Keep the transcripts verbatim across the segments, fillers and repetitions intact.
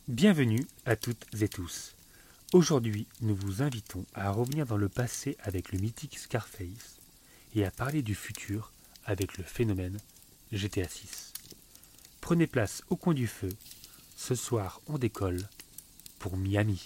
Bienvenue à toutes et tous. Aujourd'hui, nous vous invitons à revenir dans le passé avec le mythique Scarface et à parler du futur avec le phénomène G T A six. Prenez place au coin du feu. Ce soir, on décolle pour Miami.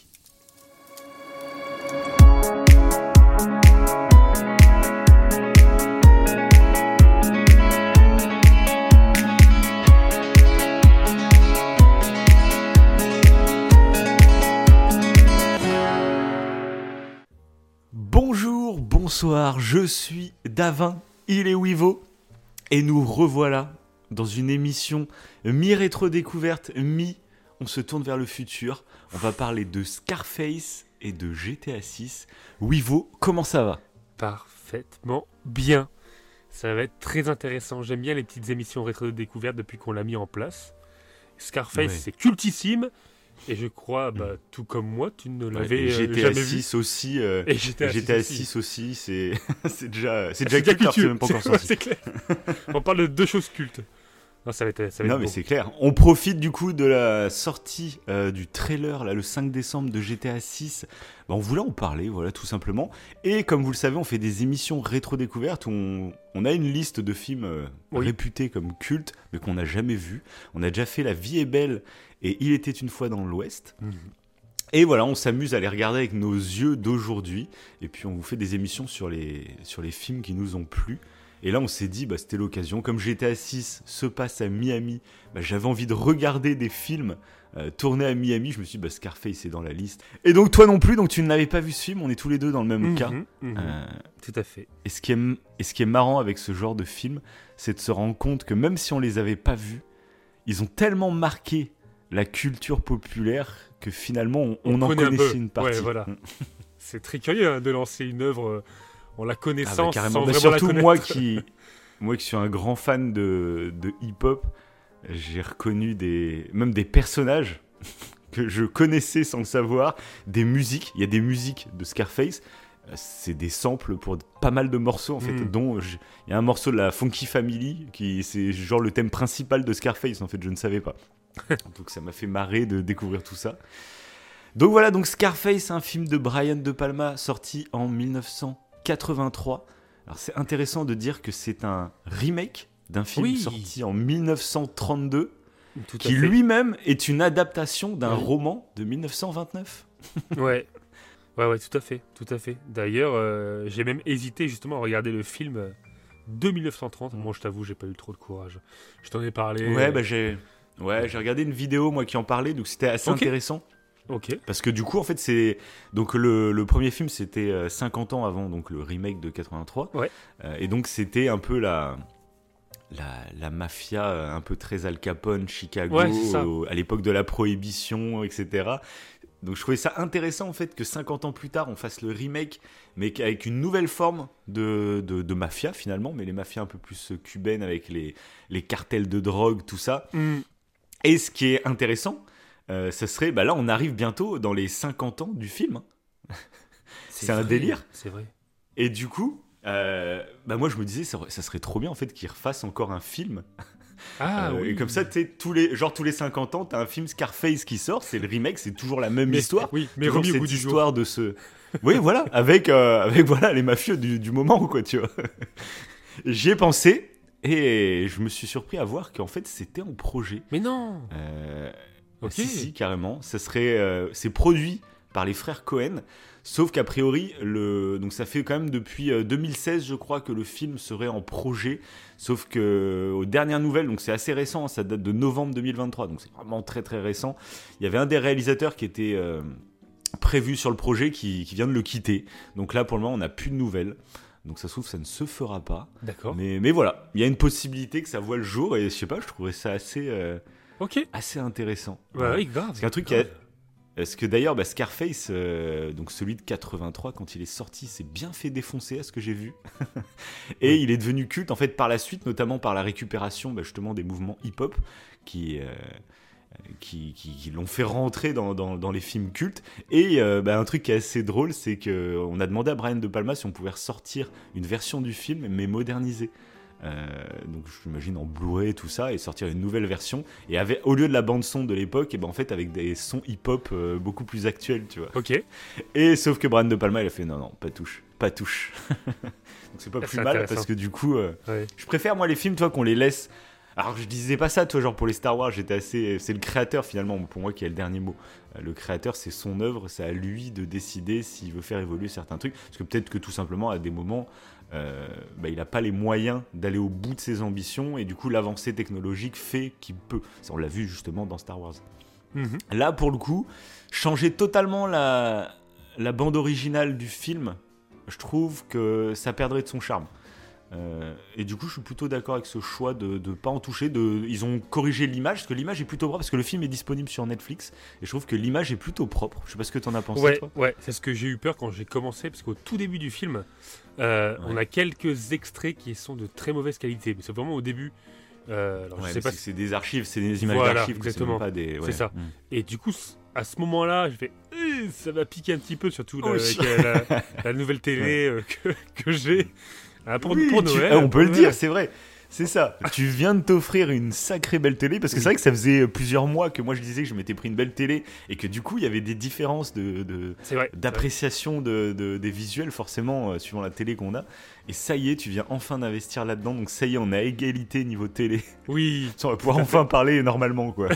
Bonjour, bonsoir, je suis Davin, il est Wivo, et nous revoilà dans une émission mi-rétro-découverte, mi- on se tourne vers le futur. On va parler de Scarface et de G T A six. Wivo, comment ça va ? Parfaitement bien. Ça va être très intéressant. J'aime bien les petites émissions rétro-découverte depuis qu'on l'a mis en place. Scarface, Ouais. c'est cultissime. Et je crois, bah, tout comme moi, tu ne l'avais Et euh, G T A jamais vu. six aussi, euh, Et G T A G T A six aussi. six aussi, c'est c'est déjà, c'est Ah, déjà culte, alors que c'est culture. même pas encore C'est- sorti. c'est clair. On parle de deux choses cultes. Non, ça va être, ça va Non être mais beau. c'est clair, on profite du coup de la sortie euh, du trailer là, le cinq décembre de G T A six. Bah, on voulait en parler, voilà, tout simplement. Et comme vous le savez, on fait des émissions rétro-découvertes où on, on a une liste de films euh, Oui. réputés comme cultes, mais qu'on n'a jamais vus. On a déjà fait La vie est belle et Il était une fois dans l'Ouest. Mhm. Et voilà, on s'amuse à les regarder avec nos yeux d'aujourd'hui. Et puis on vous fait des émissions sur les, sur les films qui nous ont plu. Et là, on s'est dit, bah, c'était l'occasion. Comme G T A six se passe à Miami, bah, j'avais envie de regarder des films euh, tournés à Miami. Je me suis dit, bah, Scarface est dans la liste. Et donc, toi non plus, donc tu n'avais pas vu ce film. On est tous les deux dans le même Mhm, cas. mhm. Euh, Tout à fait. et, ce qui est, et ce qui est marrant avec ce genre de film, c'est de se rendre compte que même si on les avait pas vus, ils ont tellement marqué la culture populaire que finalement, on, on en connaît un connaissait peu. une partie. Ouais, voilà. C'est très curieux hein, de lancer une œuvre euh, en la Ah bah, connaissant carrément. sans Bah, vraiment la surtout connaître. moi qui, moi qui suis un grand fan de, de hip-hop, j'ai reconnu des, même des personnages que je connaissais sans le savoir, des musiques. Il y a des musiques de Scarface. euh, C'est des samples pour pas mal de morceaux en fait, Mm. dont je- il y a un morceau de la Funky Family qui c'est genre le thème principal de Scarface en fait, je ne savais pas. Donc ça m'a fait marrer de découvrir tout ça. Donc voilà, donc Scarface, un film de Brian De Palma sorti en mille neuf cent quatre-vingt-trois. Alors c'est intéressant de dire que c'est un remake d'un film Oui. sorti en mille neuf cent trente-deux, Tout à qui fait. lui-même est une adaptation d'un Oui. roman de mille neuf cent vingt-neuf. Ouais. Ouais, ouais, tout à fait, tout à fait. D'ailleurs, euh, j'ai même hésité justement à regarder le film euh, de mille neuf cent trente. Moi, je t'avoue, j'ai pas eu trop de courage. Je t'en ai parlé. Ouais, euh, bah j'ai ouais, j'ai regardé une vidéo moi qui en parlait, donc c'était assez Ok. intéressant. Ok. Parce que du coup, en fait, c'est. Donc, le, le premier film, c'était euh, cinquante ans avant, donc le remake de quatre-vingt-trois. Ouais. Euh, et donc, c'était un peu la. La, la mafia euh, un peu très Al Capone, Chicago, Ouais, c'est ça. au- à l'époque de la prohibition, et cetera. Donc je trouvais ça intéressant en fait que cinquante ans plus tard on fasse le remake, mais avec une nouvelle forme de, de, de mafia finalement, mais les mafias un peu plus euh, cubaines avec les, les cartels de drogue, tout ça. Mm. Et ce qui est intéressant, euh, ça serait, bah là on arrive bientôt dans les cinquante ans du film. C'est un vrai, délire. C'est vrai. Et du coup, euh, bah moi je me disais, ça, ça serait trop bien en fait qu'ils refassent encore un film. Ah Euh, oui. Et comme ça, tu sais, tous les, genre tous les cinquante ans, t'as un film Scarface qui sort, c'est le remake, c'est toujours la même Mais- histoire. Oui, mais Toujours remis au cette goût du jour. histoire de ce. Oui, voilà, avec, euh, avec voilà, les mafieux du, du moment, quoi, tu vois. J'y ai pensé et je me suis surpris à voir qu'en fait, c'était en projet. Mais non. Euh, Ok. Si, si, carrément. Ça serait, euh, c'est produit par les frères Cohen. Sauf qu'a priori, le... donc ça fait quand même depuis euh, deux mille seize, je crois, que le film serait en projet. Sauf que aux dernières nouvelles, donc c'est assez récent, hein, ça date de novembre deux mille vingt-trois, donc c'est vraiment très très récent. Il y avait un des réalisateurs qui était euh, prévu sur le projet qui, qui vient de le quitter. Donc là, pour le moment, on n'a plus de nouvelles. Donc ça se trouve, ça ne se fera pas. D'accord. Mais, mais voilà, il y a une possibilité que ça voit le jour et je sais pas, je trouvais ça assez, euh, Ok. assez intéressant. Bah oui, grave. C'est un truc qui a- Parce que d'ailleurs, bah, Scarface, euh, donc celui de quatre-vingt-trois, quand il est sorti, s'est bien fait défoncer à ce que j'ai vu. Et Oui. il est devenu culte, en fait, par la suite, notamment par la récupération bah, justement des mouvements hip-hop qui, euh, qui, qui, qui l'ont fait rentrer dans, dans, dans les films cultes. Et euh, bah, un truc qui est assez drôle, c'est qu'on a demandé à Brian De Palma si on pouvait ressortir une version du film, mais modernisée. Euh, donc j'imagine en Blu-ray tout ça et sortir une nouvelle version et avec, au lieu de la bande son de l'époque et ben en fait avec des sons hip-hop euh, beaucoup plus actuels, tu vois. Ok. Et sauf que Brian De Palma il a fait non non pas touche pas touche. Donc c'est pas Ah, plus c'est mal parce que du coup euh, ouais. je préfère moi les films toi qu'on les laisse. Alors je disais pas ça toi genre pour les Star Wars, j'étais assez c'est le créateur finalement pour moi qui a le dernier mot. Le créateur c'est son œuvre, c'est à lui de décider s'il veut faire évoluer certains trucs parce que peut-être que tout simplement à des moments Euh, bah, il n'a pas les moyens d'aller au bout de ses ambitions et du coup l'avancée technologique fait qu'il peut. Ça, on l'a vu justement dans Star Wars. Mm-hmm. Là pour le coup, changer totalement la, la bande originale du film, je trouve que ça perdrait de son charme. Euh, et du coup je suis plutôt d'accord avec ce choix de ne pas en toucher de, ils ont corrigé l'image parce que l'image est plutôt propre parce que le film est disponible sur Netflix et je trouve que l'image est plutôt propre. Je sais pas ce que t'en as pensé ouais, toi. Ouais, c'est ce que j'ai eu peur quand j'ai commencé parce qu'au tout début du film euh, ouais. on a quelques extraits qui sont de très mauvaise qualité mais c'est vraiment au début euh, alors ouais, je sais pas c'est, si... c'est des archives, c'est des images voilà, d'archives exactement. C'est pas des... ouais. c'est ça. Mm. Et du coup à ce moment-là je fais eh, ça va piquer un petit peu surtout là, oui. avec euh, la, la nouvelle télé ouais. euh, que, que j'ai. Ah, pour, oui, pour tu... Noël, ah, on peut Noël. le dire, c'est vrai. C'est ça. Tu viens de t'offrir une sacrée belle télé parce que oui. C'est vrai que ça faisait plusieurs mois que moi je disais que je m'étais pris une belle télé et que du coup il y avait des différences de, de vrai, d'appréciation de, de, des visuels forcément euh, suivant la télé qu'on a. Et ça y est, tu viens enfin d'investir là-dedans. Donc ça y est, on a égalité niveau télé. Oui. On va pouvoir enfin parler normalement quoi.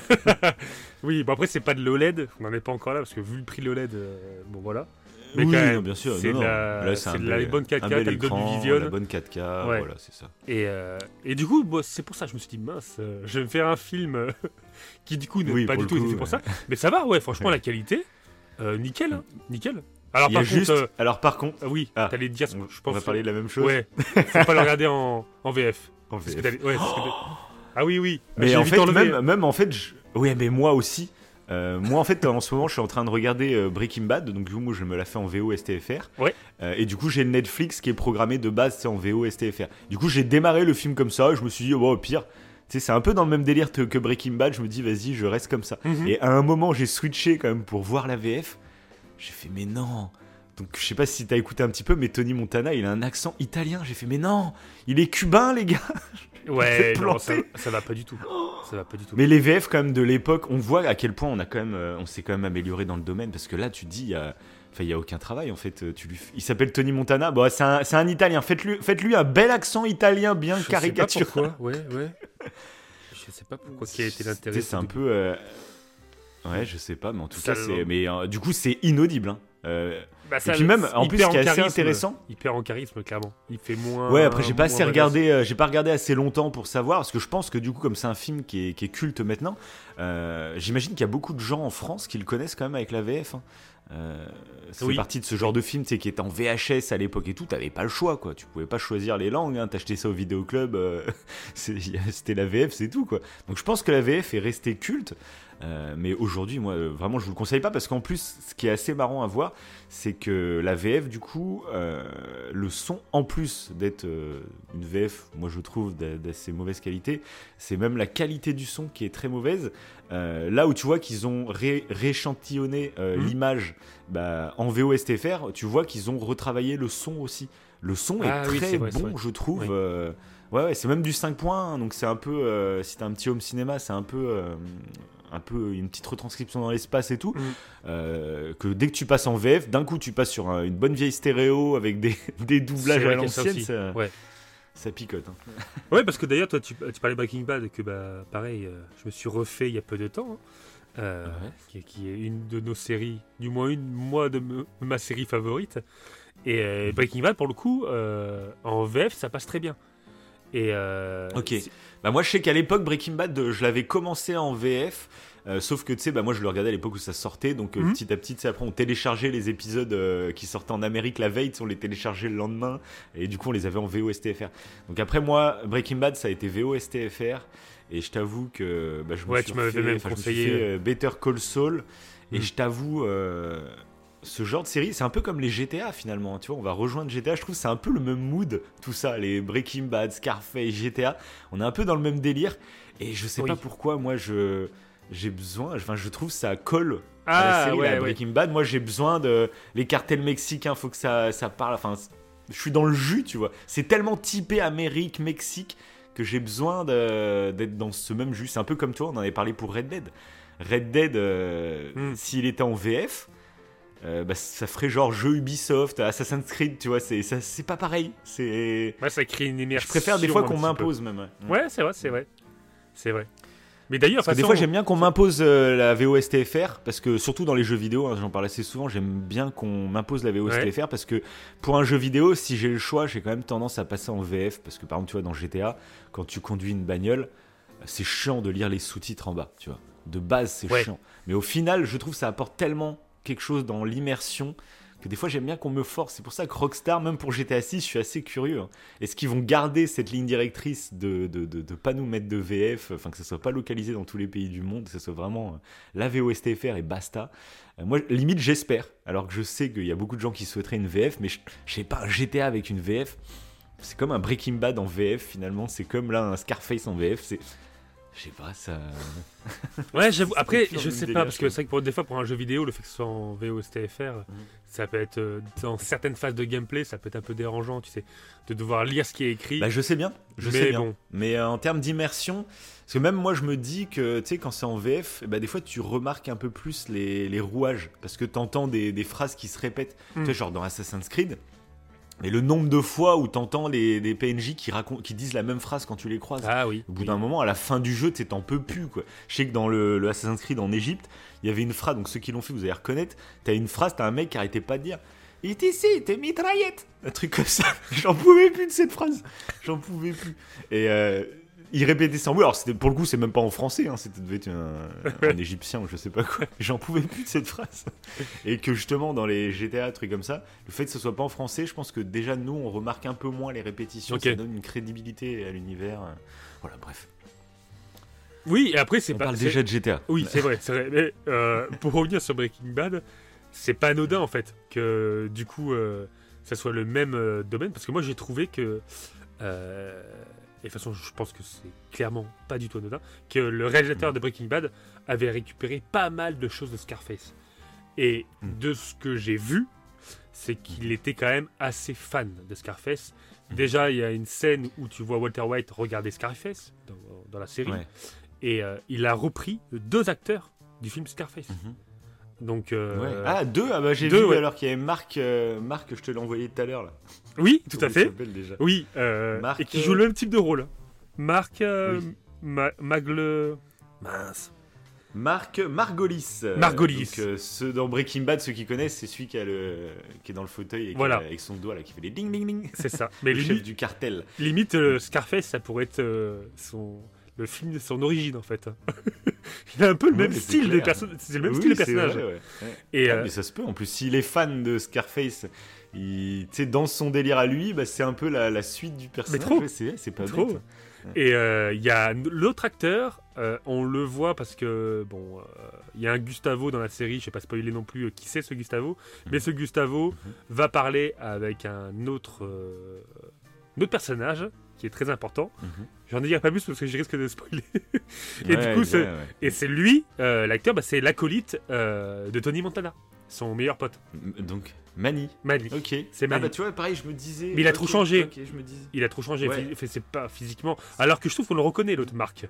Oui, bon après c'est pas de l'O L E D, on n'en est pas encore là parce que vu le prix de l'O L E D, euh, bon voilà. Mais oui, même, non, bien sûr. C'est, non, non. La, Là, c'est, c'est un la bel, bonne quatre K, un bel t'as écran, le Dolby Vision. La bonne quatre K, ouais. Voilà, c'est ça. Et, euh, et du coup, bon, c'est pour ça que je me suis dit, mince, euh, je vais me faire un film euh, qui du coup n'est oui, pas du tout coup, fait ouais. pour ça. Mais ça va, ouais, franchement, ouais. La qualité, euh, nickel, hein, nickel. Alors par, contre, juste, euh, alors par contre, euh, oui, ah, t'allais dire, on, je pense. On va parler de la même chose. Ouais, faut pas le regarder en, en V F. En V F. Ouais, oh ah oui, oui. Mais J'ai en fait, enlevé, même, même en fait, je... oui, mais moi aussi. Euh, moi en fait en ce moment je suis en train de regarder euh, Breaking Bad, donc du coup moi je me la fais en V O S T F R ouais. euh, et du coup j'ai le Netflix qui est programmé de base c'est en V O S T F R. Du coup j'ai démarré le film comme ça, je me suis dit oh, au pire tu sais, c'est un peu dans le même délire que Breaking Bad, je me dis vas-y je reste comme ça. Mm-hmm. Et à un moment j'ai switché quand même pour voir la V F, j'ai fait mais non. Donc je sais pas si t'as écouté un petit peu mais Tony Montana il a un accent italien, j'ai fait mais non il est cubain les gars. Ouais, non, ça, ça va pas du tout. Ça va pas du tout. Mais les V F quand même de l'époque, on voit à quel point on a quand même, on s'est quand même amélioré dans le domaine parce que là tu dis, il y a, enfin il y a aucun travail en fait. Tu lui, il s'appelle Tony Montana. Bon, c'est un, c'est un Italien. Faites-lui, faites-lui un bel accent italien bien je caricaturé. Sais pas pourquoi. Ouais, ouais. Je sais pas pourquoi. Quel a été l'intérêt. C'est un peu, euh... ouais, je sais pas, mais en tout ça cas c'est, mais euh, du coup c'est inaudible. Hein. Euh... Bah ça, et puis même, en plus, ce qui est assez intéressant, il perd en charisme clairement. Il fait moins. Ouais, après j'ai pas assez regardé, euh, j'ai pas regardé assez longtemps pour savoir, parce que je pense que du coup, comme c'est un film qui est, qui est culte maintenant, euh, j'imagine qu'il y a beaucoup de gens en France qui le connaissent quand même avec la V F. Hein. Euh, ça oui. fait partie de ce genre de film, tu sais, qui était en V H S à l'époque et tout. T'avais pas le choix, quoi. Tu pouvais pas choisir les langues. Hein. T'achetais ça au vidéoclub, euh, c'était la V F, c'est tout, quoi. Donc je pense que la V F est restée culte. Euh, mais aujourd'hui, moi, euh, vraiment, je vous le conseille pas parce qu'en plus, ce qui est assez marrant à voir, c'est que la V F, du coup, euh, le son, en plus d'être euh, une V F, moi je trouve d'assez mauvaise qualité, c'est même la qualité du son qui est très mauvaise. Euh, là où tu vois qu'ils ont ré rééchantillonné euh, mmh. l'image bah, en V O S T F R, tu vois qu'ils ont retravaillé le son aussi. Le son ah, est oui, très est vrai, bon, je trouve. Oui. Euh, ouais, ouais, c'est même du cinq point un, donc c'est un peu, euh, si t'as un petit home cinéma, c'est un peu. Euh, un peu une petite retranscription dans l'espace et tout, mmh. euh, que dès que tu passes en V F, d'un coup tu passes sur un, une bonne vieille stéréo avec des, des doublages à l'ancienne, ça, ouais. ça picote. Hein. Ouais, parce que d'ailleurs, toi tu, tu parlais Breaking Bad, que bah, pareil, euh, je me suis refait il y a peu de temps, hein, euh, ouais. qui, qui est une de nos séries, du moins une, moi, de me, ma série favorite. Et euh, Breaking Bad, pour le coup, euh, en V F, ça passe très bien. Et euh, ok. Bah moi je sais qu'à l'époque Breaking Bad je l'avais commencé en V F, euh, sauf que tu sais bah moi je le regardais à l'époque où ça sortait, donc euh, mm-hmm. petit à petit tu sais, après on téléchargeait les épisodes euh, qui sortaient en Amérique la veille, on les téléchargeait le lendemain et du coup on les avait en V O S T F R. Donc après moi Breaking Bad ça a été V O S T F R et je t'avoue que bah, je me ouais, suis tu m'avais fait, même conseillé je me suis fait, euh, Better Call Saul et mm. je t'avoue euh, ce genre de série, c'est un peu comme les G T A finalement, tu vois, on va rejoindre G T A, je trouve que c'est un peu le même mood, tout ça, les Breaking Bad, Scarface, G T A, on est un peu dans le même délire, et je sais oui. pas pourquoi, moi, je j'ai besoin, enfin, je trouve ça colle ah, à la série, ouais, la ouais. Breaking Bad, moi, j'ai besoin de, les cartels mexicains, faut que ça, ça parle, enfin, je suis dans le jus, tu vois. C'est tellement typé Amérique, Mexique que j'ai besoin de, d'être dans ce même jus. C'est un peu comme toi, on en avait parlé pour Red Dead. Red Dead, euh, mm. s'il était en V F, euh, bah, ça ferait genre jeu Ubisoft, Assassin's Creed, tu vois, c'est, ça, c'est pas pareil. C'est... Ouais, ça crée une immersion. Je préfère des fois qu'on m'impose peu. même. Ouais, ouais c'est vrai, c'est vrai. C'est vrai. Mais d'ailleurs, parce que des fois, j'aime bien qu'on m'impose euh, la V O S T F R, parce que surtout dans les jeux vidéo, hein, j'en parle assez souvent, j'aime bien qu'on m'impose la V O S T F R, ouais. parce que pour un jeu vidéo, si j'ai le choix, j'ai quand même tendance à passer en V F, parce que par exemple, tu vois, dans G T A, quand tu conduis une bagnole, c'est chiant de lire les sous-titres en bas, tu vois. De base, c'est ouais. chiant. Mais au final, je trouve que ça apporte tellement quelque chose dans l'immersion que des fois j'aime bien qu'on me force. C'est pour ça que Rockstar, même pour G T A six, je suis assez curieux. Hein. Est-ce qu'ils vont garder cette ligne directrice de de, de, de pas nous mettre de V F, enfin que ça soit pas localisé dans tous les pays du monde, que ça soit vraiment euh, la V O S T F R et basta. Euh, moi, limite, j'espère. Alors que je sais qu'il y a beaucoup de gens qui souhaiteraient une V F, mais je, je sais pas, un G T A avec une V F, c'est comme un Breaking Bad en V F finalement. C'est comme là un Scarface en V F. C'est Je sais pas, ça. Ouais, j'avoue. Après, je sais pas, parce que c'est vrai que pour, des fois, pour un jeu vidéo, le fait que ce soit en V O S T F R, mmh. ça peut être, euh, dans certaines phases de gameplay, ça peut être un peu dérangeant, tu sais, de devoir lire ce qui est écrit. Bah, je sais bien, je mais sais bien. Bon. Mais euh, en termes d'immersion, parce que même moi, je me dis que, tu sais, quand c'est en V F, bah, des fois, tu remarques un peu plus les, les rouages, parce que t'entends des, des phrases qui se répètent. Mmh. Tu sais, genre dans Assassin's Creed. Et le nombre de fois où t'entends les, les P N J qui, racontent, qui disent la même phrase quand tu les croises. Ah oui. Au bout oui. d'un moment, à la fin du jeu, t'en peux plus, quoi. Je sais que dans le, le Assassin's Creed en Égypte, il y avait une phrase, donc ceux qui l'ont fait, vous allez reconnaître. T'as une phrase, t'as un mec qui arrêtait pas de dire « Il est ici, t'es mitraillette !» Un truc comme ça. J'en pouvais plus de cette phrase. J'en pouvais plus. Et euh, il répétait sans bruit. Alors, c'était, pour le coup, c'est même pas en français. Hein, c'était devait être un, un égyptien ou je sais pas quoi. J'en pouvais plus de cette phrase. Et que justement, dans les G T A, trucs comme ça, le fait que ce soit pas en français, je pense que déjà, nous, on remarque un peu moins les répétitions. Okay. Ça donne une crédibilité à l'univers. Voilà, bref. Oui, et après, c'est on pas. On parle c'est... déjà de G T A. Oui, c'est vrai. C'est vrai. Mais euh, pour revenir sur Breaking Bad, c'est pas anodin, en fait, que du coup, euh, ça soit le même euh, domaine. Parce que moi, j'ai trouvé que. Euh, et de toute façon, je pense que c'est clairement pas du tout anodin, que le réalisateur de Breaking Bad avait récupéré pas mal de choses de Scarface. Et mm. de ce que j'ai vu, c'est qu'il était quand même assez fan de Scarface. Mm. Déjà, il y a une scène où tu vois Walter White regarder Scarface dans, dans la série. Ouais. Et euh, il a repris deux acteurs du film Scarface. Mm-hmm. Donc, euh, ouais. Ah, deux ah bah, j'ai deux, vu ouais. alors qu'il y avait Marc, euh, Marc, je te l'ai envoyé tout à l'heure là. Oui, tout Comment à fait. Déjà oui, euh, Marc, et qui joue le même type de rôle. Marc euh, oui. Ma- Magle... Mince. Marc Margolis. Margolis. Donc, euh, ceux dans Breaking Bad, ceux qui connaissent, c'est celui qui, a le... qui est dans le fauteuil et voilà. qui a, avec son doigt là, qui fait des ding ding ding. C'est ça. Mais le limite, chef du cartel. Limite, euh, Scarface, ça pourrait être euh, son... le film de son origine en fait. Il a un peu le ouais, même style des personnages. C'est le même oui, style des personnages. Vrai, ouais. Ouais. Et ah, euh... mais ça se peut. En plus, s'il est fan de Scarface, il, dans son délire à lui, bah, c'est un peu la, la suite du personnage. Mais trop. Ouais, c'est, c'est pas trop. bête. Et il euh, y a l'autre acteur, euh, on le voit parce que bon, il euh, y a un Gustavo dans la série. Je sais pas spoiler non plus euh, qui c'est ce Gustavo, mmh. mais ce Gustavo mmh. va parler avec un autre, euh, un autre personnage qui est très important. Mm-hmm. J'en dirai pas plus parce que je risque de spoiler. et ouais, du coup, c'est, ouais, ouais. et c'est lui, euh, l'acteur, bah, c'est l'acolyte euh, de Tony Montana, son meilleur pote. Donc Manny. Manny. Ok. C'est Manny. Ah bah tu vois, pareil, je me disais. Mais il a okay, trop changé. Okay, je me disais. Il a trop changé. Ouais. Fait, c'est pas physiquement. Alors que je trouve qu'on le reconnaît l'autre Marc.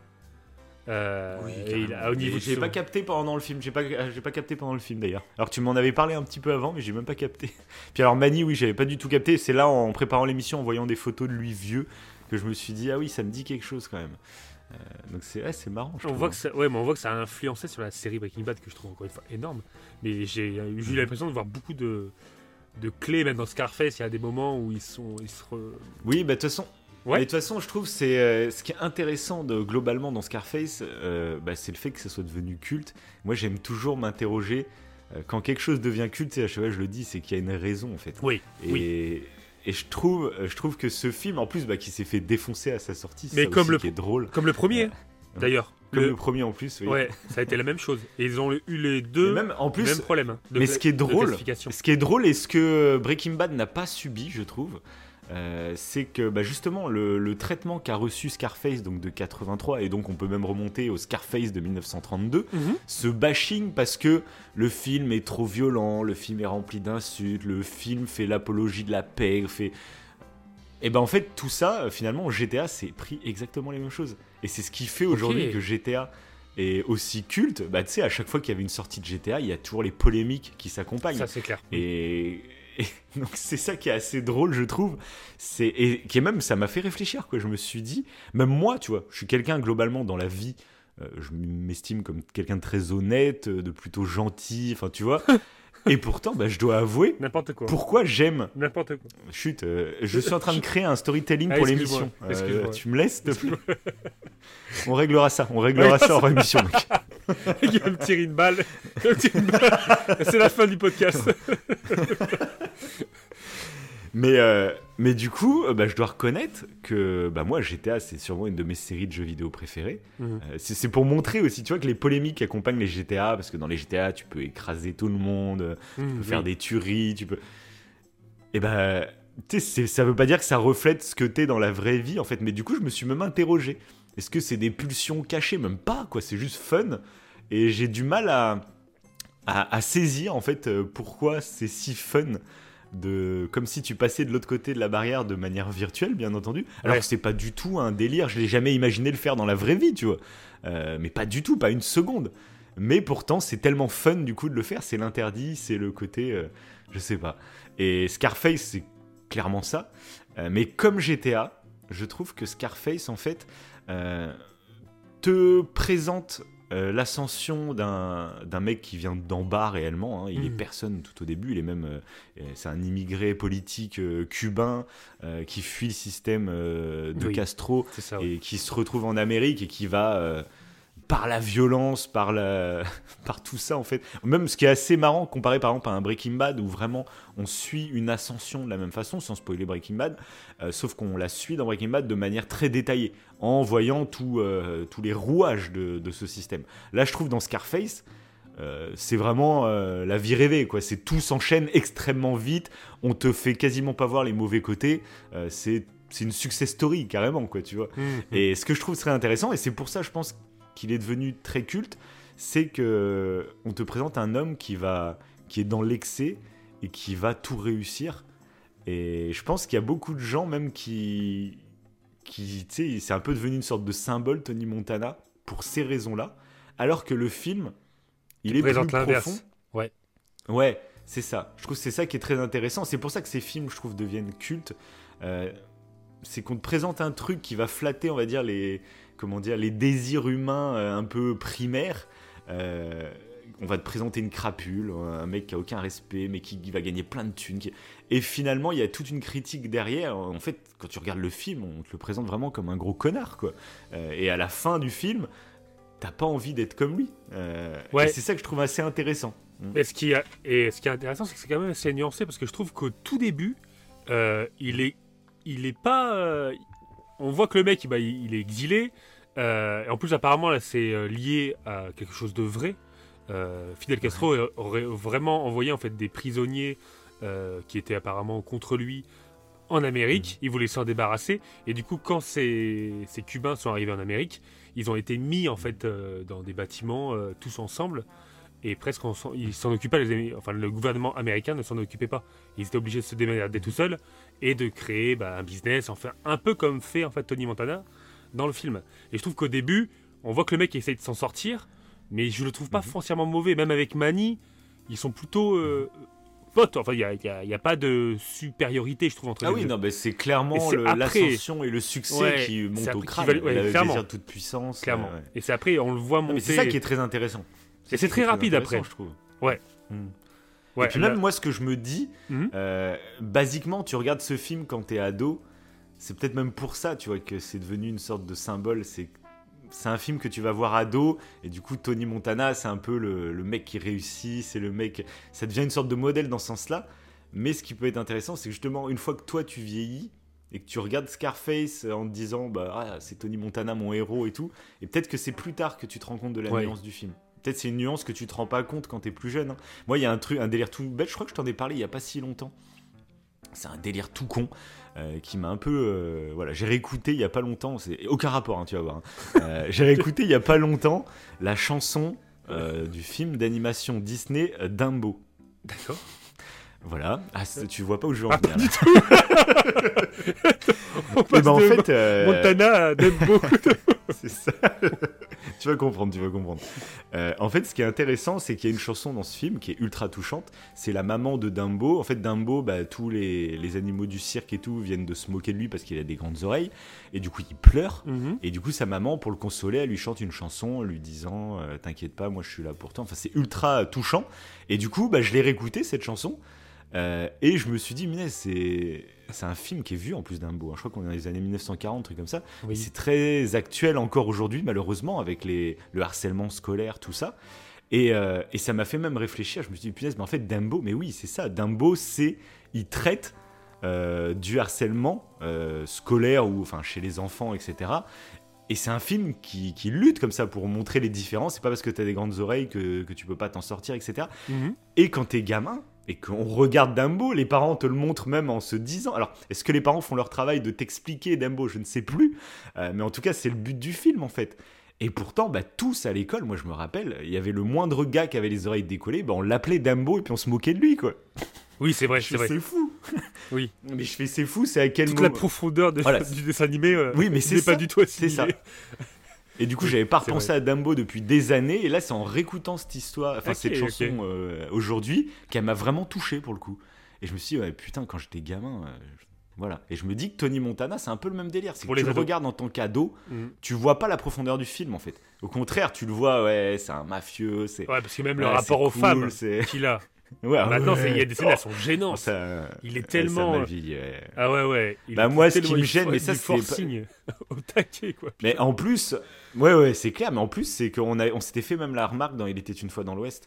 Euh, oui, et il a, au niveau j'ai son... pas capté pendant le film, j'ai pas, j'ai pas capté pendant le film d'ailleurs. Alors tu m'en avais parlé un petit peu avant, mais j'ai même pas capté. Puis alors Manny, oui, j'avais pas du tout capté. C'est là en préparant l'émission, en voyant des photos de lui vieux, que je me suis dit ah oui, ça me dit quelque chose quand même. Euh, donc c'est, ouais, c'est marrant. Je on trouve, voit hein. que ça, ouais, mais on voit que ça a influencé sur la série Breaking Bad que je trouve encore une fois énorme. Mais j'ai eu l'impression de voir beaucoup de, de clés même dans Scarface. Il y a des moments où ils sont, ils se. Re... Oui, bah de toute façon. Ouais. Mais de toute façon, je trouve c'est euh, ce qui est intéressant de, globalement dans Scarface, euh, bah, c'est le fait que ça soit devenu culte. Moi, j'aime toujours m'interroger euh, quand quelque chose devient culte. À chaque fois, je le dis, c'est qu'il y a une raison en fait. Oui. Et, oui. et je trouve, je trouve que ce film, en plus, bah, qui s'est fait défoncer à sa sortie, c'est mais ça comme aussi le qui est drôle. Comme le premier, euh, d'ailleurs. Comme le... le premier en plus. Oui. Ouais, ça a été la même chose. Et ils ont eu les deux même, en plus, mêmes problèmes. De mais ce qui est drôle, ce qui est drôle et ce que Breaking Bad n'a pas subi, je trouve. Euh, c'est que bah, justement le, le traitement qu'a reçu Scarface donc de quatre-vingt-trois, et donc on peut même remonter au Scarface de dix-neuf cent trente-deux, mm-hmm. ce bashing parce que le film est trop violent, le film est rempli d'insultes, le film fait l'apologie de la paix, fait... et ben en fait tout ça finalement G T A c'est pris exactement les mêmes choses, et c'est ce qui fait aujourd'hui okay. que G T A est aussi culte. Bah tu sais, à chaque fois qu'il y avait une sortie de G T A, il y a toujours les polémiques qui s'accompagnent, ça c'est clair, et Et donc c'est ça qui est assez drôle, je trouve, c'est, et qui est même, ça m'a fait réfléchir, quoi. Je me suis dit, même moi, tu vois, je suis quelqu'un globalement dans la vie, euh, je m'estime comme quelqu'un de très honnête, de plutôt gentil, enfin tu vois, et pourtant bah, je dois avouer n'importe quoi. Pourquoi j'aime n'importe quoi. Chut, euh, je suis en train de créer un storytelling ah, pour l'émission, euh, tu me laisses s'il te plaît. On réglera ça, on réglera ça hors émission, mec. Il y a un petit ri de balle. C'est la fin du podcast. mais, euh, mais du coup, bah, je dois reconnaître que bah, moi, G T A, c'est sûrement une de mes séries de jeux vidéo préférées. Mmh. Euh, c'est, c'est pour montrer aussi, tu vois, que les polémiques accompagnent les G T A, parce que dans les G T A, tu peux écraser tout le monde, mmh, tu peux faire oui. des tueries, tu peux... Et bah, tu sais, ça veut pas dire que ça reflète ce que t'es dans la vraie vie, en fait. Mais du coup, je me suis même interrogé. Est-ce que c'est des pulsions cachées ? Même pas, quoi. C'est juste fun. Et j'ai du mal à, à, à saisir, en fait, pourquoi c'est si fun. De, comme si tu passais de l'autre côté de la barrière de manière virtuelle, bien entendu. Alors ouais. que c'est pas du tout un délire. Je l'ai jamais imaginé le faire dans la vraie vie, tu vois. Euh, mais pas du tout, pas une seconde. Mais pourtant, c'est tellement fun, du coup, de le faire. C'est l'interdit, c'est le côté... Euh, je sais pas. Et Scarface, c'est clairement ça. Euh, mais comme G T A, je trouve que Scarface, en fait... Euh, te présente euh, l'ascension d'un, d'un mec qui vient d'en bas réellement, hein. Il mmh. est personne tout au début, il est même euh, c'est un immigré politique euh, cubain euh, qui fuit le système euh, de oui, Castro ça, et oui. qui se retrouve en Amérique et qui va euh, par la violence, par, la... par tout ça en fait. Même ce qui est assez marrant comparé par exemple à un Breaking Bad où vraiment on suit une ascension de la même façon, sans spoiler Breaking Bad, euh, sauf qu'on la suit dans Breaking Bad de manière très détaillée, en voyant tout, euh, tous les rouages de, de ce système. Là je trouve dans Scarface, euh, c'est vraiment euh, la vie rêvée, quoi. C'est, tout s'enchaîne extrêmement vite, on te fait quasiment pas voir les mauvais côtés, euh, c'est, c'est une success story carrément, quoi, tu vois. Mmh. Et ce que je trouve très intéressant, et c'est pour ça je pense qu'il est devenu très culte, c'est que on te présente un homme qui va, qui est dans l'excès et qui va tout réussir. Et je pense qu'il y a beaucoup de gens même qui, qui, tu sais, c'est un peu devenu une sorte de symbole Tony Montana pour ces raisons-là, alors que le film, il est plus profond. Ouais. Ouais, c'est ça. Je trouve que c'est ça qui est très intéressant. C'est pour ça que ces films, je trouve, deviennent cultes. Euh, c'est qu'on te présente un truc qui va flatter, on va dire, les, comment dire, les désirs humains euh, un peu primaires. Euh, on va te présenter une crapule, un mec qui a aucun respect, mais qui, qui va gagner plein de thunes. Qui... Et finalement, il y a toute une critique derrière. En fait, quand tu regardes le film, on te le présente vraiment comme un gros connard, quoi. Euh, et à la fin du film, t'as pas envie d'être comme lui. Euh, ouais. Et c'est ça que je trouve assez intéressant. Et ce qui, a, et ce qui est intéressant, c'est que c'est quand même assez nuancé, parce que je trouve qu'au tout début, euh, il est, il est pas... Euh, on voit que le mec, bah, il, il est exilé. Euh, et en plus, apparemment, là, c'est lié à quelque chose de vrai. Euh, Fidel Castro ouais. aurait vraiment envoyé en fait, des prisonniers euh, qui étaient apparemment contre lui en Amérique. Mmh. Il voulait s'en débarrasser. Et du coup, quand ces, ces Cubains sont arrivés en Amérique, ils ont été mis en fait, euh, dans des bâtiments euh, tous ensemble. Et presque, on s'en, ils s'en occupaient, les, enfin, le gouvernement américain ne s'en occupait pas. Ils étaient obligés de se démerder tout seuls et de créer bah, un business, enfin, un peu comme fait en fait, Tony Montana dans le film. Et je trouve qu'au début, on voit que le mec essaye de s'en sortir, mais je le trouve pas mm-hmm. foncièrement mauvais. Même avec Manny, ils sont plutôt euh, potes. Enfin, il n'y a, y a, y a pas de supériorité, je trouve, entre ah les oui, deux. Non, mais c'est clairement c'est le, après, l'ascension et le succès ouais, qui montent au crâne. Ouais, le désir de toute puissance. Clairement. Euh, ouais. Et c'est après, on le voit monter. Non, mais c'est ça qui est très intéressant. C'est et c'est très, très rapide après, je trouve. Ouais. Mm. Ouais, et puis là... même moi, ce que je me dis, mm-hmm. euh, basiquement, tu regardes ce film quand t'es ado, c'est peut-être même pour ça, tu vois, que c'est devenu une sorte de symbole. C'est, c'est un film que tu vas voir ado, et du coup, Tony Montana, c'est un peu le, le mec qui réussit, c'est le mec, ça devient une sorte de modèle dans ce sens-là. Mais ce qui peut être intéressant, c'est que justement, une fois que toi tu vieillis et que tu regardes Scarface en te disant, bah, ah, c'est Tony Montana mon héros et tout, et peut-être que c'est plus tard que tu te rends compte de la ouais. nuance du film. Peut-être c'est une nuance que tu te rends pas compte quand t'es plus jeune. Hein. Moi, il y a un truc, un délire tout bête. Je crois que je t'en ai parlé il y a pas si longtemps. C'est un délire tout con euh, qui m'a un peu... Euh, voilà, j'ai réécouté il y a pas longtemps, c'est aucun rapport, hein, tu vas voir. Hein. Euh, j'ai réécouté il y a pas longtemps la chanson euh, du film d'animation Disney euh, Dumbo. D'accord. Voilà. Ah, tu vois pas où je veux en Ah, venir. pas du tout. On passe Et ben en de fait, euh, Montana à Dumbo. c'est ça. Tu vas comprendre, tu vas comprendre. Euh, en fait, ce qui est intéressant, c'est qu'il y a une chanson dans ce film qui est ultra touchante. C'est la maman de Dumbo. En fait, Dumbo, bah, tous les, les animaux du cirque et tout viennent de se moquer de lui parce qu'il a des grandes oreilles. Et du coup, il pleure. Mm-hmm. Et du coup, sa maman, pour le consoler, elle lui chante une chanson lui disant euh, « T'inquiète pas, moi je suis là pour toi ». Enfin, c'est ultra touchant. Et du coup, bah, je l'ai réécouté, cette chanson. Euh, et je me suis dit, mais c'est... c'est un film qui est vu en plus Dumbo. Hein. Je crois qu'on est dans les années mille neuf cent quarante, truc comme ça. Oui. Et c'est très actuel encore aujourd'hui, malheureusement, avec les... le harcèlement scolaire, tout ça. Et, euh, et ça m'a fait même réfléchir. Je me suis dit, punaise, mais en fait, Dumbo, mais oui, c'est ça. Dumbo, c'est. Il traite euh, du harcèlement euh, scolaire ou enfin chez les enfants, et cetera. Et c'est un film qui, qui lutte comme ça pour montrer les différences. C'est pas parce que t'as des grandes oreilles que, que tu peux pas t'en sortir, et cetera. Mm-hmm. Et quand t'es gamin et qu'on regarde Dumbo, les parents te le montrent même en se disant... Alors, est-ce que les parents font leur travail de t'expliquer Dumbo ? Je ne sais plus. Euh, mais en tout cas, c'est le but du film, en fait. Et pourtant, bah, tous à l'école, moi je me rappelle, il y avait le moindre gars qui avait les oreilles décollées, bah, on l'appelait Dumbo et puis on se moquait de lui, quoi. Oui, c'est vrai, Je c'est fais, vrai. c'est fou. Oui. Mais je fais c'est fou, c'est à quel Toute moment... la profondeur de, Voilà. du dessin animé euh, Oui, mais c'est n'est ça, pas du tout assimilée. c'est ça. Et du coup, Oui, j'avais pas c'est repensé vrai. à Dumbo depuis des années, et là, c'est en réécoutant cette histoire, enfin Ok, cette chanson ok. euh, aujourd'hui, qu'elle m'a vraiment touché pour le coup. Et je me suis dit, ouais, putain, quand j'étais gamin, euh, je- voilà. Et je me dis que Tony Montana, c'est un peu le même délire. C'est Pour que tu les le ados. regardes en tant qu'ado, Mm. tu vois pas la profondeur du film en fait. Au contraire, tu le vois, ouais, c'est un mafieux, c'est. Ouais, parce que même Ouais, le rapport c'est aux cool, femmes c'est- qu'il a. Ouais, Maintenant, c'est- il y a ouais. des scènes, elles sont gênantes. Ça, Il est ouais, tellement- Ça, ma vie, ouais. Ah ouais, ouais. Il Bah, est moi, ce tellement- qui me il gêne, faut mais être ça, du c'est pas- forcing au taquet, quoi. Mais en plus, ouais, ouais, c'est clair, mais en plus, c'est qu'on a, on s'était fait même la remarque dans Il était une fois dans l'Ouest.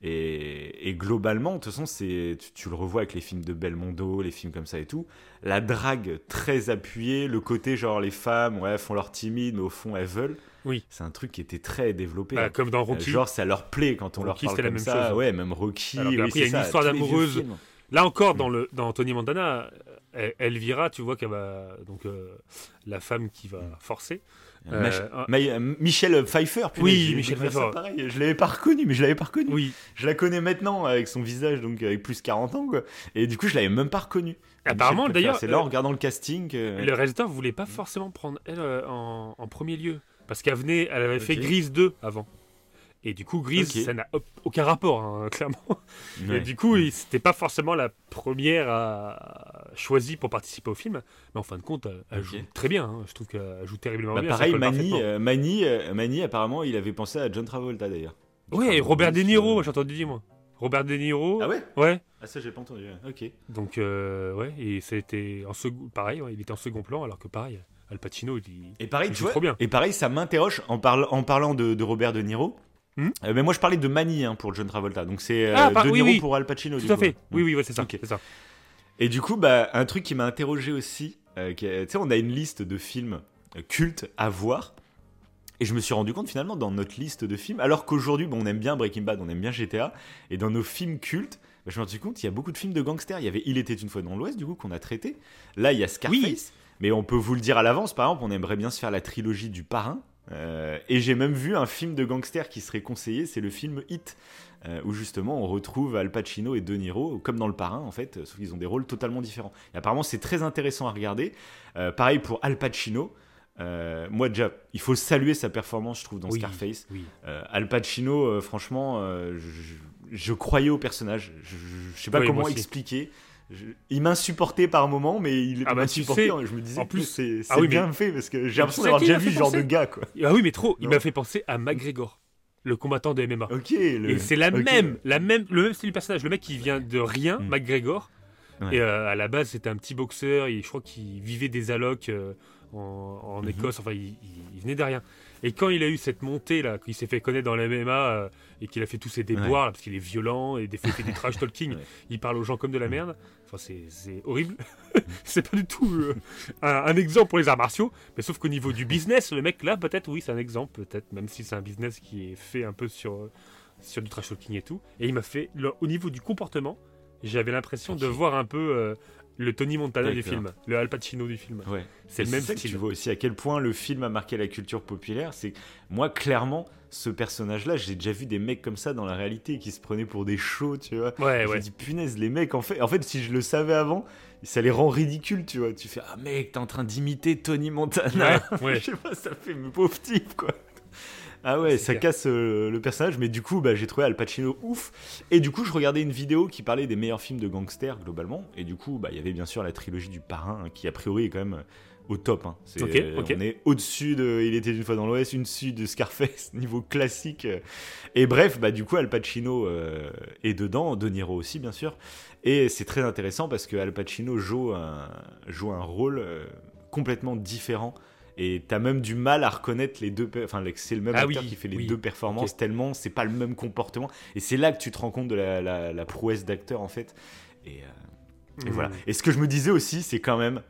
Et, et globalement, de toute façon, c'est, tu, tu le revois avec les films de Belmondo, les films comme ça et tout. La drague très appuyée, le côté genre les femmes, ouais, font leur timide, mais au fond, elles veulent. Oui. C'est un truc qui était très développé. Bah, hein. comme dans Euh, Rocky. Genre, ça leur plaît quand on Rocky, leur c'était parle la comme même ça. chose. Ouais, même Rocky. Alors qu'après, oui, il y a c'est une ça, histoire tous les vieux d'amoureuse. films. Là encore, Mm. dans, le, dans Tony Montana, euh, Elvira, tu vois qu'elle va. Donc, euh, la femme qui va forcer. Euh, Mach- euh, Ma- euh, Michel Pfeiffer, punaise, Oui, j'ai Michel découvert ça Pfeiffer. pareil, je l'avais pas reconnu, mais je l'avais pas reconnu. Oui. Je la connais maintenant avec son visage, donc avec plus de quarante ans, quoi. Et du coup, je l'avais même pas reconnu. Apparemment, Michel Pfeiffer, d'ailleurs, c'est là en euh, regardant le casting. que- Le réalisateur voulait pas forcément prendre elle euh, en, en premier lieu. Parce qu'elle venait, elle avait fait Ok. Grease deux avant. Et du coup, Grease, Ok. ça n'a op- aucun rapport, hein, clairement. Ouais. Et du coup, il- c'était pas forcément la première à... choisie pour participer au film. Mais en fin de compte, elle, elle Ok. joue très bien. hein. Je trouve qu'elle joue terriblement Bah, bien. pareil, ça colle Mani, parfaitement. euh, Mani, euh, Mani, apparemment, il avait pensé à John Travolta d'ailleurs. Ouais, Enfin, et Robert oui, De Niro, euh, j'ai entendu dire, moi. Robert De Niro. Ah ouais Ouais. Ah, ça, j'ai pas entendu. Ok. Donc, euh, ouais, et c'était en second... pareil, ouais, il était en second plan, alors que pareil, Al Pacino, il, Et pareil, il tu joue vois, trop bien. et pareil, ça m'interroge en, parle- en parlant de, de Robert De Niro. Hmm Euh, mais moi, je parlais de Mani hein, pour John Travolta. Donc, c'est euh, Ah, par- De oui, Niro oui. pour Al Pacino. du Tout à coup. fait. Oui, Ouais. oui, ouais, c'est ça. Ok. C'est ça. Et du coup, bah, un truc qui m'a interrogé aussi, euh, qui est- tu sais, on a une liste de films euh, cultes à voir. Et je me suis rendu compte finalement dans notre liste de films, alors qu'aujourd'hui, bon, on aime bien Breaking Bad, on aime bien G T A, et dans nos films cultes, bah, je me suis rendu compte qu'il y a beaucoup de films de gangsters. Il y avait Il était une fois dans l'Ouest, du coup, qu'on a traité. Là, il y a Scarface. Oui. Mais on peut vous le dire à l'avance, par exemple, on aimerait bien se faire la trilogie du Parrain. Euh, et j'ai même vu un film de gangster qui serait conseillé, c'est le film Hit, euh, où justement on retrouve Al Pacino et De Niro, comme dans Le Parrain en fait, sauf qu'ils ont des rôles totalement différents. Et apparemment c'est très intéressant à regarder. Euh, pareil pour Al Pacino. Euh, moi déjà, il faut saluer sa performance, je trouve, dans Oui, Scarface. oui. Euh, Al Pacino, euh, franchement, euh, je, je croyais au personnage. Je, je, je sais pas Oui, moi comment aussi. expliquer. Je- il m'insupportait par moments, mais il Ah bah, tu m'insupportait. sais, Je me disais, en plus- c'est c'est ah oui, bien mais- fait parce que j'ai Tu l'impression sais d'avoir qui déjà m'a vu fait ce genre penser de gars, quoi. Ah oui, mais trop. Il Non. m'a fait penser à McGregor, le combattant de M M A. Ok. Le... Et c'est la ok. même, la même, le même style du personnage. Le mec qui vient de rien, Mm. McGregor. Ouais. Et euh, à la base, c'était un petit boxeur. Et je crois qu'il vivait des allocs euh, en, en Mhm. Écosse. Enfin, il, il- il venait de rien. Et quand il a eu cette montée là, qu'il s'est fait connaître dans le M M A euh, et qu'il a fait tous ses déboires, là, parce qu'il est violent et des fois il fait du trash talking, Ouais. il parle aux gens comme de la merde. Enfin, c'est, c'est horrible. C'est pas du tout euh, un, un exemple pour les arts martiaux. Mais sauf qu'au niveau du business, le mec là, peut-être, oui, c'est un exemple, peut-être, même si c'est un business qui est fait un peu sur, euh, sur du trash talking et tout. Et il m'a fait, le- au niveau du comportement, j'avais l'impression de Ok. voir un peu euh, le Tony Montana du D'accord. film, le Al Pacino du film. Ouais. C'est Et le même ça que style. tu vois aussi à quel point le film a marqué la culture populaire. C'est que moi, clairement, ce personnage-là, j'ai déjà vu des mecs comme ça dans la réalité qui se prenaient pour des shows, tu vois. Ouais, Je me ouais. dis, punaise, les mecs, en fait, en fait, si je le savais avant, ça les rend ridicules, tu vois. Tu fais, ah mec, t'es en train d'imiter Tony Montana. Ouais, ouais. Je sais pas, ça fait mes pauvres types, quoi. Ah ouais, C'est ça clair. casse euh, le personnage, mais du coup, bah, j'ai trouvé Al Pacino ouf. Et du coup, je regardais une vidéo qui parlait des meilleurs films de gangsters, globalement. Et du coup, bah, il y avait bien sûr la trilogie du Parrain, hein, qui a priori est quand même au top. Hein. C'est, Ok, ok. On est au-dessus de Il était une fois dans l'Ouest, au-dessus de Scarface, niveau classique. Et bref, bah, du coup, Al Pacino euh, est dedans, De Niro aussi, bien sûr. Et c'est très intéressant parce que Al Pacino joue un, joue un rôle euh, complètement différent. Et t'as même du mal à reconnaître les deux, pe- enfin c'est le même Ah acteur oui, qui fait les oui. deux performances Ok. tellement c'est pas le même comportement. Et c'est là que tu te rends compte de la, la- la prouesse d'acteur en fait. Et, euh, et Mm. voilà. Et ce que je me disais aussi, c'est quand même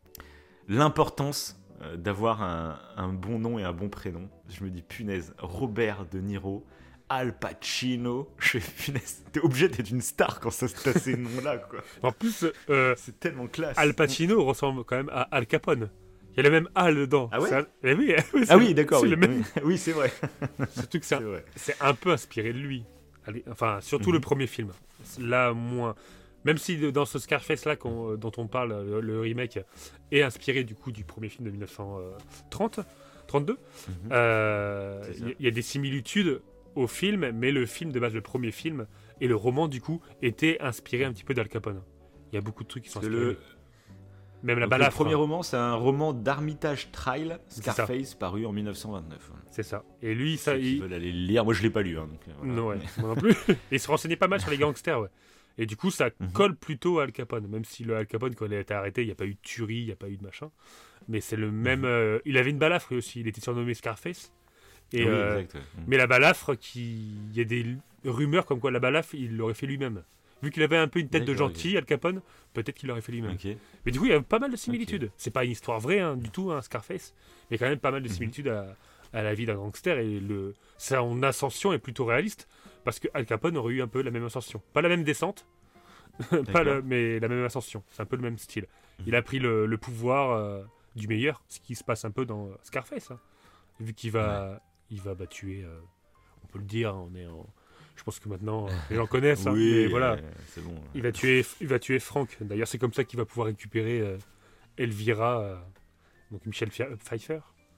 l'importance euh, d'avoir un, un bon nom et un bon prénom. Je me dis punaise, Robert De Niro, Al Pacino. Je fais punaise, t'es obligé d'être une star quand ça se passe ces noms-là quoi. En plus, euh, C'est tellement classe. Al Pacino ressemble quand même à Al Capone. Il y a le même Al dedans. Ah ouais C'est un- Eh oui, c'est- Ah oui, d'accord. C'est Oui, le même. oui. Oui, c'est vrai. Surtout que c'est C'est un, vrai. c'est un peu inspiré de lui. Allez, enfin, surtout Mhm. le premier film. Là, moins. Même si de- dans ce Scarface là qu'on- dont on parle, le, le remake est inspiré du coup du premier film de mille neuf cent trente, trente-deux. Mhm. Euh, C'est ça. Il y, il y a des similitudes au film, mais le film de base, le premier film et le roman du coup était inspiré un petit peu d'Al Capone. Il y a beaucoup de trucs qui sont Parce que inspirés. le, de lui. Même la donc, le balafre. premier hein, roman, c'est un roman d'Armitage Trial, C'est ça. Scarface, paru en mille neuf cent vingt-neuf. Voilà. C'est ça. Et lui, ça, Ceux qui il, veulent aller le lire, moi je l'ai pas lu. Hein, donc, euh, voilà. non, ouais, moi non plus. Et il se renseignait pas mal sur les gangsters, ouais. Et du coup, ça Mhm. colle plutôt à Al Capone, même si le Al Capone, quand il a été arrêté, il n'y a pas eu de tuerie, il n'y a pas eu de machin. Mais c'est le même. Mhm. euh, il avait une balafre lui aussi, il était surnommé Scarface. Et, Oui, euh, exact. ouais. Mhm. mais la balafre, qui... il y a des l- rumeurs comme quoi la balafre, il l'aurait fait lui-même. Vu qu'il avait un peu une tête de D'accord, gentil, Al Capone, peut-être qu'il l'aurait fait lui-même. Ok. Mais du coup, il y a pas mal de similitudes. C'est pas une histoire vraie hein, du tout, hein, Scarface, mais quand même pas mal de Mhm. similitudes à, à la vie d'un gangster et le son ascension est plutôt réaliste parce que Al Capone aurait eu un peu la même ascension, pas la même descente, pas D'accord. le- mais la même ascension. C'est un peu le même style. Mhm. Il a pris le, le pouvoir euh, du meilleur, ce qui se passe un peu dans Scarface, hein. Vu qu'il va, il va bah, tuer, euh, on peut le dire, hein, on est en, je pense que maintenant euh, les gens connaissent, hein, Oui, mais voilà. euh, c'est bon. Il va tuer, il va tuer Frank. D'ailleurs, c'est comme ça qu'il va pouvoir récupérer euh, Elvira, euh, donc Michel Fia- Pfeiffer,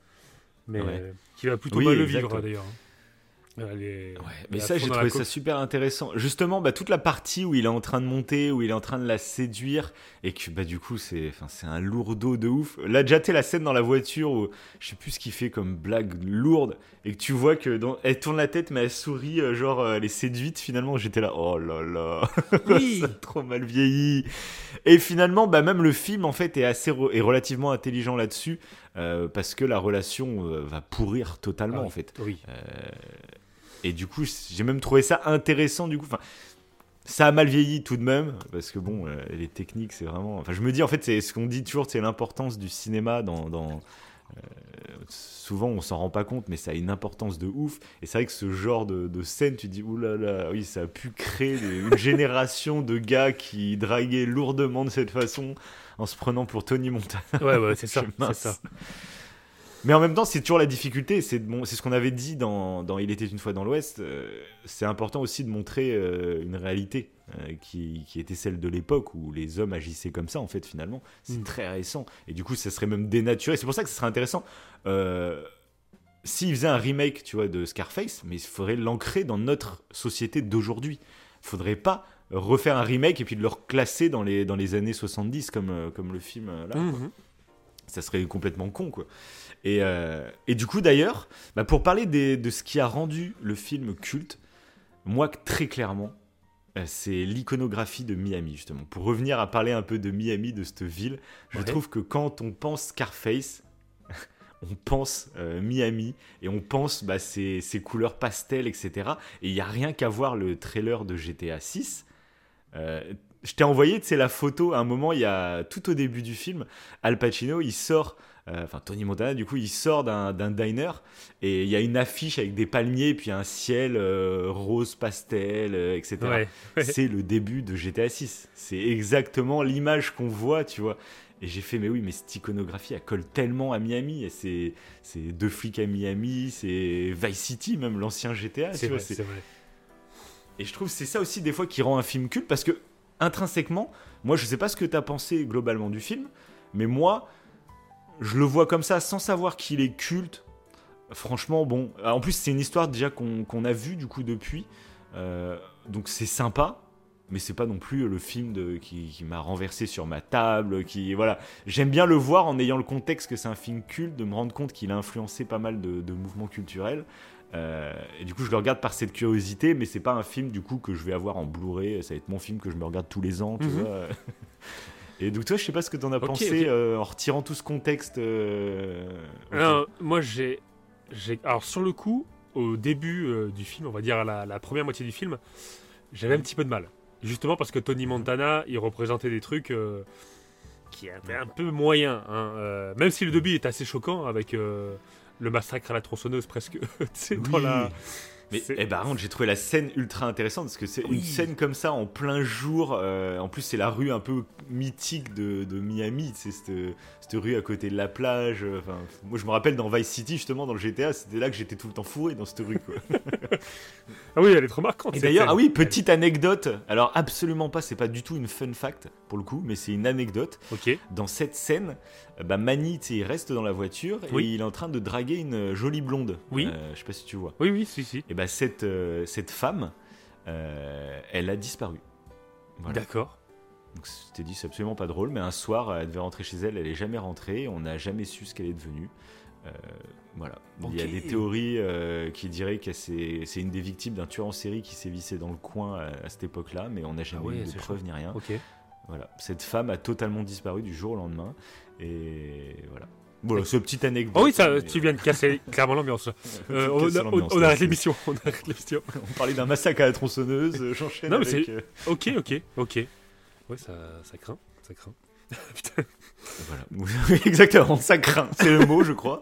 mais Ouais. euh, qui va plutôt Oui, mal le exact, vivre hein, ouais. d'ailleurs. Elle est- Ouais, elle mais est à ça, fond j'ai dans la trouvé ça coke. super intéressant. Justement, bah, toute la partie où il est en train de monter, où il est en train de la séduire, et que bah, du coup, c'est, enfin, c'est un lourdeau de ouf. Là, déjà, t'es la scène dans la voiture où je sais plus ce qu'il fait comme blague lourde, et que tu vois que dans... elle tourne la tête, mais elle sourit, euh, genre, euh, elle est séduite. Finalement, j'étais là, oh là là, Oui. ça a trop mal vieilli. Et finalement, bah, même le film, en fait, est assez re- est relativement intelligent là-dessus, euh, parce que la relation euh, va pourrir totalement, Ah oui. en fait. Oui. Et du coup, j'ai même trouvé ça intéressant. Du coup, enfin, ça a mal vieilli tout de même, parce que bon, euh, les techniques, c'est vraiment. Enfin, je me dis, en fait, c'est ce qu'on dit toujours, c'est l'importance du cinéma dans. dans euh, souvent, on s'en rend pas compte, mais ça a une importance de ouf. Et c'est vrai que ce genre de, de scène, tu dis, oulala, oui, ça a pu créer des- une génération de gars qui draguaient lourdement de cette façon, en se prenant pour Tony Montana. Ouais, ouais, c'est ça, Je- c'est mince. ça. Mais en même temps, c'est toujours la difficulté. C'est bon, c'est ce qu'on avait dit dans, dans Il était une fois dans l'Ouest. euh, c'est important aussi de montrer euh, une réalité euh, qui, qui était celle de l'époque où les hommes agissaient comme ça, en fait, finalement. C'est Mm. très récent. Et du coup, ça serait même dénaturé. C'est pour ça que ce serait intéressant. Euh, S'ils faisaient un remake, tu vois, de Scarface, mais il faudrait l'ancrer dans notre société d'aujourd'hui. Il faudrait pas refaire un remake et puis de le reclasser dans les, dans les années soixante-dix comme, euh, comme le film euh, là. quoi. Mhm. Ça serait complètement con, quoi. Et, euh, et du coup, d'ailleurs, bah, pour parler des- de ce qui a rendu le film culte, moi, très clairement, euh, c'est l'iconographie de Miami, justement. Pour revenir à parler un peu de Miami, de cette ville, je Ouais. trouve que quand on pense Scarface, on pense euh, Miami et on pense bah, ces, ces couleurs pastel, et cetera. Et il n'y a rien qu'à voir le trailer de G T A six. Euh, je t'ai envoyé, tu sais, la photo, à un moment, il y a tout au début du film, Al Pacino, il sort enfin Tony Montana, du coup, il sort d'un, d'un diner et il y a une affiche avec des palmiers, puis un ciel euh, rose pastel, euh, et cetera. Ouais, ouais. C'est le début de G T A six. C'est exactement l'image qu'on voit, tu vois. Et j'ai fait, mais oui, mais cette iconographie, elle colle tellement à Miami. Et c'est, c'est deux flics à Miami, c'est Vice City, même l'ancien G T A. C'est tu vrai, vois, c'est... c'est vrai. Et je trouve que c'est ça aussi, des fois, qui rend un film culte. Parce que, intrinsèquement, moi, je sais pas ce que t'as pensé globalement du film, mais moi, je le vois comme ça, sans savoir qu'il est culte. Franchement, bon. En plus, c'est une histoire déjà qu'on, qu'on a vue, du coup, depuis. Euh, donc, c'est sympa. Mais c'est pas non plus le film de, qui, qui m'a renversé sur ma table, qui voilà. J'aime bien le voir en ayant le contexte que c'est un film culte, de me rendre compte qu'il a influencé pas mal de, de mouvements culturels. Euh, et du coup, je le regarde par cette curiosité, mais c'est pas un film du coup que je vais avoir en Blu-ray. Ça va être mon film que je me regarde tous les ans, tu Mhm. vois. Et donc toi, je sais pas ce que t'en as Ok, pensé ok. euh, en retirant tout ce contexte. Euh, au Alors, moi, j'ai, j'ai. Alors, sur le coup, au début euh, du film, on va dire à la, la première moitié du film, j'avais un petit peu de mal. Justement parce que Tony Montana, il représentait des trucs euh, qui étaient un peu moyens. Hein, euh, même si le début est assez choquant avec euh, le massacre à la tronçonneuse presque. Tu sais, dans Oui. la. Mais c'est- eh ben, par contre, j'ai trouvé la scène ultra intéressante parce que c'est Oui. une scène comme ça en plein jour. Euh, en plus, c'est la rue un peu mythique de, de Miami. C'est cette, cette rue à côté de la plage. Enfin, moi, je me rappelle dans Vice City, justement, dans le G T A, c'était là que j'étais tout le temps fourré dans cette rue, quoi. Ah oui, elle est trop marquante. Et cette d'ailleurs, scène. ah oui, petite anecdote. Alors, absolument pas, c'est pas du tout une fun fact pour le coup, mais c'est une anecdote. Ok. Dans cette scène, euh, bah, Manny, tu sais, il reste dans la voiture Oui. et il est en train de draguer une jolie blonde. Oui. Euh, je sais pas si tu vois. Oui, oui, si, si. Et bah cette, euh, cette femme, euh, elle a disparu. Voilà. D'accord. Donc je t'ai dit, c'est absolument pas drôle, mais un soir, elle devait rentrer chez elle, elle est jamais rentrée, on n'a jamais su ce qu'elle est devenue. Euh, voilà. Il y a Ok. des théories euh, qui diraient que c'est, c'est une des victimes d'un tueur en série qui sévissait dans le coin à, à cette époque-là, mais on n'a jamais Ah ouais, eu de c'est preuves chaud. ni rien. Ok. Voilà. Cette femme a totalement disparu du jour au lendemain. Et voilà. Voilà, c'est une petite anecdote. Oh oui, ça, mais- tu viens de casser clairement l'ambiance. Euh, on, Casser on- l'ambiance, on là, arrête c'est- l'émission. On arrête l'émission. On parlait d'un massacre à la tronçonneuse, euh, j'enchaîne Non, mais avec... c'est- euh, Ok, ok, ok. Ouais, ça, ça craint, ça craint. Putain. Voilà, exactement, ça craint, c'est le mot, je crois.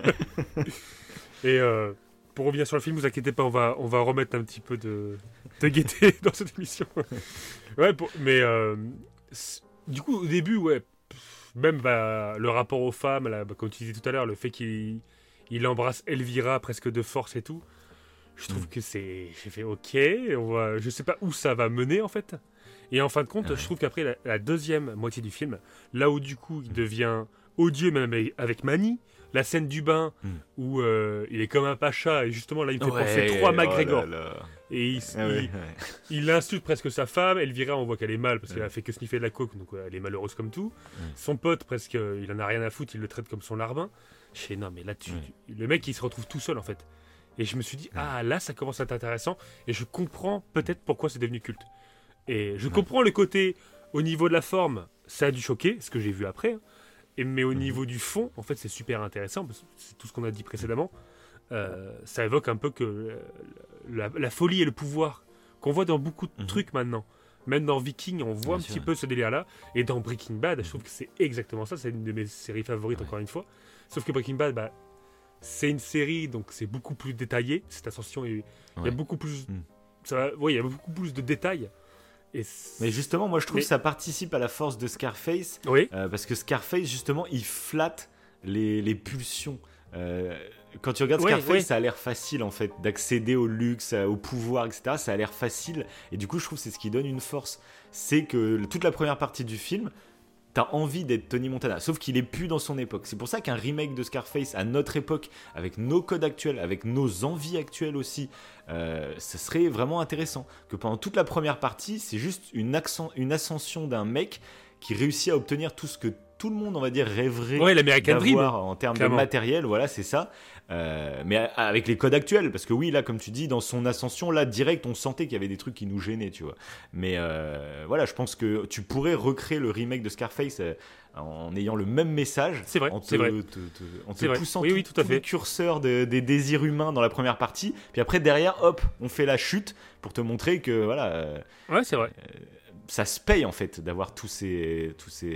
Et euh, pour revenir sur le film, vous inquiétez pas, on va, on va remettre un petit peu de, de gaieté dans cette émission. Ouais, pour- mais euh, c'est- du coup, au début, ouais, pff, même bah, le rapport aux femmes, là, bah, comme tu disais tout à l'heure, le fait qu'il il embrasse Elvira presque de force et tout, je trouve Mm. que c'est. J'ai fait ok, on va, je sais pas où ça va mener en fait. Et en fin de compte, Ah ouais. je trouve qu'après la, la deuxième moitié du film, là où du coup il devient odieux même avec, avec Manny, la scène du bain Mm. où euh, il est comme un pacha et justement là il me fait Ouais, penser trop à McGregor. oh là là. Et il, Ah ouais, il- ouais. il insulte presque sa femme. Elvira, on voit qu'elle est mal parce qu'elle Ouais. a fait que sniffer de la coke, donc ouais, elle est malheureuse comme tout. Ouais. Son pote, presque, euh, il en a rien à foutre, il le traite comme son larbin. Je fais non, mais là, tu, Ouais. tu- le mec, il se retrouve tout seul en fait. Et je me suis dit, ah là, ça commence à être intéressant. Et je comprends peut-être pourquoi c'est devenu culte. Et je Ouais. comprends le côté, au niveau de la forme, ça a dû choquer, ce que j'ai vu après. hein. Et, mais au Mhm. niveau du fond, en fait, c'est super intéressant, parce que c'est tout ce qu'on a dit précédemment. Euh, ça évoque un peu que euh, la, la folie et le pouvoir qu'on voit dans beaucoup de Mhm. trucs maintenant. Même dans Viking, on voit Bien un sûr, petit ouais. peu ce délire-là. Et dans Breaking Bad, je trouve que c'est exactement ça. C'est une de mes séries favorites, Ouais. encore une fois. Sauf que Breaking Bad, bah, c'est une série, donc c'est beaucoup plus détaillé. Cette ascension, il y a Ouais. beaucoup plus, Mm. ça, va- ouais, il y a beaucoup plus de détails. Et c'est- Mais justement, moi je trouve Mais- que ça participe à la force de Scarface, oui, euh, parce que Scarface, justement, il flatte les, les pulsions. Euh, quand tu regardes Ouais, Scarface, ouais. ça a l'air facile en fait, d'accéder au luxe, à- au pouvoir, et cetera. Ça a l'air facile, et du coup, je trouve que c'est ce qui donne une force. C'est que le- toute la première partie du film, t'as envie d'être Tony Montana, sauf qu'il est plus dans son époque. C'est pour ça qu'un remake de Scarface à notre époque, avec nos codes actuels, avec nos envies actuelles aussi, euh, ça serait vraiment intéressant. Que pendant toute la première partie, c'est juste une, accent- une ascension d'un mec qui réussit à obtenir tout ce que tout le monde, on va dire, rêverait ouais, l'American Dream. d'avoir en termes clairement. de matériel, voilà, c'est ça. Euh, mais a- avec les codes actuels, parce que oui, là, comme tu dis, dans son ascension, là, direct, on sentait qu'il y avait des trucs qui nous gênaient, tu vois. Mais euh, voilà, je pense que tu pourrais recréer le remake de Scarface euh, en ayant le même message, C'est vrai, en te, c'est vrai. te- te- en te C'est vrai. poussant Oui, tout, oui, tout à tout fait. le curseur de- des désirs humains dans la première partie, puis après, derrière, hop, on fait la chute pour te montrer que, voilà, euh, Ouais, c'est vrai. ça se paye, en fait, d'avoir tous ces... Tous ces tout-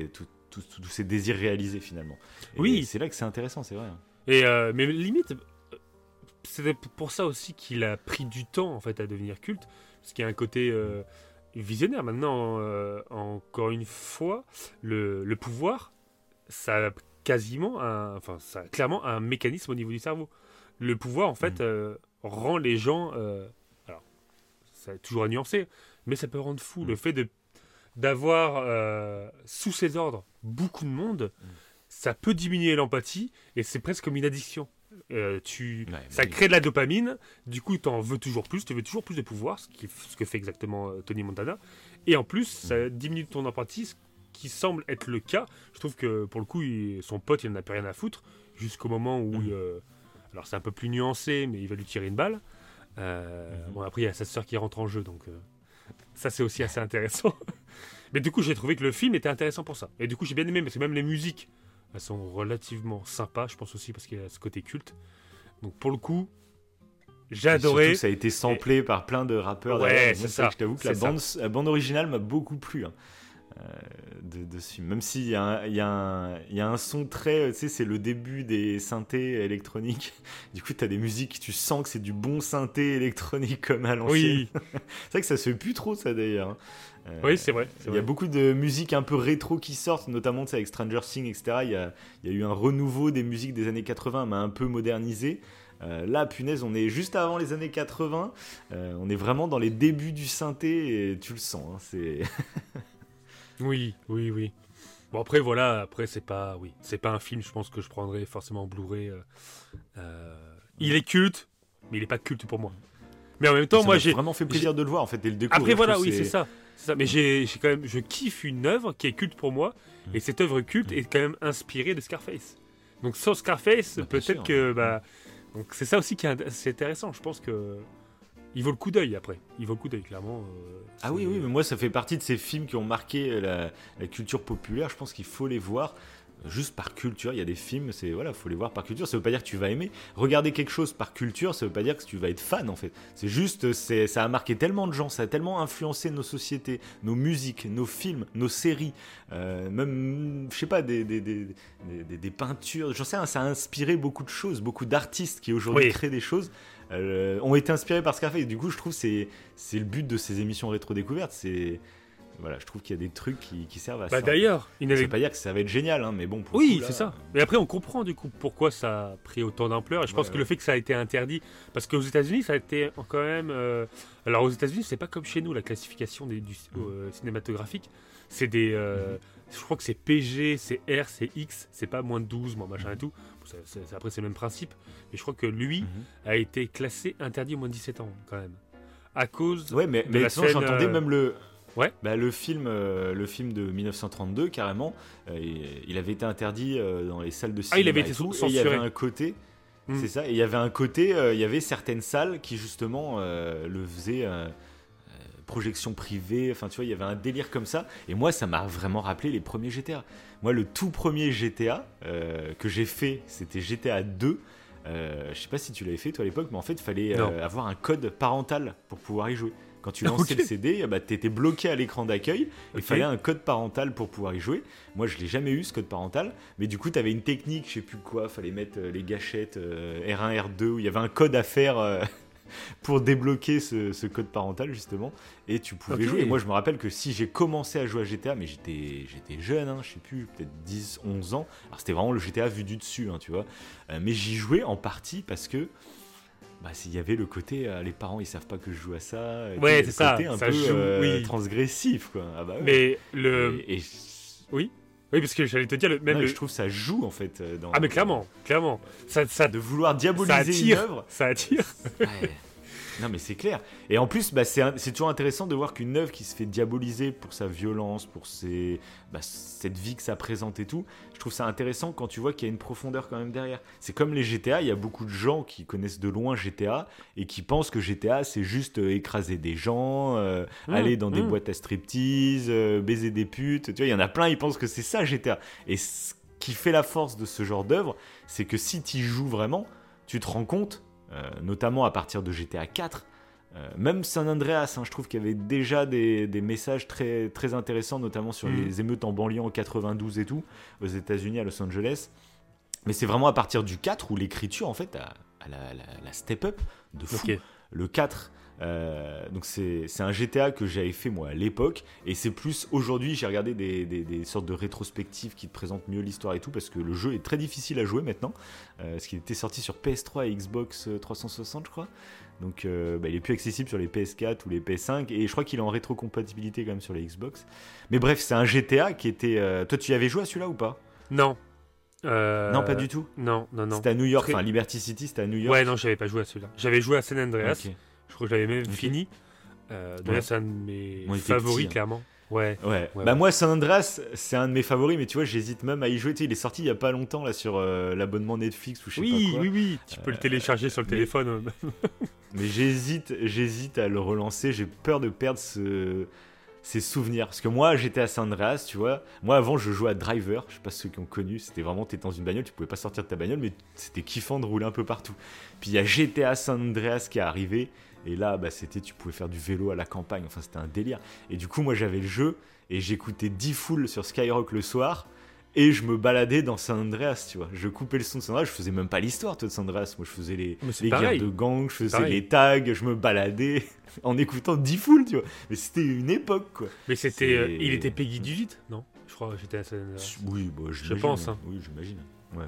tous ces désirs réalisés finalement. Et Oui. c'est là que c'est intéressant, c'est vrai. Et euh, mais limite, c'était pour ça aussi qu'il a pris du temps en fait à devenir culte, parce qu'il y a un côté euh, visionnaire. Maintenant, euh, encore une fois, le, le pouvoir, ça a quasiment, un, enfin, ça a clairement un mécanisme au niveau du cerveau. Le pouvoir, en fait, mmh. euh, rend les gens, euh, alors, ça est toujours à nuancer, mais ça peut rendre fou. Mmh. Le fait de d'avoir euh, sous ses ordres beaucoup de monde, mmh. ça peut diminuer l'empathie et c'est presque comme une addiction. Euh, tu, ouais, ça crée de la dopamine, du coup tu en veux toujours plus, tu veux toujours plus de pouvoir, ce, qui, ce que fait exactement euh, Tony Montana, et en plus ça mmh. diminue ton empathie, ce qui semble être le cas. Je trouve que pour le coup il, son pote il en a plus rien à foutre jusqu'au moment où mmh. euh, alors c'est un peu plus nuancé mais il va lui tirer une balle. euh, mmh. Bon après il y a sa sœur qui rentre en jeu, donc euh, ça c'est aussi assez intéressant. Mais du coup j'ai trouvé que le film était intéressant pour ça, et du coup j'ai bien aimé, parce que même les musiques elles sont relativement sympas, je pense aussi parce qu'il y a ce côté culte. Donc pour le coup, j'ai adoré. Surtout que ça a été samplé et... par plein de rappeurs. Ouais, c'est ça. Je t'avoue que la bande, la bande originale m'a beaucoup plu hein, euh, de, de ce film. Même s'il y a un, il y a un, il y a un son très, tu sais, c'est le début des synthés électroniques. Du coup, t'as des musiques, tu sens que c'est du bon synthé électronique comme à l'ancienne. Oui. C'est vrai que ça se fait plus trop ça d'ailleurs. Euh, oui, c'est vrai. Il y a vrai. beaucoup de musiques un peu rétro qui sortent, notamment avec Stranger Things, et cetera. Il y a, il y a eu un renouveau des musiques des années quatre-vingts, mais un peu modernisé. Euh, là, punaise, on est juste avant les années quatre-vingts. Euh, on est vraiment dans les débuts du synthé et tu le sens. Hein, c'est... oui, oui, oui. Bon après voilà, après c'est pas, oui, c'est pas un film. Je pense que je prendrais forcément en Blu-ray. Euh, euh, il est culte, mais il est pas culte pour moi. Mais en même temps, ça moi m'a j'ai vraiment fait plaisir j'ai... de le voir en fait dès le découvrir. Après voilà, oui, c'est... c'est ça. C'est ça. Mais j'ai, j'ai quand même, je kiffe une œuvre qui est culte pour moi, mmh. et cette œuvre culte mmh. est quand même inspirée de Scarface. Donc sans Scarface, bah, peut-être sûr, que, bah, donc c'est ça aussi qui est, c'est intéressant. Je pense que il vaut le coup d'œil après. Il vaut le coup d'œil clairement. Euh, ah oui, oui, mais moi ça fait partie de ces films qui ont marqué la, la culture populaire. Je pense qu'il faut les voir. Juste par culture, il y a des films, c'est voilà, faut les voir par culture. Ça veut pas dire que tu vas aimer. Regarder quelque chose par culture, ça veut pas dire que tu vas être fan en fait. C'est juste, c'est, ça a marqué tellement de gens, ça a tellement influencé nos sociétés, nos musiques, nos films, nos séries, euh, même, je sais pas, des des, des, des, des peintures. J'en sais rien, ça a inspiré beaucoup de choses, beaucoup d'artistes qui aujourd'hui oui. créent des choses. Euh, ont été inspirés par Scarface. Du coup, je trouve que c'est c'est le but de ces émissions rétro découvertes, c'est voilà, je trouve qu'il y a des trucs qui, qui servent à bah ça. D'ailleurs, il n'avait... ça veut pas dire que ça va être génial, hein, mais bon. Pour oui, coup, là, c'est ça. Mais après, on comprend du coup pourquoi ça a pris autant d'ampleur. Et je ouais, pense ouais. que le fait que ça a été interdit, parce qu'aux États-Unis, ça a été quand même. Euh... Alors aux États-Unis, c'est pas comme chez nous la classification des, du mmh. euh, cinématographique. C'est des. Euh... Mmh. Je crois que c'est P G, c'est R, c'est X. C'est pas moins de douze, moi, machin mmh. et tout. C'est, c'est, après, c'est le même principe. Mais je crois que lui mmh. a été classé interdit au moins de dix-sept ans, quand même, à cause. Ouais, mais de mais la sinon, scène, j'entendais euh... même le. Ouais. Bah, le film, euh, le film de dix-neuf cent trente-deux carrément, euh, il avait été interdit euh, dans les salles de cinéma. Ah, il avait été tout, censuré. Et il y avait un côté, mm. c'est ça. Et il y avait un côté, euh, il y avait certaines salles qui justement euh, le faisaient euh, projection privée. Enfin, tu vois, il y avait un délire comme ça. Et moi, ça m'a vraiment rappelé les premiers G T A. Moi, le tout premier G T A euh, que j'ai fait, c'était G T A deux. Euh, je sais pas si tu l'avais fait toi à l'époque, mais en fait, il fallait euh, avoir un code parental pour pouvoir y jouer. Quand tu lançais okay. le C D, bah, tu étais bloqué à l'écran d'accueil. Okay. Il fallait un code parental pour pouvoir y jouer. Moi, je ne l'ai jamais eu, ce code parental. Mais du coup, tu avais une technique, je ne sais plus quoi. Il fallait mettre euh, les gâchettes euh, R un, R deux, où il y avait un code à faire euh, pour débloquer ce, ce code parental, justement. Et tu pouvais okay. jouer. Et moi, je me rappelle que si j'ai commencé à jouer à G T A, mais j'étais, j'étais jeune, hein, je ne sais plus, peut-être dix, onze ans. Alors, c'était vraiment le G T A vu du dessus, hein, tu vois. Euh, mais j'y jouais en partie parce que bah, s'il y avait le côté euh, les parents ils savent pas que je joue à ça, ouais, c'est ça, côté un ça peu joue, euh, oui. transgressif quoi. Ah bah ouais. Mais le et, et... oui oui parce que j'allais te dire le même non, le... je trouve ça joue en fait dans... ah mais clairement clairement ça, ça de vouloir diaboliser ça attire, une œuvre ça attire ouais. Non mais c'est clair. Et en plus, bah, c'est, un, c'est toujours intéressant de voir qu'une œuvre qui se fait diaboliser pour sa violence, pour ses, bah, cette vie que ça présente et tout, je trouve ça intéressant quand tu vois qu'il y a une profondeur quand même derrière. C'est comme les G T A, il y a beaucoup de gens qui connaissent de loin G T A et qui pensent que G T A c'est juste euh, écraser des gens, euh, mmh, aller dans mmh. des boîtes à striptease, euh, baiser des putes. Tu vois, il y en a plein, ils pensent que c'est ça G T A. Et ce qui fait la force de ce genre d'œuvre, c'est que si tu y joues vraiment, tu te rends compte, Euh, notamment à partir de G T A quatre, Euh, même San Andreas, hein, je trouve qu'il y avait déjà des, des messages très, très intéressants, notamment sur mmh. les émeutes en banlieue en quatre-vingt-douze et tout, aux États-Unis, à Los Angeles. Mais c'est vraiment à partir du quatre où l'écriture, en fait, a, a la, la, la step up de fou. Okay. Le quatre, euh, donc c'est, c'est un G T A que j'avais fait moi à l'époque, et c'est plus aujourd'hui, j'ai regardé des, des, des sortes de rétrospectives qui te présentent mieux l'histoire et tout, parce que le jeu est très difficile à jouer maintenant, euh, parce qu'il était sorti sur P S trois et Xbox trois cent soixante, je crois. Donc euh, bah, il est plus accessible sur les P S quatre ou les P S cinq, et je crois qu'il est en rétrocompatibilité quand même sur les Xbox. Mais bref, c'est un G T A qui était... Euh... Toi, tu y avais joué à celui-là ou pas ? Non. Euh... Non, pas du tout. Non, non, non. C'était à New York, Très... enfin Liberty City, c'était à New York. Ouais, non, j'avais pas joué à celui-là. J'avais joué à San Andreas. Okay. Je crois que j'avais même okay. fini. Euh, D'ailleurs, ouais. c'est un de mes Moi, favoris, petit, hein. clairement. Ouais. Ouais. ouais bah ouais. moi, San Andreas, c'est un de mes favoris, mais tu vois, j'hésite même à y jouer. Tu sais, il est sorti il y a pas longtemps là sur euh, l'abonnement Netflix ou je sais oui, pas quoi. Oui, oui, oui. Tu peux euh, le télécharger sur le mais... téléphone. mais j'hésite, j'hésite à le relancer. J'ai peur de perdre ce... ces souvenirs. Parce que moi, j'étais à San Andreas, tu vois. Moi, avant, je jouais à Driver. Je sais pas ceux qui ont connu. C'était vraiment, t'étais dans une bagnole, tu pouvais pas sortir de ta bagnole, mais c'était kiffant de rouler un peu partout. Puis il y a G T A San Andreas qui est arrivé. Et là, bah, c'était, tu pouvais faire du vélo à la campagne. Enfin, c'était un délire. Et du coup, moi, j'avais le jeu et j'écoutais D-Fool sur Skyrock le soir. Et je me baladais dans San Andreas, tu vois. Je coupais le son de San Andreas. Je faisais même pas l'histoire, toi, de San Andreas. Moi, je faisais les, les guerres de gang, je faisais pareil. Les tags, je me baladais en écoutant D-Fool, tu vois. Mais c'était une époque, quoi. Mais c'était, euh, il était Peggy dix-huit, non ? Je crois que j'étais à San Andreas. Oui, bah, je pense. Hein. Oui, j'imagine. Ouais.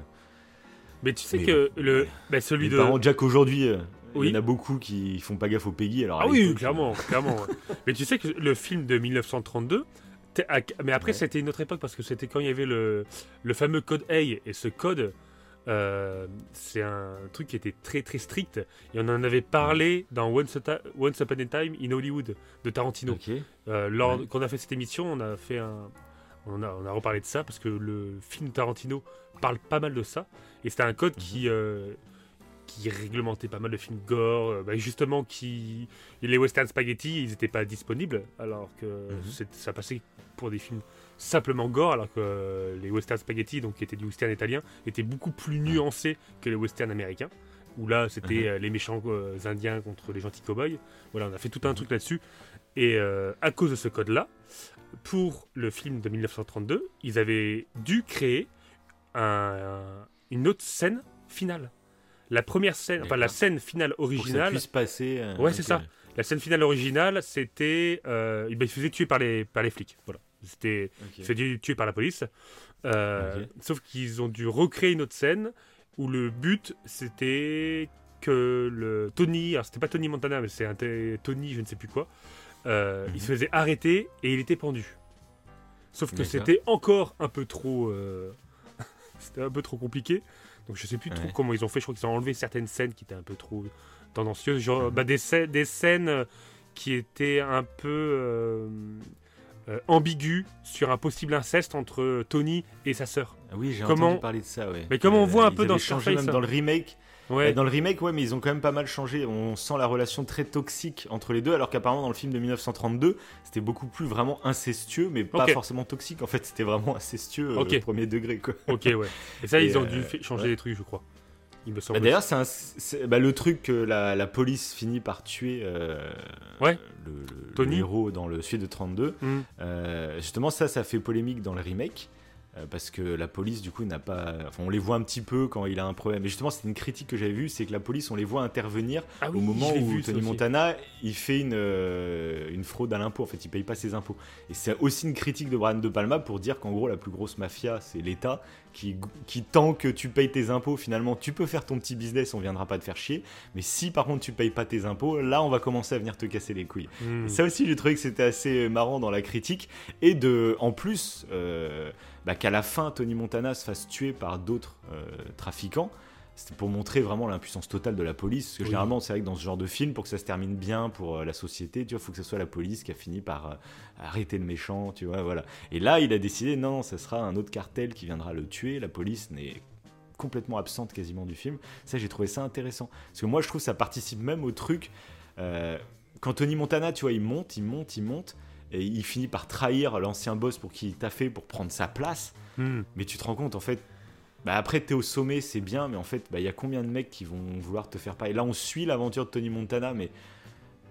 Mais tu sais mais, que le, bah, celui de. Par contre, Jack aujourd'hui. Euh... Oui. Il y en a beaucoup qui font pas gaffe au Peggy. Alors ah oui, époque, clairement, euh... clairement. Ouais. Mais tu sais que le film de dix-neuf cent trente-deux, mais après ouais. c'était une autre époque parce que c'était quand il y avait le, le fameux code A, et ce code, euh, c'est un truc qui était très très strict. Et on en avait parlé dans Once, Ta- Once Upon a Time in Hollywood de Tarantino. Okay. Euh, lors, ouais. Quand on a fait cette émission, on a fait un, on a, on a reparlé de ça parce que le film Tarantino parle pas mal de ça. Et c'était un code mm-hmm. qui euh, qui réglementait pas mal de films gore, euh, bah justement qui les western spaghetti ils n'étaient pas disponibles alors que mm-hmm. ça passait pour des films simplement gore alors que euh, les western spaghetti donc qui étaient du western italien étaient beaucoup plus nuancés que les westerns américains où là c'était mm-hmm. euh, les méchants euh, indiens contre les gentils cow-boys. Voilà, on a fait tout un mm-hmm. truc là-dessus et euh, à cause de ce code là pour le film de dix-neuf cent trente-deux ils avaient dû créer un, un, une autre scène finale. La première scène, D'accord. enfin la scène finale originale. Pour que ça puisse passer. Euh, ouais, c'est ça. La scène finale originale, c'était. Euh, il se faisait tuer par les, par les flics. Voilà. C'était. Okay. Il se faisait tuer par la police. Euh, okay. Sauf qu'ils ont dû recréer une autre scène où le but, c'était que le Tony. Alors, c'était pas Tony Montana, mais c'est un t- Tony, je ne sais plus quoi. Euh, mm-hmm. Il se faisait arrêter et il était pendu. Sauf que D'accord. c'était encore un peu trop. Euh, c'était un peu trop compliqué. Donc je sais plus ouais. trop comment ils ont fait, je crois qu'ils ont enlevé certaines scènes qui étaient un peu trop tendancieuses, genre mmh. bah, des, scè- des scènes qui étaient un peu euh, euh, ambiguës sur un possible inceste entre Tony et sa sœur. Ah oui, j'ai comment... entendu parler de ça, ouais. Mais comme euh, on voit un peu dans changé même ça. Dans le remake. Ouais. Dans le remake, ouais, mais ils ont quand même pas mal changé. On sent la relation très toxique entre les deux, alors qu'apparemment dans le film de dix-neuf cent trente-deux, c'était beaucoup plus vraiment incestueux, mais pas okay. forcément toxique. En fait, c'était vraiment incestueux okay. euh, premier degré, quoi. Ok, ouais. Et ça, et ils ont euh, dû changer ouais. des trucs, je crois. Il me semble. Bah, d'ailleurs, c'est, un, c'est bah, le truc que la, la police finit par tuer euh, ouais. le, le, le héros dans le celui de trente-deux. Mm. Euh, justement, ça, ça fait polémique dans le remake. Euh, parce que la police du coup n'a pas, enfin on les voit un petit peu quand il a un problème. Et justement c'est une critique que j'avais vue, c'est que la police on les voit intervenir ah oui, au moment où vu, Tony Montana il fait une euh, une fraude à l'impôt. En fait il paye pas ses impôts. Et c'est aussi une critique de Brian De Palma pour dire qu'en gros la plus grosse mafia c'est l'État qui qui tant que tu payes tes impôts finalement tu peux faire ton petit business, on viendra pas te faire chier. Mais si par contre tu payes pas tes impôts, là on va commencer à venir te casser les couilles. Mmh. Et ça aussi j'ai trouvé que c'était assez marrant dans la critique et de en plus euh, bah, qu'à la fin Tony Montana se fasse tuer par d'autres euh, trafiquants, c'était pour montrer vraiment l'impuissance totale de la police, parce que oui. généralement c'est vrai que dans ce genre de film, pour que ça se termine bien pour euh, la société, tu vois, faut que ce soit la police qui a fini par euh, arrêter le méchant, tu vois, voilà. Et là il a décidé non, ça sera un autre cartel qui viendra le tuer, la police n'est complètement absente quasiment du film. Ça j'ai trouvé ça intéressant, parce que moi je trouve que ça participe même au truc, euh, quand Tony Montana, tu vois, il monte, il monte, il monte, et il finit par trahir l'ancien boss pour qui il t'a fait pour prendre sa place. Mm. Mais tu te rends compte, en fait, bah après t'es au sommet, c'est bien, mais en fait, il bah, y a combien de mecs qui vont vouloir te faire pareil. Là, on suit l'aventure de Tony Montana, mais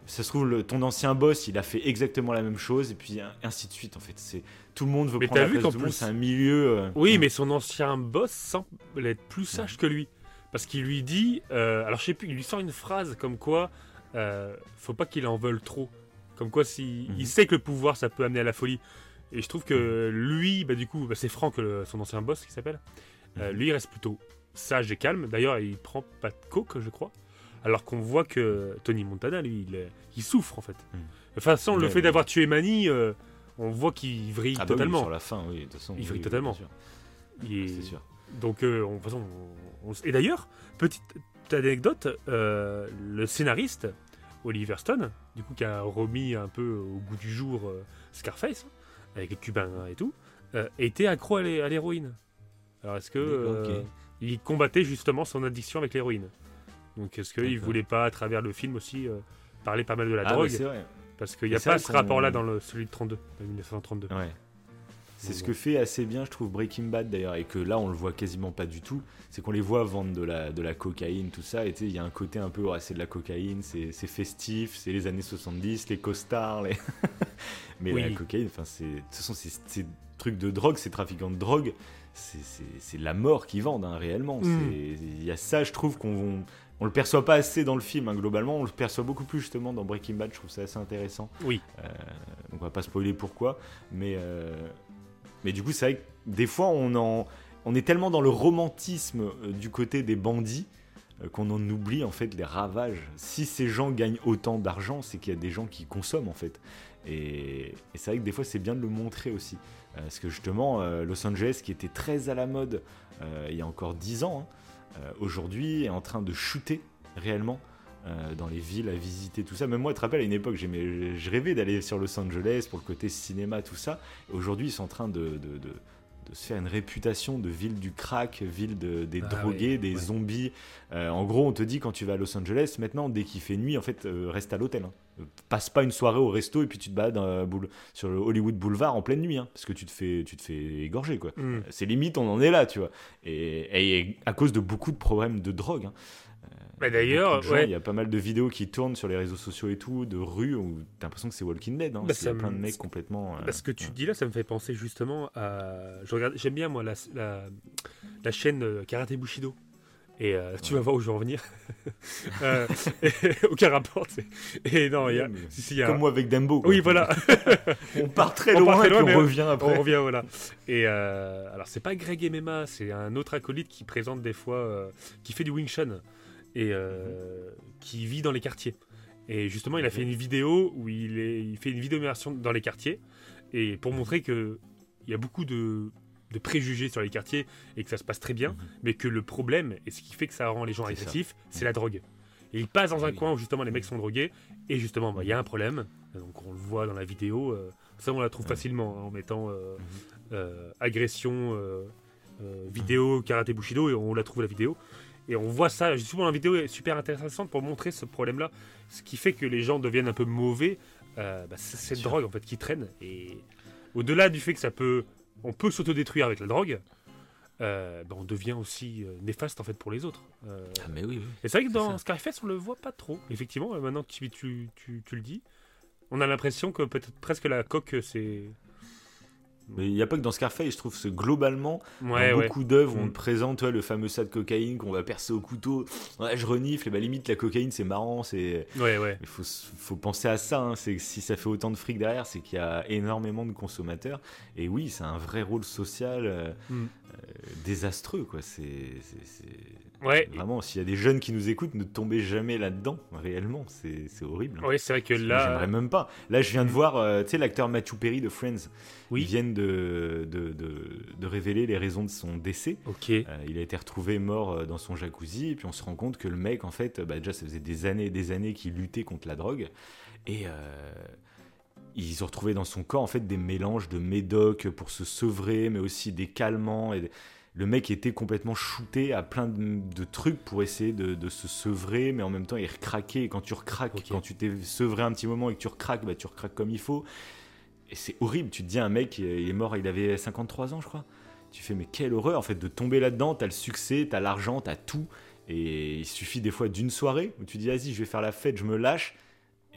ça se trouve, le, ton ancien boss, il a fait exactement la même chose, et puis ainsi de suite. En fait, c'est tout le monde veut mais prendre la vu place de tout le monde. plus... C'est un milieu. Euh... Oui, mais son ancien boss semble être plus sage ouais. que lui, parce qu'il lui dit, euh, alors je sais plus, il lui sort une phrase comme quoi, euh, faut pas qu'il en veuille trop, comme quoi si mm-hmm. il sait que le pouvoir, ça peut amener à la folie. Et je trouve que lui, bah du coup, bah, c'est Franck, le, son ancien boss, qui s'appelle. Euh, mm-hmm. Lui, il reste plutôt sage et calme. D'ailleurs, il prend pas de coke, je crois. Alors qu'on voit que Tony Montana, lui, il, il souffre en fait. Mm. De toute façon, ouais, le fait ouais. d'avoir tué Manny, euh, on voit qu'il vrille ah totalement. Bah oui, sur la fin, oui, de toute façon. Il vrille oui, totalement. Sûr. Il... C'est sûr. Donc, euh, on, de toute façon, on, on... et d'ailleurs, petite anecdote, euh, le scénariste Oliver Stone, du coup, qui a remis un peu au goût du jour euh, Scarface, avec les Cubains et tout, euh, était accro à l'héroïne. Alors, est-ce que euh, okay. il combattait justement son addiction avec l'héroïne? Donc est-ce qu'il ne voulait pas, à travers le film aussi, euh, parler pas mal de la ah, drogue c'est vrai. Parce qu'il n'y a pas ce rapport-là dans le, celui de trente-deux, de dix-neuf cent trente-deux. Ouais. C'est Donc, ce que fait assez bien, je trouve, Breaking Bad d'ailleurs, et que là on le voit quasiment pas du tout, c'est qu'on les voit vendre de la, de la cocaïne, tout ça, et il y a un côté un peu, ouais, c'est de la cocaïne, c'est, c'est festif, c'est les années soixante-dix, les costards, les... mais oui. La cocaïne, c'est, de toute façon, c'est, c'est trucs de drogue, ces trafiquants de drogue, c'est, c'est, c'est la mort qu'ils vendent, hein, réellement. Il mm. y a ça, je trouve, qu'on... On le perçoit pas assez dans le film, hein, globalement, on le perçoit beaucoup plus justement dans Breaking Bad, je trouve ça assez intéressant. Oui. Euh, donc on va pas spoiler pourquoi, mais, euh, mais du coup c'est vrai que des fois on, en, on est tellement dans le romantisme euh, du côté des bandits euh, qu'on en oublie en fait les ravages. Si ces gens gagnent autant d'argent, c'est qu'il y a des gens qui consomment en fait. Et, et c'est vrai que des fois c'est bien de le montrer aussi. Euh, parce que justement, euh, Los Angeles qui était très à la mode euh, il y a encore dix ans, hein, Euh, aujourd'hui est en train de chuter réellement euh, dans les villes à visiter tout ça. Même moi, tu te rappelles, à une époque j'aimais, je rêvais d'aller sur Los Angeles pour le côté cinéma, tout ça. Et aujourd'hui ils sont en train de, de, de, de se faire une réputation de ville du crack, ville de, des ah, drogués, oui, des ouais. zombies. Euh, en gros on te dit quand tu vas à Los Angeles maintenant, dès qu'il fait nuit en fait, euh, reste à l'hôtel, hein. Passe pas une soirée au resto et puis tu te balades euh, boule, sur le Hollywood Boulevard en pleine nuit, hein, parce que tu te fais, tu te fais égorger quoi. Mm. C'est limite, on en est là, tu vois. Et, et à cause de beaucoup de problèmes de drogue, hein. Bah d'ailleurs, il ouais. y a pas mal de vidéos qui tournent sur les réseaux sociaux et tout, de rues où t'as l'impression que c'est Walking Dead, hein, bah il y a plein de mecs complètement. Euh, bah ce que tu ouais. dis là, ça me fait penser justement à. Je regarde, j'aime bien moi la, la, la chaîne Karate Bushido. Et euh, tu ouais. vas voir où je vais en venir. euh, et, aucun rapport. C'est... Et non, il y a, oui, si, si, y a... Comme moi avec Dembo. Quoi. Oui, voilà. on part très loin, on part très loin et puis on revient après. On revient, voilà. Et euh, alors, c'est pas Greg M M A, c'est un autre acolyte qui présente des fois, euh, qui fait du Wing Chun et euh, mm-hmm. qui vit dans les quartiers. Et justement, il a fait une vidéo où il, est, il fait une vidéo immersion dans les quartiers et pour montrer que il y a beaucoup de de préjugés sur les quartiers et que ça se passe très bien, mmh. mais que le problème, et ce qui fait que ça rend les gens c'est agressifs, ça. c'est mmh. la drogue. Et il passe dans un oui. coin où justement les mecs sont drogués, et justement, il bah, y a un problème, donc on le voit dans la vidéo, euh, ça on la trouve mmh. facilement, hein, en mettant euh, mmh. euh, agression, euh, euh, vidéo, karaté Bushido, et on la trouve la vidéo. Et on voit ça, souvent la vidéo est super intéressante pour montrer ce problème-là, ce qui fait que les gens deviennent un peu mauvais, euh, bah, c'est cette drogue en fait qui traîne, et au-delà du fait que ça peut... on peut s'autodétruire avec la drogue, euh, ben on devient aussi euh, néfaste en fait pour les autres. Euh, ah mais oui, oui. Et c'est vrai que dans Scarface on le voit pas trop. Effectivement, euh, maintenant que tu, tu, tu, tu le dis, on a l'impression que peut-être presque la coque c'est... Mais il n'y a pas que dans Scarface, je trouve, c'est globalement, ouais, dans ouais. beaucoup d'œuvres, mmh. on te présente toi, le fameux sac de cocaïne qu'on va percer au couteau. Ouais, je renifle, et bah limite la cocaïne c'est marrant, c'est. Ouais, ouais. Il faut, faut penser à ça, hein. C'est que si ça fait autant de fric derrière, c'est qu'il y a énormément de consommateurs. Et oui, c'est un vrai rôle social euh, mmh. euh, désastreux, quoi. C'est, c'est, c'est... Ouais. Vraiment, s'il y a des jeunes qui nous écoutent, ne tombez jamais là-dedans, réellement, c'est, c'est horrible. Oui, c'est vrai que là. J'aimerais même pas. Là, je viens de voir, euh, tu sais, l'acteur Matthew Perry de Friends. Oui. Ils viennent de, de, de, de révéler les raisons de son décès. Okay. Euh, il a été retrouvé mort dans son jacuzzi, et puis on se rend compte que le mec, en fait, bah, déjà, ça faisait des années et des années qu'il luttait contre la drogue. Et euh, ils ont retrouvé dans son corps, en fait, des mélanges de médoc pour se sevrer, mais aussi des calmants. Et le mec était complètement shooté à plein de, de trucs pour essayer de, de se sevrer, mais en même temps, il recraquait. Et quand tu recraques, okay. quand tu t'es sevré un petit moment et que tu recraques, bah, tu recraques comme il faut. Et c'est horrible, tu te dis un mec, il est mort, il avait cinquante-trois ans je crois. Tu fais mais quelle horreur en fait de tomber là-dedans, t'as le succès, t'as l'argent, t'as tout. Et il suffit des fois d'une soirée où tu dis vas-y je vais faire la fête, je me lâche.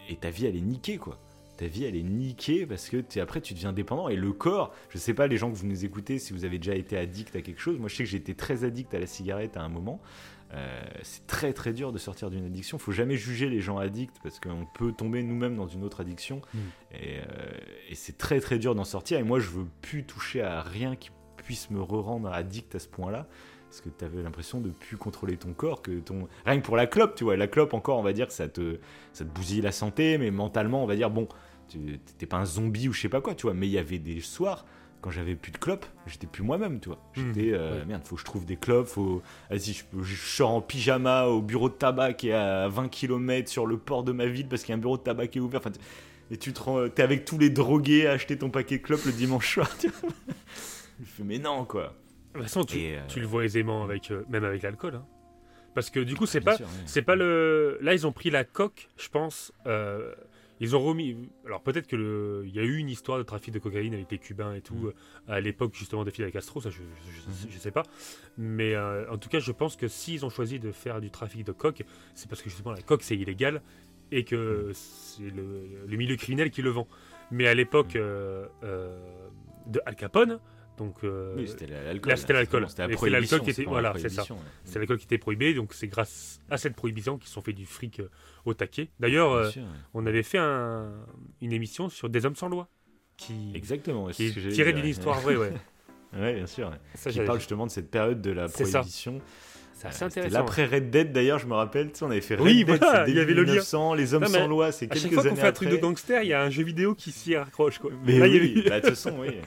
et ta vie elle est niquée quoi. Ta vie elle est niquée parce que t'es, après tu deviens dépendant et le corps, je sais pas les gens que vous nous écoutez si vous avez déjà été addict à quelque chose, moi je sais que j'ai été très addict à la cigarette à un moment, euh, c'est très très dur de sortir d'une addiction, faut jamais juger les gens addicts parce qu'on peut tomber nous-mêmes dans une autre addiction mmh. et, euh, et c'est très très dur d'en sortir et moi je veux plus toucher à rien qui puisse me re-rendre addict à ce point-là. Parce que tu avais l'impression de plus contrôler ton corps, que ton... rien que pour la clope, tu vois, la clope encore, on va dire que ça te, ça te bousille la santé, mais mentalement, on va dire, bon, tu t'es pas un zombie ou je sais pas quoi, tu vois, mais il y avait des soirs, quand j'avais plus de clopes, j'étais plus moi-même, tu vois, j'étais, mmh, euh, ouais. merde, faut que je trouve des clopes, faut, vas-y, je, je sors en pyjama au bureau de tabac qui est à vingt kilomètres sur le port de ma ville parce qu'il y a un bureau de tabac qui est ouvert, enfin, et tu te rends, t'es avec tous les drogués à acheter ton paquet de clopes le dimanche soir, tu vois. Je fais, mais non, quoi. De toute façon, tu, euh... tu le vois aisément avec, euh, même avec l'alcool. Hein. Parce que du coup, c'est Bien pas, sûr, ouais. c'est pas le. Là, ils ont pris la coque, je pense. Euh, ils ont remis. Alors peut-être que le, il y a eu une histoire de trafic de cocaïne avec les Cubains et tout mmh. à l'époque justement de Fidel Castro. Ça, je, je, je, je sais pas. Mais euh, en tout cas, je pense que s'ils ont choisi de faire du trafic de coque, c'est parce que justement la coque c'est illégal et que mmh. c'est le, le milieu criminel qui le vend. Mais à l'époque mmh. euh, euh, de Al Capone. Donc euh, oui, c'était l'alcool. Là, c'était l'alcool. C'était la et c'est l'alcool qui était, voilà, c'est ça. Ouais. C'est l'alcool qui était prohibé, donc c'est grâce à cette prohibition qu'ils se sont fait du fric euh, au taquet. D'ailleurs, euh, sûr, ouais. on avait fait un, une émission sur Des hommes sans loi, qui, exactement, qui est tirée d'une histoire vraie, ouais. Ouais, bien sûr. Ouais. Ça, qui parle justement de cette période de la c'est prohibition. C'est assez intéressant. C'était l'après Red Dead d'ailleurs, je me rappelle, tu sais, on avait fait Red oui, Dead, voilà, c'est il y avait début le mille neuf cents, lien. Les hommes non, sans loi, c'est quelques années après. À chaque fois qu'on fait un truc de gangster, il y a un jeu vidéo qui s'y raccroche, quoi. Mais Là, oui, il y avait... bah, de toute façon, oui.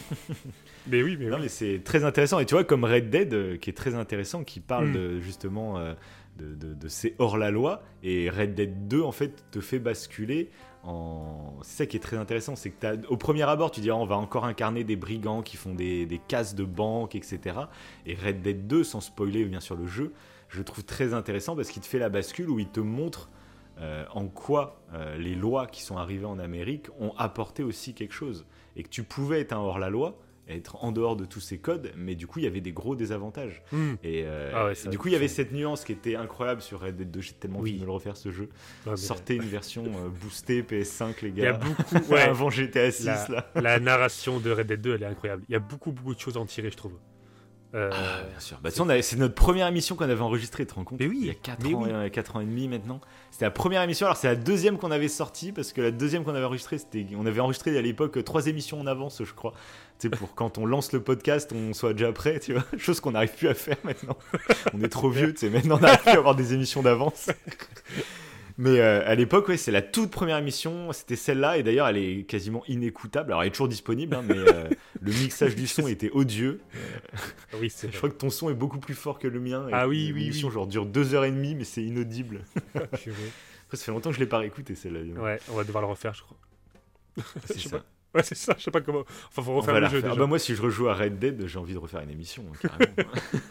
mais oui, mais non, oui. mais c'est très intéressant. Et tu vois, comme Red Dead, euh, qui est très intéressant, qui parle mm. de, justement euh, de, de, de ces hors-la-loi. Et Red Dead deux, en fait, te fait basculer en... C'est ça qui est très intéressant, c'est que t'as... au premier abord, tu dis oh, on va encore incarner des brigands qui font des, des casses de banque, et cetera. Et Red Dead deux, sans spoiler bien sûr le jeu, je le trouve très intéressant parce qu'il te fait la bascule où il te montre euh, en quoi euh, les lois qui sont arrivées en Amérique ont apporté aussi quelque chose. Et que tu pouvais être un hors-la-loi, être en dehors de tous ces codes, mais du coup il y avait des gros désavantages. Mm. Et, euh, ah ouais, et du coup il y avait cette nuance qui était incroyable sur Red Dead deux. J'ai tellement oui. envie de me le refaire ce jeu. Ouais, Sortez une version euh, boostée P S cinq les gars. Il y a beaucoup ouais, avant G T A six la, là. La narration de Red Dead deux elle est incroyable. Il y a beaucoup beaucoup de choses à en tirer je trouve. Euh, ah, bien sûr. Bah, c'est... On avait, c'est notre première émission qu'on avait enregistrée, tu te rends compte ? Mais oui, il y a quatre ans, oui. euh, quatre ans et demi maintenant. C'était la première émission, alors c'est la deuxième qu'on avait sortie, parce que la deuxième qu'on avait enregistrée, c'était, on avait enregistré à l'époque trois émissions en avance, je crois. Tu sais, pour quand on lance le podcast, on soit déjà prêt, tu vois. Chose qu'on n'arrive plus à faire maintenant. On est trop vieux, tu sais, maintenant on n'arrive plus à avoir des émissions d'avance. Mais euh, à l'époque, ouais, c'est la toute première émission, c'était celle-là, et d'ailleurs elle est quasiment inécoutable. Alors elle est toujours disponible, hein, mais euh, le mixage du son était odieux. Euh, oui, c'est je crois que ton son est beaucoup plus fort que le mien. Ah oui, oui, l'émission oui. genre dure deux heures et demie, mais c'est inaudible. Après, ça fait longtemps que je l'ai pas réécouté celle-là. Ouais, on va devoir le refaire, je crois. C'est ça. Pas. Ouais, c'est ça, je sais pas comment. Enfin, faut refaire le jeu. Ah bah moi, si je rejoue à Red Dead, j'ai envie de refaire une émission, hein, carrément.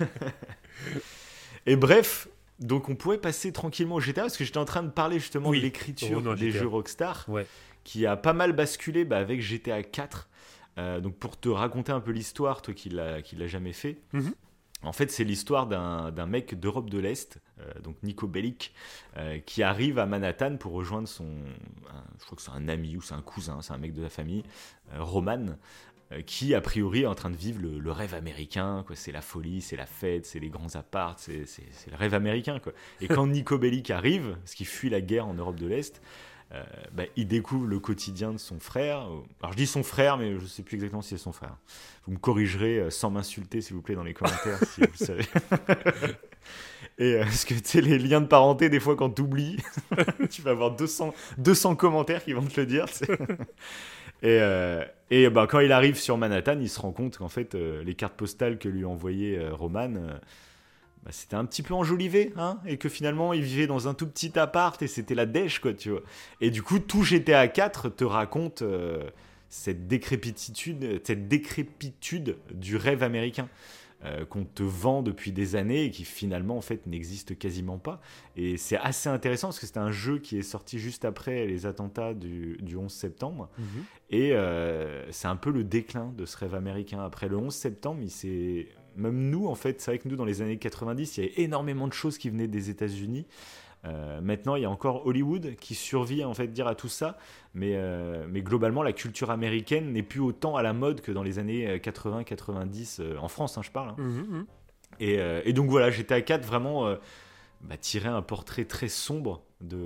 Et bref. Donc on pourrait passer tranquillement au G T A parce que j'étais en train de parler justement oui. de l'écriture oh, non, des G T A. Jeux Rockstar ouais. qui a pas mal basculé bah, avec G T A quatre. Euh, donc pour te raconter un peu l'histoire, toi qui l'as, qui l'as jamais fait, mm-hmm. en fait c'est l'histoire d'un, d'un mec d'Europe de l'Est, euh, donc Nico Bellic, euh, qui arrive à Manhattan pour rejoindre son, un, je crois que c'est un ami ou c'est un cousin, c'est un mec de la famille, euh, Roman, qui a priori est en train de vivre le, le rêve américain, quoi. C'est la folie, c'est la fête, c'est les grands apparts, c'est, c'est, c'est le rêve américain, quoi. Et quand Nico Bellic arrive, parce qu'il fuit la guerre en Europe de l'Est, euh, bah, il découvre le quotidien de son frère. Alors je dis son frère, mais je ne sais plus exactement si c'est son frère. Vous me corrigerez sans m'insulter, s'il vous plaît, dans les commentaires, si vous le savez. Et euh, parce que tu sais, les liens de parenté, des fois, quand tu oublies, tu vas avoir deux cents, deux cents commentaires qui vont te le dire, tu sais. Et, euh, et bah, quand il arrive sur Manhattan, il se rend compte qu'en fait, euh, les cartes postales que lui envoyait euh, Roman, euh, bah, c'était un petit peu enjolivé, hein, et que finalement, il vivait dans un tout petit appart et c'était la dèche, quoi, tu vois. Et du coup, tout G T A quatre te raconte euh, cette décrépitude, cette décrépitude du rêve américain. Euh, qu'on te vend depuis des années et qui finalement en fait n'existe quasiment pas. Et c'est assez intéressant parce que c'était un jeu qui est sorti juste après les attentats du, du onze septembre. Mmh. Et euh, c'est un peu le déclin de ce rêve américain. Après le onze septembre, il s'est... même nous en fait, c'est vrai que nous dans les années quatre-vingt-dix, il y avait énormément de choses qui venaient des États-Unis. Euh, maintenant, il y a encore Hollywood qui survit en fait dire à tout ça, mais, euh, mais globalement, la culture américaine n'est plus autant à la mode que dans les années quatre-vingts quatre-vingt-dix, euh, en France, hein, je parle. Hein. Mmh. Et, euh, et donc voilà, G T A quatre vraiment euh, bah, tirait un portrait très sombre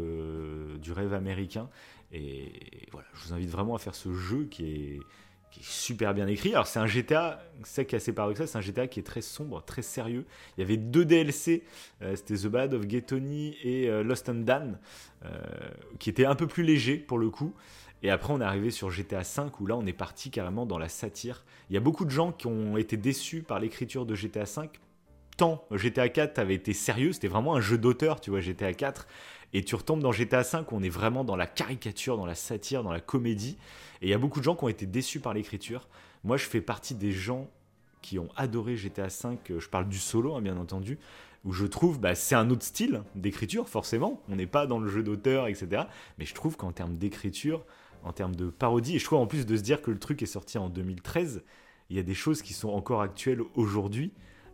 de, du rêve américain. Et, et voilà, je vous invite vraiment à faire ce jeu qui est, qui est super bien écrit. Alors c'est un G T A, c'est ça qui est assez paradoxal, c'est un G T A qui est très sombre, très sérieux. Il y avait deux D L C, euh, c'était The Ballad of Gay Tony et euh, Lost and Dan, euh, qui étaient un peu plus légers pour le coup. Et après on est arrivé sur G T A cinq où là on est parti carrément dans la satire. Il y a beaucoup de gens qui ont été déçus par l'écriture de G T A cinq. Tant G T A quatre avait été sérieux, c'était vraiment un jeu d'auteur, tu vois, G T A quatre. Et tu retombes dans G T A cinq où on est vraiment dans la caricature, dans la satire, dans la comédie. Et il y a beaucoup de gens qui ont été déçus par l'écriture. Moi, je fais partie des gens qui ont adoré G T A cinq. Je parle du solo, hein, bien entendu. Où je trouve, bah, c'est un autre style d'écriture, forcément. On n'est pas dans le jeu d'auteur, et cetera. Mais je trouve qu'en termes d'écriture, en termes de parodie, et je trouve en plus de se dire que le truc est sorti en deux mille treize, il y a des choses qui sont encore actuelles aujourd'hui.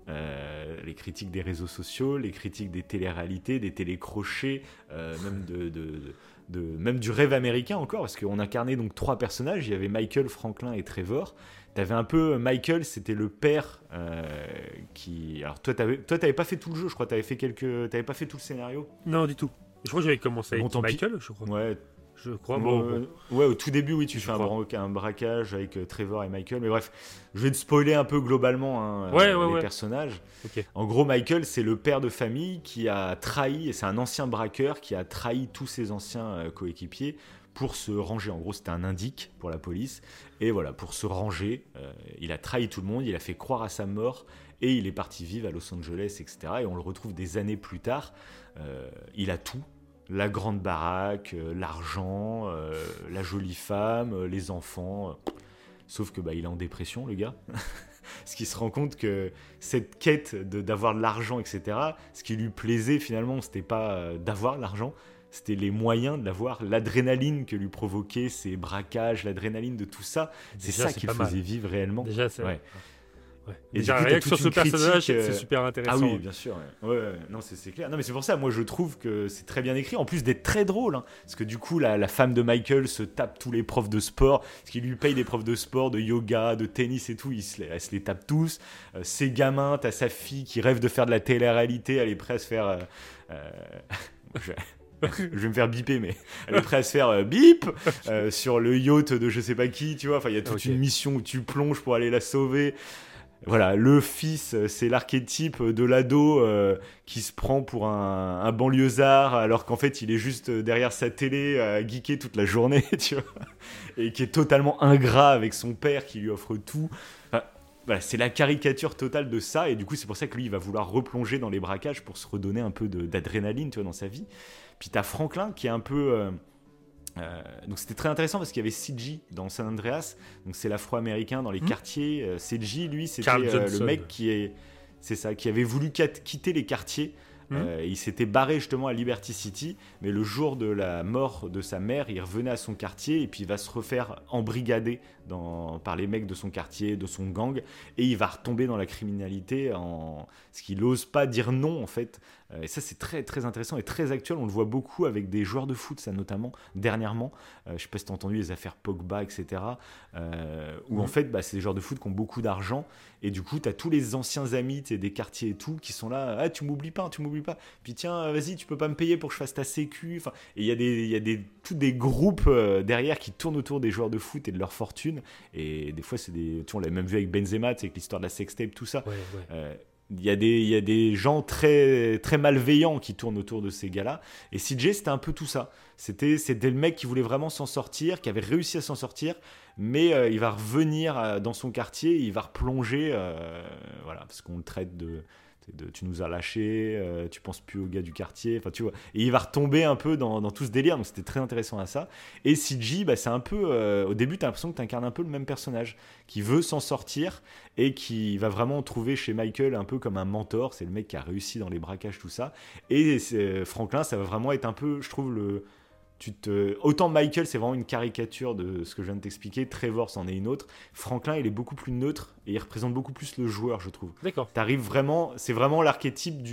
Euh, les critiques des réseaux sociaux, les critiques des téléréalités, des télécrochets, euh, même, de, de, de, de, même du rêve américain encore, parce qu'on incarnait donc trois personnages, il y avait Michael, Franklin et Trevor. T'avais un peu Michael, c'était le père euh, qui... Alors toi, t'avais, toi, t'avais pas fait tout le jeu, je crois, t'avais fait quelques... t'avais pas fait tout le scénario. Non, du tout. Je crois que j'avais commencé avec bon, Michael, je crois. Ouais. Je crois. Bon, Bon, bon. Euh, ouais, au tout début, oui, tu Je fais un, crois. bra- un braquage avec euh, Trevor et Michael. Mais bref, je vais te spoiler un peu globalement hein, Ouais, euh, ouais, les ouais. personnages. Ok. En gros, Michael, c'est le père de famille qui a trahi, et c'est un ancien braqueur qui a trahi tous ses anciens euh, coéquipiers pour se ranger. En gros, c'était un indique pour la police. Et voilà, pour se ranger, euh, il a trahi tout le monde, il a fait croire à sa mort et il est parti vivre à Los Angeles, et cetera. Et on le retrouve des années plus tard. Euh, il a tout. La grande baraque, euh, l'argent, euh, la jolie femme, euh, les enfants. euh. Sauf que bah, il est en dépression, le gars. Parce qu'il se rend compte que cette quête de, d'avoir de l'argent, et cetera, ce qui lui plaisait finalement, c'était pas euh, d'avoir de l'argent, c'était les moyens de l'avoir, l'adrénaline que lui provoquaient ces braquages, l'adrénaline de tout ça. C'est Déjà, ça c'est qui pas le mal. faisait vivre réellement. Déjà, c'est. Ouais. Ouais. Et Déjà, du coup, rien t'as que sur toute ce une personnage, critique, euh, c'est super Ah intéressant. oui, bien sûr. Ouais. Ouais, ouais. Non, c'est, c'est clair. Non, mais c'est pour ça, moi, je trouve que c'est très bien écrit. En plus d'être très drôle, hein, parce que du coup, la, la femme de Michael se tape tous les profs de sport, parce qu'il lui paye des profs de sport, de yoga, de tennis et tout. Il se les, elle se les tape tous. Euh, ses gamins, t'as sa fille qui rêve de faire de la télé-réalité. Elle est prête à se faire. Euh, euh, je... je vais me faire biper, mais elle est prête à se faire euh, bip euh, sur le yacht de je sais pas qui, tu vois. Enfin, il y a toute Okay. une mission où tu plonges pour aller la sauver. Voilà, le fils, c'est l'archétype de l'ado euh, qui se prend pour un, un banlieusard alors qu'en fait il est juste derrière sa télé à geeker toute la journée, tu vois, et qui est totalement ingrat avec son père qui lui offre tout. Enfin, voilà, c'est la caricature totale de ça, et du coup c'est pour ça que lui il va vouloir replonger dans les braquages pour se redonner un peu de, d'adrénaline, tu vois, dans sa vie. Puis t'as Franklin qui est un peu... Euh, Euh, donc c'était très intéressant parce qu'il y avait C G dans San Andreas, donc c'est l'afro-américain dans les Mmh. quartiers. Euh, C G, lui, c'était Carl euh, le Johnson. mec qui est, c'est ça, qui avait voulu quat- quitter les quartiers. Mmh. Euh, il s'était barré justement à Liberty City, mais le jour de la mort de sa mère, il revenait à son quartier et puis il va se refaire embrigader dans, par les mecs de son quartier, de son gang, et il va retomber dans la criminalité en ce qu'il n'ose pas dire non en fait. Euh, et ça c'est très très intéressant et très actuel. On le voit beaucoup avec des joueurs de foot, ça notamment dernièrement. Euh, je sais pas si t'as entendu les affaires Pogba, et cetera. Euh, où Mhm. en fait bah, c'est des joueurs de foot qui ont beaucoup d'argent et du coup t'as tous les anciens amis t'sais, des quartiers et tout qui sont là. Ah tu m'oublies pas, tu m'oublies pas. Puis tiens vas-y tu peux pas me payer pour que je fasse ta sécu. Enfin, et il y a des il y a des tous des groupes euh, derrière qui tournent autour des joueurs de foot et de leur fortune. Et des fois c'est des, tu vois, on l'a même vu avec Benzema, avec l'histoire de la sextape, tout ça. Ouais, ouais. Euh, il y a des il y a des gens très très malveillants qui tournent autour de ces gars-là, et C J c'était un peu tout ça. C'était c'était le mec qui voulait vraiment s'en sortir, qui avait réussi à s'en sortir, mais euh, il va revenir euh, dans son quartier, il va replonger euh, voilà, parce qu'on le traite de, de tu nous as lâchés, euh, tu penses plus aux gars du quartier, enfin tu vois, et il va retomber un peu dans, dans tout ce délire. Donc c'était très intéressant à ça. Et C J bah, c'est un peu euh, au début t'as l'impression que t'incarnes un peu le même personnage qui veut s'en sortir et qui va vraiment trouver chez Michael un peu comme un mentor. C'est le mec qui a réussi dans les braquages, tout ça. Et c'est, Franklin, ça va vraiment être un peu, je trouve, le... Tu te... Autant Michael, c'est vraiment une caricature de ce que je viens de t'expliquer. Trevor, c'en est une autre. Franklin, il est beaucoup plus neutre et il représente beaucoup plus le joueur, je trouve. D'accord. T'arrives vraiment... C'est vraiment l'archétype du...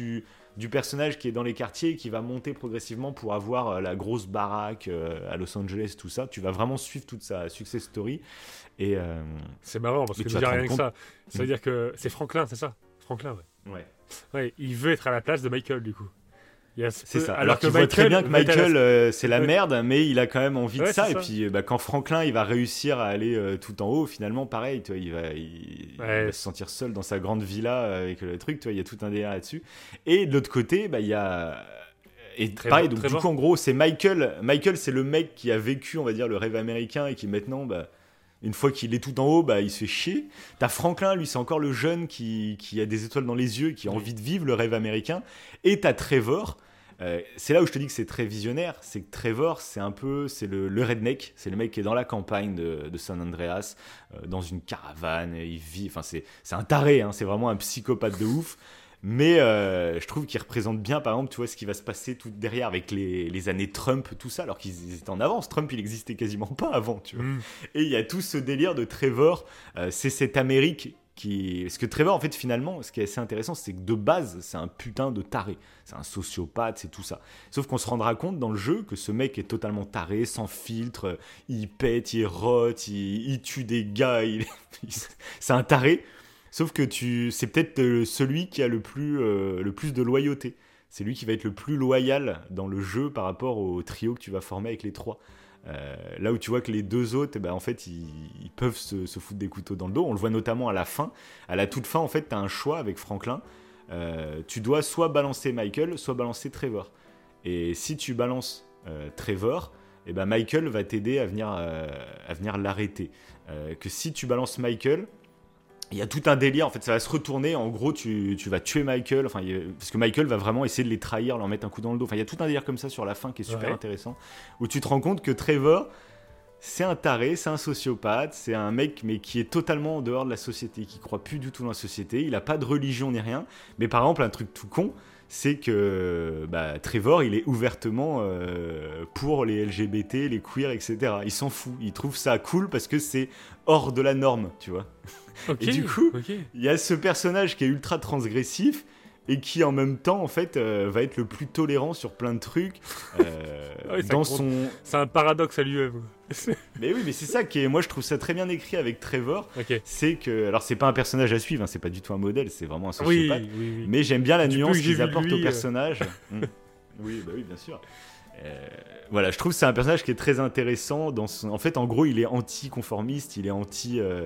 du personnage qui est dans les quartiers et qui va monter progressivement pour avoir euh, la grosse baraque euh, à Los Angeles, tout ça. Tu vas vraiment suivre toute sa success story. Et, euh, C'est marrant parce et que tu je vas dis te rien que rendre ça. Ça veut dire que c'est Franklin, c'est ça Franklin, ouais. ouais. Ouais, il veut être à la place de Michael, du coup. Il y a ce C'est peu- ça. Alors, Alors que qu'il voit très bien que va être à la- Michael, euh, c'est la Ouais. merde, mais il a quand même envie de Ouais, ça. c'est Et ça. puis, euh, bah, quand Franklin, il va réussir à aller euh, tout en haut, finalement, pareil, tu vois, il va, il, il Ouais. va se sentir seul dans sa grande villa euh, avec le truc. Tu vois, il y a tout un délire là-dessus. Et de l'autre côté, bah, il y a et Trevor- pareil. Donc, Trevor. du coup, en gros, c'est Michael. Michael, c'est le mec qui a vécu, on va dire, le rêve américain et qui maintenant, bah, une fois qu'il est tout en haut, bah, il se fait chier. T'as Franklin, lui, c'est encore le jeune qui, qui a des étoiles dans les yeux, qui a Oui. envie de vivre le rêve américain. Et t'as Trevor. Euh, c'est là où je te dis que c'est très visionnaire, c'est que Trevor, c'est un peu, c'est le, le redneck, c'est le mec qui est dans la campagne de, de San Andreas, euh, dans une caravane, il vit, enfin c'est, c'est un taré, hein, c'est vraiment un psychopathe de ouf. Mais euh, je trouve qu'il représente bien, par exemple, tu vois, ce qui va se passer tout derrière avec les, les années Trump, tout ça, alors qu'ils étaient en avance. Trump, il existait quasiment pas avant, tu vois. Mm. Et il y a tout ce délire de Trevor, euh, c'est cette Amérique qui... Parce que Trevor, en fait, finalement, ce qui est assez intéressant, c'est que de base, c'est un putain de taré. C'est un sociopathe, c'est tout ça. Sauf qu'on se rendra compte dans le jeu que ce mec est totalement taré, sans filtre, il pète, il rote, il, il tue des gars, il... c'est un taré. Sauf que tu... c'est peut-être euh, celui qui a le plus, euh, le plus de loyauté. C'est lui qui va être le plus loyal dans le jeu par rapport au trio que tu vas former avec les trois. Euh, là où tu vois que les deux autres, eh ben, en fait, ils, ils peuvent se, se foutre des couteaux dans le dos. On le voit notamment à la fin. À la toute fin, en fait, tu as un choix avec Franklin. Euh, tu dois soit balancer Michael, soit balancer Trevor. Et si tu balances euh, Trevor, eh ben, Michael va t'aider à venir, euh, à venir l'arrêter. Euh, que si tu balances Michael, il y a tout un délire, en fait, ça va se retourner. En gros, tu, tu vas tuer Michael, enfin, il y a- parce que Michael va vraiment essayer de les trahir, leur mettre un coup dans le dos. Enfin, il y a tout un délire comme ça sur la fin qui est super Ouais. intéressant, où tu te rends compte que Trevor, c'est un taré, c'est un sociopathe, c'est un mec, mais qui est totalement en dehors de la société, qui croit plus du tout dans la société. Il a pas de religion ni rien. Mais par exemple, un truc tout con, c'est que bah, Trevor, il est ouvertement euh, pour les L G B T, les queers, et cetera. Il s'en fout. Il trouve ça cool parce que c'est hors de la norme, tu vois. Ok, Et du coup, ok. Il y a ce personnage qui est ultra transgressif et qui en même temps en fait euh, va être le plus tolérant sur plein de trucs euh, Ouais, ça dans compte. son C'est un paradoxe à lui-même. mais oui mais c'est ça qui est moi je trouve ça très bien écrit avec Trevor, Ok. c'est que alors c'est pas un personnage à suivre, hein, c'est pas du tout un modèle, c'est vraiment un Oui, sociopathe, oui, oui. mais j'aime bien la Du peu nuance que j'ai qu'ils vu de apportent lui, au euh. personnage. Mm. Oui bah oui bien sûr. Euh, voilà, je trouve que c'est un personnage qui est très intéressant dans son... en fait en gros il est anti-conformiste, il est anti euh,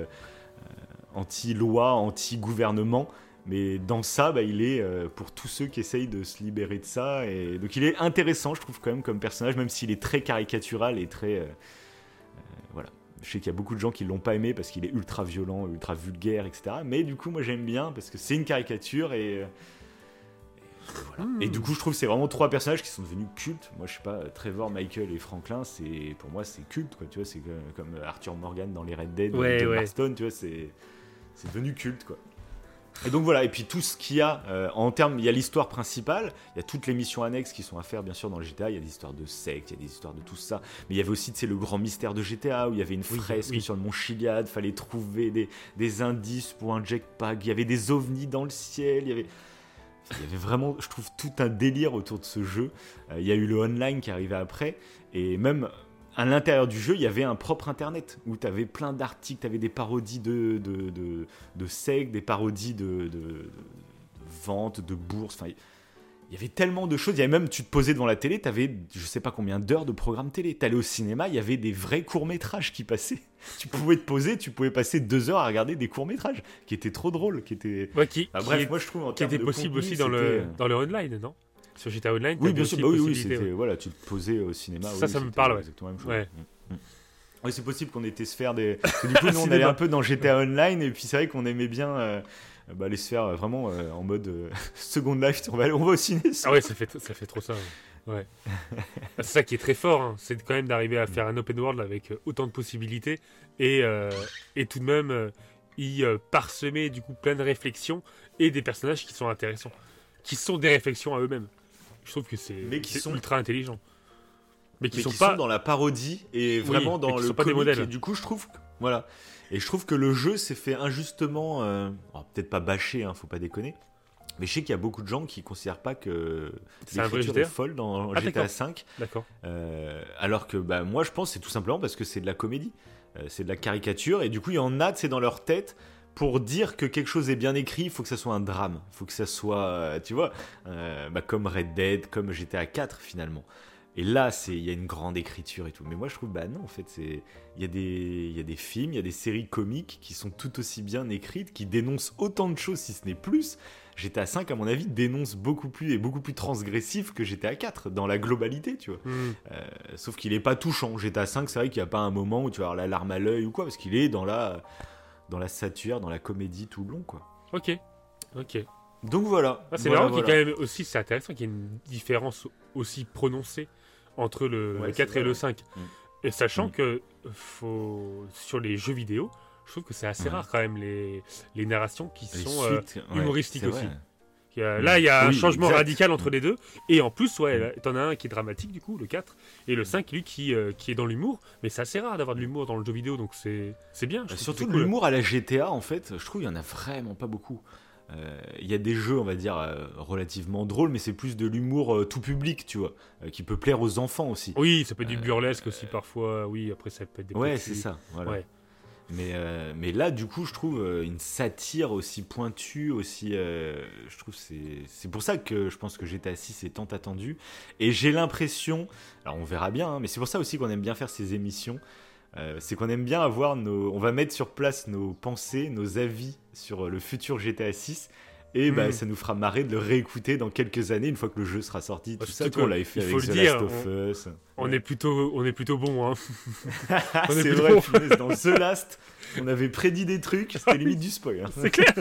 anti-loi, anti-gouvernement, mais dans ça, bah, il est euh, pour tous ceux qui essayent de se libérer de ça. Et... donc il est intéressant, je trouve, quand même, comme personnage, même s'il est très caricatural et très... euh, euh, voilà. Je sais qu'il y a beaucoup de gens qui l'ont pas aimé parce qu'il est ultra violent, ultra vulgaire, et cetera. Mais du coup, moi, j'aime bien parce que c'est une caricature et... euh, et voilà. Mmh. Et du coup, je trouve que c'est vraiment trois personnages qui sont devenus cultes. Moi, je sais pas, Trevor, Michael et Franklin, c'est pour moi c'est culte, quoi. Tu vois, c'est comme, comme Arthur Morgan dans les Red Dead, Ouais, John ouais. Marston, tu vois, c'est c'est devenu culte, quoi. Et donc voilà, et puis tout ce qu'il y a euh, en termes, il y a l'histoire principale, il y a toutes les missions annexes qui sont à faire bien sûr dans le G T A, il y a des histoires de sectes, il y a des histoires de tout ça, mais il y avait aussi tu sais, le grand mystère de G T A où il y avait une Oui, fresque oui. sur le mont Chiliad, fallait trouver des, des indices pour un jetpack, il y avait des ovnis dans le ciel, il y avait... Il y avait vraiment, je trouve, tout un délire autour de ce jeu. Euh, il y a eu le online qui arrivait après, et même à l'intérieur du jeu, il y avait un propre internet où tu avais plein d'articles, tu avais des parodies de, de, de, de sectes, des parodies de, de, de, de ventes, de bourses. Enfin, il y avait tellement de choses. Il y avait même, tu te posais devant la télé, tu avais je sais pas combien d'heures de programme télé. Tu allais au cinéma, il y avait des vrais courts-métrages qui passaient. Tu pouvais te poser, tu pouvais passer deux heures à regarder des courts-métrages qui étaient trop drôles, qui étaient. Ouais, qui, Enfin, qui bref, est- moi je trouve en qui termes était de possible contenu, aussi dans le, c'était- dans le online, non? Sur G T A Online, Oui, t'avais bien aussi sûr, bah oui, oui, possibilité, c'était ouais. voilà, tu te posais au cinéma. Ça, oui, ça me c'était parle, ouais. Exactement la même chose. Ouais. Mm, mm. Oui, c'est possible qu'on était se faire des. Parce que du coup, nous, on allait Cinéma. un peu dans G T A Online, et puis c'est vrai qu'on aimait bien euh, bah, aller se faire euh, vraiment euh, en mode euh, Second Life. On va, aller- on va au ciné. Ah ouais, ça fait, ça fait trop ça. Ouais. Ouais. Ah, c'est ça qui est très fort, hein. C'est quand même d'arriver à faire un open world avec euh, autant de possibilités et, euh, et tout de même euh, y euh, parsemer du coup plein de réflexions et des personnages qui sont intéressants, qui sont des réflexions à eux-mêmes. Je trouve que c'est Mais qui c'est sont- ultra intelligent. Mais qui mais sont qui pas. sont dans la parodie et Oui, vraiment mais dans qui le sont pas des comique. modèles. Et du coup, je trouve, que- voilà, et je trouve que le jeu s'est fait injustement, euh, alors, peut-être pas bâché, hein, faut pas déconner, Mais je sais qu'il y a beaucoup de gens qui ne considèrent pas que C'est un vrai l'écriture G T A est folle dans Ah, G T d'accord. A cinq. D'accord. Euh, alors que bah, moi, je pense que c'est tout simplement parce que c'est de la comédie. Euh, c'est de la caricature. Et du coup, il y en a, c'est dans leur tête. Pour dire que quelque chose est bien écrit, il faut que ça soit un drame. Il faut que ça soit, euh, tu vois, euh, bah, comme Red Dead, comme G T A quatre finalement. Et là, c'est il y a une grande écriture et tout. Mais moi, je trouve, bah non, en fait, c'est il y a des il y a des films, il y a des séries comiques qui sont tout aussi bien écrites, qui dénoncent autant de choses, si ce n'est plus. G T A cinq, à mon avis, dénonce beaucoup plus et beaucoup plus transgressif que G T A quatre dans la globalité, tu vois. Mm. Euh, sauf qu'il est pas touchant. G T A cinq, c'est vrai qu'il n'y a pas un moment où tu vas avoir la larme à l'œil ou quoi, parce qu'il est dans la dans la satire, dans la comédie tout le long, quoi. Ok. Ok. Donc voilà. Ah, c'est Voilà, marrant qu'il y voilà. ait quand même aussi, c'est intéressant qu'il y ait une différence aussi prononcée entre le, Ouais, le c'est quatre et vrai, le ouais. cinq. Mm. Et sachant Mm. que faut, sur les jeux vidéo, je trouve que c'est assez Ouais. rare quand même les, les narrations qui Les sont euh, suites, ouais, humoristiques c'est aussi. vrai. Il y a- Mm. Là, il y a un Oui, changement exact. radical entre Mm. les deux. Et en plus, ouais, Mm. là, t'en as un qui est dramatique, du coup, le quatre, et le cinq, lui, qui, euh, qui est dans l'humour. Mais c'est assez rare d'avoir de l'humour dans le jeu vidéo, donc c'est c'est bien. je Bah, trouve que surtout c'est de cool. l'humour à la G T A, en fait, je trouve qu'il y en a vraiment pas beaucoup. Euh, Il y a des jeux, on va dire, euh, relativement drôles, mais c'est plus de l'humour euh, tout public, tu vois, euh, qui peut plaire aux enfants aussi. Oui, ça peut être du burlesque aussi parfois. Oui, après, ça peut être des Ouais, petits- c'est ça. Voilà. Ouais. Mais, euh, mais là, du coup, je trouve euh, une satire aussi pointue, aussi. euh, je trouve c'est c'est pour ça que je pense que G T A six est tant attendu. Et j'ai l'impression, alors on verra bien, hein, mais c'est pour ça aussi qu'on aime bien faire ces émissions. euh, c'est qu'on aime bien avoir nos. On va mettre sur place nos pensées, nos avis sur le futur G T A six. Et bah, Mm. ça nous fera marrer de le réécouter dans quelques années, une fois que le jeu sera sorti. Tout Surtout ça, que, tout, on l'avait fait il avec faut The le dire, Last of Us. On Ouais. est plutôt, on est plutôt bon, hein. Ah, on est c'est plutôt vrai, bon. punaise, dans The Last, on avait prédit des trucs, c'était limite du spoil. hein. C'est clair.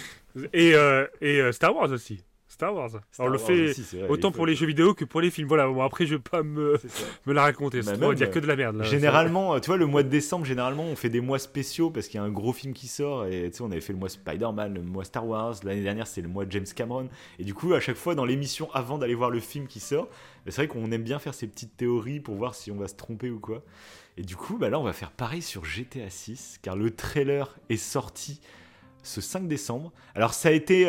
Et, euh, et euh, Star Wars aussi. Star Wars. Star on le Wars fait aussi, c'est vrai, autant il faut- pour les jeux vidéo que pour les films. Voilà. Bon, après, je vais pas me, C'est ça. me la raconter. Bah, C'est trop, on va même, dire que de la merde. Là. Généralement, tu vois, le mois de décembre, généralement, on fait des mois spéciaux parce qu'il y a un gros film qui sort. Et tu sais, on avait fait le mois Spider-Man, le mois Star Wars. L'année dernière, c'est le mois James Cameron. Et du coup, à chaque fois, dans l'émission, avant d'aller voir le film qui sort, bah, c'est vrai qu'on aime bien faire ces petites théories pour voir si on va se tromper ou quoi. Et du coup, bah, là, on va faire pareil sur G T A six, car le trailer est sorti ce cinq décembre. Alors, ça a été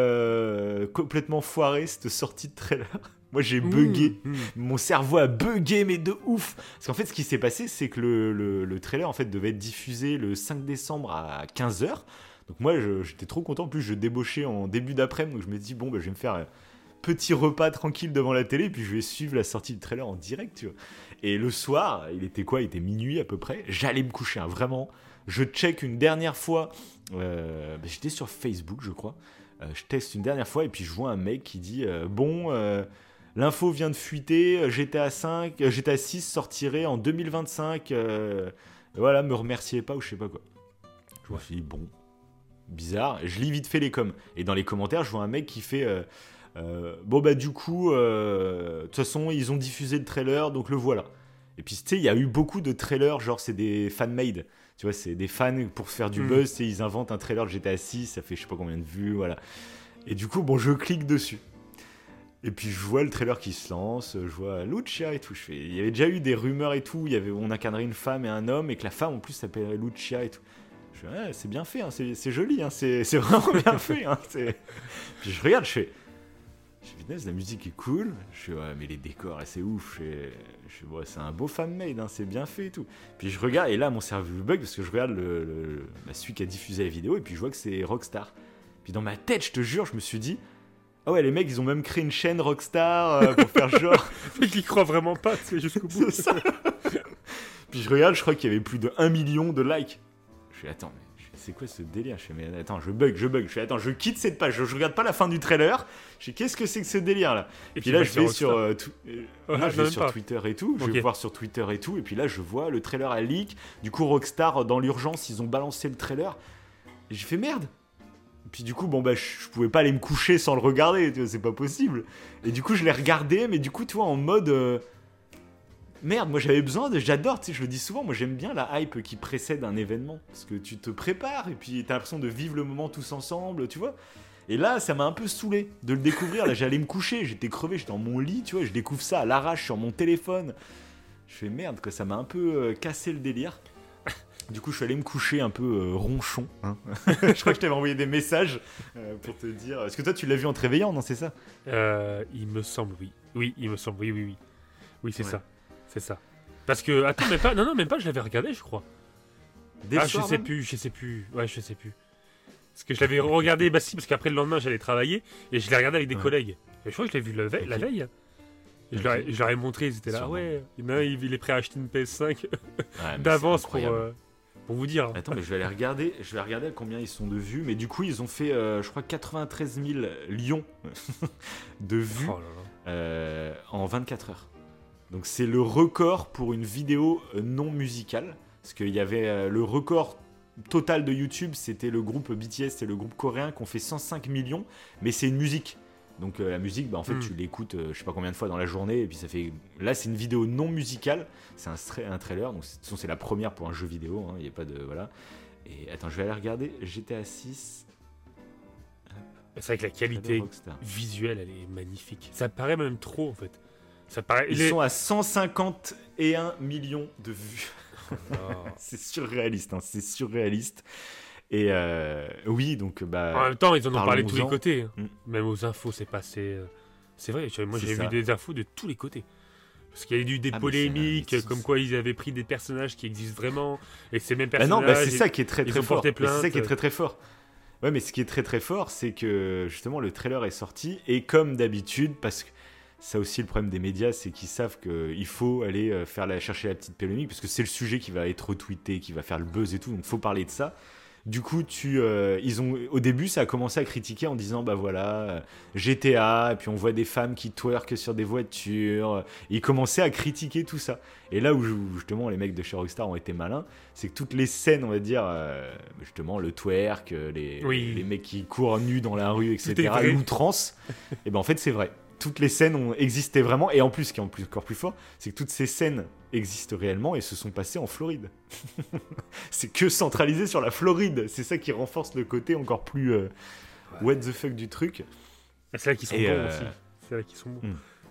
euh, complètement foiré, cette sortie de trailer. Moi, j'ai Mmh, bugué. mmh. Mon cerveau a bugué, mais de ouf. Parce qu'en fait, ce qui s'est passé, c'est que le, le, le trailer en fait, devait être diffusé le cinq décembre à quinze heures. Donc moi, je- j'étais trop content. En plus, je débauchais en début d'après-midi. Donc je me dis, bon, bah, je vais me faire un petit repas tranquille devant la télé. Puis je vais suivre la sortie du trailer en direct, tu vois. Et le soir, il était quoi? Il était minuit à peu près. J'allais me coucher, hein, vraiment. Je check une dernière fois. Euh, bah, j'étais sur Facebook, je crois. Euh, je teste une dernière fois. Et puis je vois un mec qui dit, euh, bon... euh, l'info vient de fuiter, G T A cinq, euh, G T A six sortirait en deux mille vingt-cinq. Euh, voilà, me remerciez pas ou je sais pas quoi. Je me suis dit, bon, bizarre. Je lis vite fait les coms. Et dans les commentaires, je vois un mec qui fait euh, euh, bon, bah, du coup, euh, de toute façon, ils ont diffusé le trailer, donc le voilà. Et puis, tu sais, il y a eu beaucoup de trailers, genre, c'est des fan-made. Tu vois, c'est des fans pour faire du Mm. buzz. Tu sais, ils inventent un trailer de G T A six, ça fait je sais pas combien de vues, voilà. Et du coup, bon, je clique dessus. Et puis je vois le trailer qui se lance, je vois Lucia et tout. Je fais, il y avait déjà eu des rumeurs et tout. Il y avait, on incarnerait une femme et un homme et que la femme en plus s'appellerait Lucia et tout. Je fais, ouais, c'est bien fait, hein, c'est, c'est joli, hein, c'est, c'est vraiment bien fait. Hein, c'est... Puis je regarde, je fais, je fais, punaise, la musique est cool. Je fais, ouais, mais les décors, là, c'est ouf. Je fais, je fais, ouais, c'est un beau fan-made, hein, c'est bien fait et tout. Puis je regarde, et là, mon cerveau bug parce que je regarde le, le, bah, celui qui a diffusé la vidéo et puis je vois que c'est Rockstar. Puis dans ma tête, je te jure, je me suis dit, ah ouais, les mecs, ils ont même créé une chaîne Rockstar euh, pour faire genre. Fait qu'il croit vraiment pas, c'est jusqu'au bout. C'est ça. Puis je regarde, je crois qu'il y avait plus de un million de likes. Je fais, attends, mais c'est quoi ce délire? Je fais, mais attends, je bug, je bug. Je fais, attends, je quitte cette page, je, je regarde pas la fin du trailer. Je fais, qu'est-ce que c'est que ce délire là? Et Puis tu là, vas je sur vais Rockstar. sur, euh, tout- euh, Ah, non, je même vais sur pas. Twitter et tout. Je Ok. vais voir sur Twitter et tout. Et puis là, je vois le trailer à leak. Du coup, Rockstar, dans l'urgence, ils ont balancé le trailer. Et j'ai fait merde. Puis du coup, bon, bah, je, je pouvais pas aller me coucher sans le regarder, tu vois, c'est pas possible. Et du coup, je l'ai regardé, mais du coup, tu vois, en mode. euh, Merde, moi j'avais besoin de. J'adore, tu sais, je le dis souvent, moi j'aime bien la hype qui précède un événement. Parce que tu te prépares et puis t'as l'impression de vivre le moment tous ensemble, tu vois. Et là, ça m'a un peu saoulé de le découvrir. Là, j'allais me coucher, j'étais crevé, j'étais dans mon lit, tu vois, je découvre ça à l'arrache sur mon téléphone. Je fais merde, quoi, ça m'a un peu euh, cassé le délire. Du coup, je suis allé me coucher un peu euh, ronchon. Hein. Je crois que je t'avais envoyé des messages euh, pour te dire. Est-ce que toi, tu l'as vu en te réveillant, non? C'est ça? Euh, il me semble, oui. Oui, il me semble, oui, oui, oui. Oui, c'est Ouais. ça. C'est ça. Parce que, attends, même pas, non, non, même pas, je l'avais regardé, je crois. Dès ah, le je soir, sais même plus, je sais plus. Ouais, je sais plus. Parce que je l'avais regardé, bah si, parce qu'après le lendemain, j'allais travailler et je l'ai regardé avec des Ouais. collègues. Et je crois que je l'ai vu le ve- Ok. la veille. Et je, Ok. leur ai, je leur ai montré, ils étaient là, Sûrement. ouais. Il y en a un, il, il est prêt à acheter une P S cinq Ouais, mais d'avance c'est pour, incroyable. euh, pour vous dire. Attends, mais je vais aller regarder, je vais regarder à combien ils sont de vues. Mais du coup, ils ont fait, euh, je crois, quatre-vingt-treize mille lions de vues Oh là là. euh, en vingt-quatre heures. Donc c'est le record pour une vidéo euh, non musicale. Parce qu'il y avait euh, le record total de YouTube, c'était le groupe B T S, c'est le groupe coréen qui ont fait cent cinq millions, mais c'est une musique. Donc euh, la musique, bah, en fait, Mm. tu l'écoutes, euh, je sais pas combien de fois dans la journée, et puis ça fait. Là, c'est une vidéo non musicale, c'est un, stra- un trailer, donc c'est- de toute façon, c'est la première pour un jeu vidéo. Il n'y a pas de voilà. Et attends, je vais aller regarder G T A six. C'est vrai que la trailer qualité Rockstar. visuelle, elle est magnifique. Ça paraît même trop, en fait. Ça paraît. Ils les- sont à cent cinquante et un millions de vues. Oh. C'est surréaliste, hein, c'est surréaliste. Et euh, oui, donc En bah même temps, ils en ont parlé de tous les parlons-en. côtés. hein. Mm. Même aux infos, c'est passé. euh, C'est vrai, tu vois, moi C'est j'ai ça. vu des infos de tous les côtés. Parce qu'il y a eu des Ah, mais polémiques, c'est- mais c'est- comme quoi ils avaient pris des personnages qui existent vraiment, et ces mêmes Bah personnages. non, bah c'est ils- ça qui est très ils très ont fort. porté Mais C'est ça plainte. qui est très très fort. Ouais, mais ce qui est très très fort, c'est que justement le trailer est sorti et comme d'habitude, parce que ça aussi le problème des médias, c'est qu'ils savent qu'il faut aller euh, faire la, chercher la petite polémique parce que c'est le sujet qui va être retweeté, qui va faire le buzz et tout, donc faut parler de ça. Du coup, tu, euh, ils ont, au début, ça a commencé à critiquer en disant, bah voilà, euh, G T A, et puis on voit des femmes qui twerkent sur des voitures. Ils commençaient à critiquer tout ça. Et là où justement les mecs de chez Rockstar ont été malins, c'est que toutes les scènes, on va dire, euh, justement le twerk, euh, les, Oui. les mecs qui courent nus dans la rue, et cetera, vrai. l'outrance, et ben en fait c'est vrai. Toutes les scènes ont existé vraiment, et en plus, ce qui est en plus, encore plus fort, c'est que toutes ces scènes existent réellement et se sont passées en Floride. C'est que centralisé sur la Floride. C'est ça qui renforce le côté encore plus euh, what the fuck du truc. Ah, c'est là qu'ils sont Et, bons euh, aussi. C'est là qu'ils sont bons. hmm.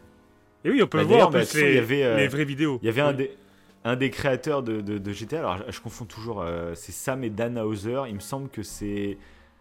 Et oui, on peut Bah, le voir en d'ailleurs, bah, plus de toute façon, les, il y avait, euh, les vraies vidéos. Il y avait un Oui. des, un des créateurs de, de, de G T A, alors je, je confonds toujours, euh, c'est Sam et Dan Hauser. Il me semble que c'est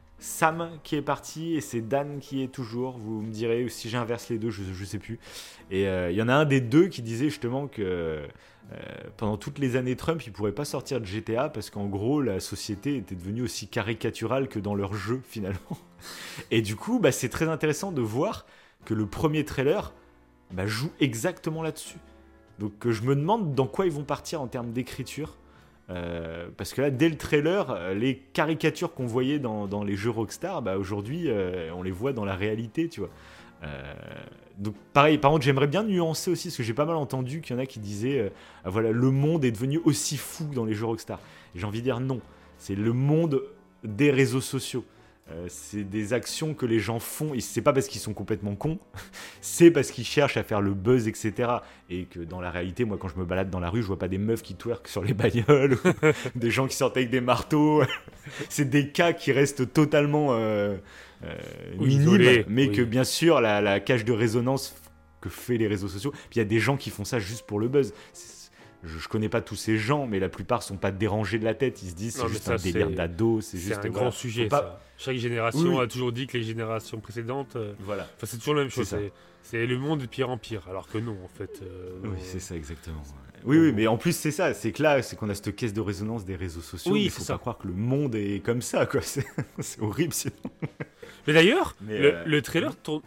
Sam qui est parti et c'est Dan qui est toujours. Vous me direz, ou si j'inverse les deux, je, je sais plus. Et euh, il y en a un des deux qui disait justement que euh, pendant toutes les années Trump, ils ne pourraient pas sortir de G T A parce qu'en gros, la société était devenue aussi caricaturale que dans leur jeu finalement. Et du coup, bah, c'est très intéressant de voir que le premier trailer bah, joue exactement là-dessus. Donc euh, je me demande dans quoi ils vont partir en termes d'écriture. Euh, parce que là, dès le trailer, euh, les caricatures qu'on voyait dans, dans les jeux Rockstar, bah, aujourd'hui, euh, on les voit dans la réalité, tu vois. Euh, donc pareil, par contre, j'aimerais bien nuancer aussi, parce que j'ai pas mal entendu qu'il y en a qui disaient, euh, ah, voilà, le monde est devenu aussi fou dans les jeux Rockstar. Et j'ai envie de dire non, c'est le monde des réseaux sociaux. Euh, c'est des actions que les gens font, et c'est pas parce qu'ils sont complètement cons, c'est parce qu'ils cherchent à faire le buzz, et cetera. Et que dans la réalité, moi quand je me balade dans la rue, je vois pas des meufs qui twerkent sur les bagnoles, ou des gens qui sortent avec des marteaux. C'est des cas qui restent totalement euh, euh, Oui, minimes, isolés, mais oui. que bien sûr, la, la cage de résonance que fait les réseaux sociaux, puis il y a des gens qui font ça juste pour le buzz. C'est- Je, je connais pas tous ces gens, mais la plupart sont pas dérangés de la tête. Ils se disent Non, c'est mais juste ça, un délire c'est- d'ado, c'est C'est juste un voilà. grand sujet, Faut pas- ça. Chaque génération Oui, oui. a toujours dit que les générations précédentes. euh, Voilà. Enfin, c'est toujours la même chose. C'est ça. C'est, c'est le monde de pire en pire. Alors que non, en fait. euh, Oui, non, c'est euh, ça exactement. Oui, oui, mais en plus c'est ça, c'est que là, c'est qu'on a cette caisse de résonance des réseaux sociaux. Oui, il c'est faut ça. pas croire que le monde est comme ça, quoi. C'est, c'est horrible. Sinon. Mais d'ailleurs, Mais, le, euh, le trailer tourne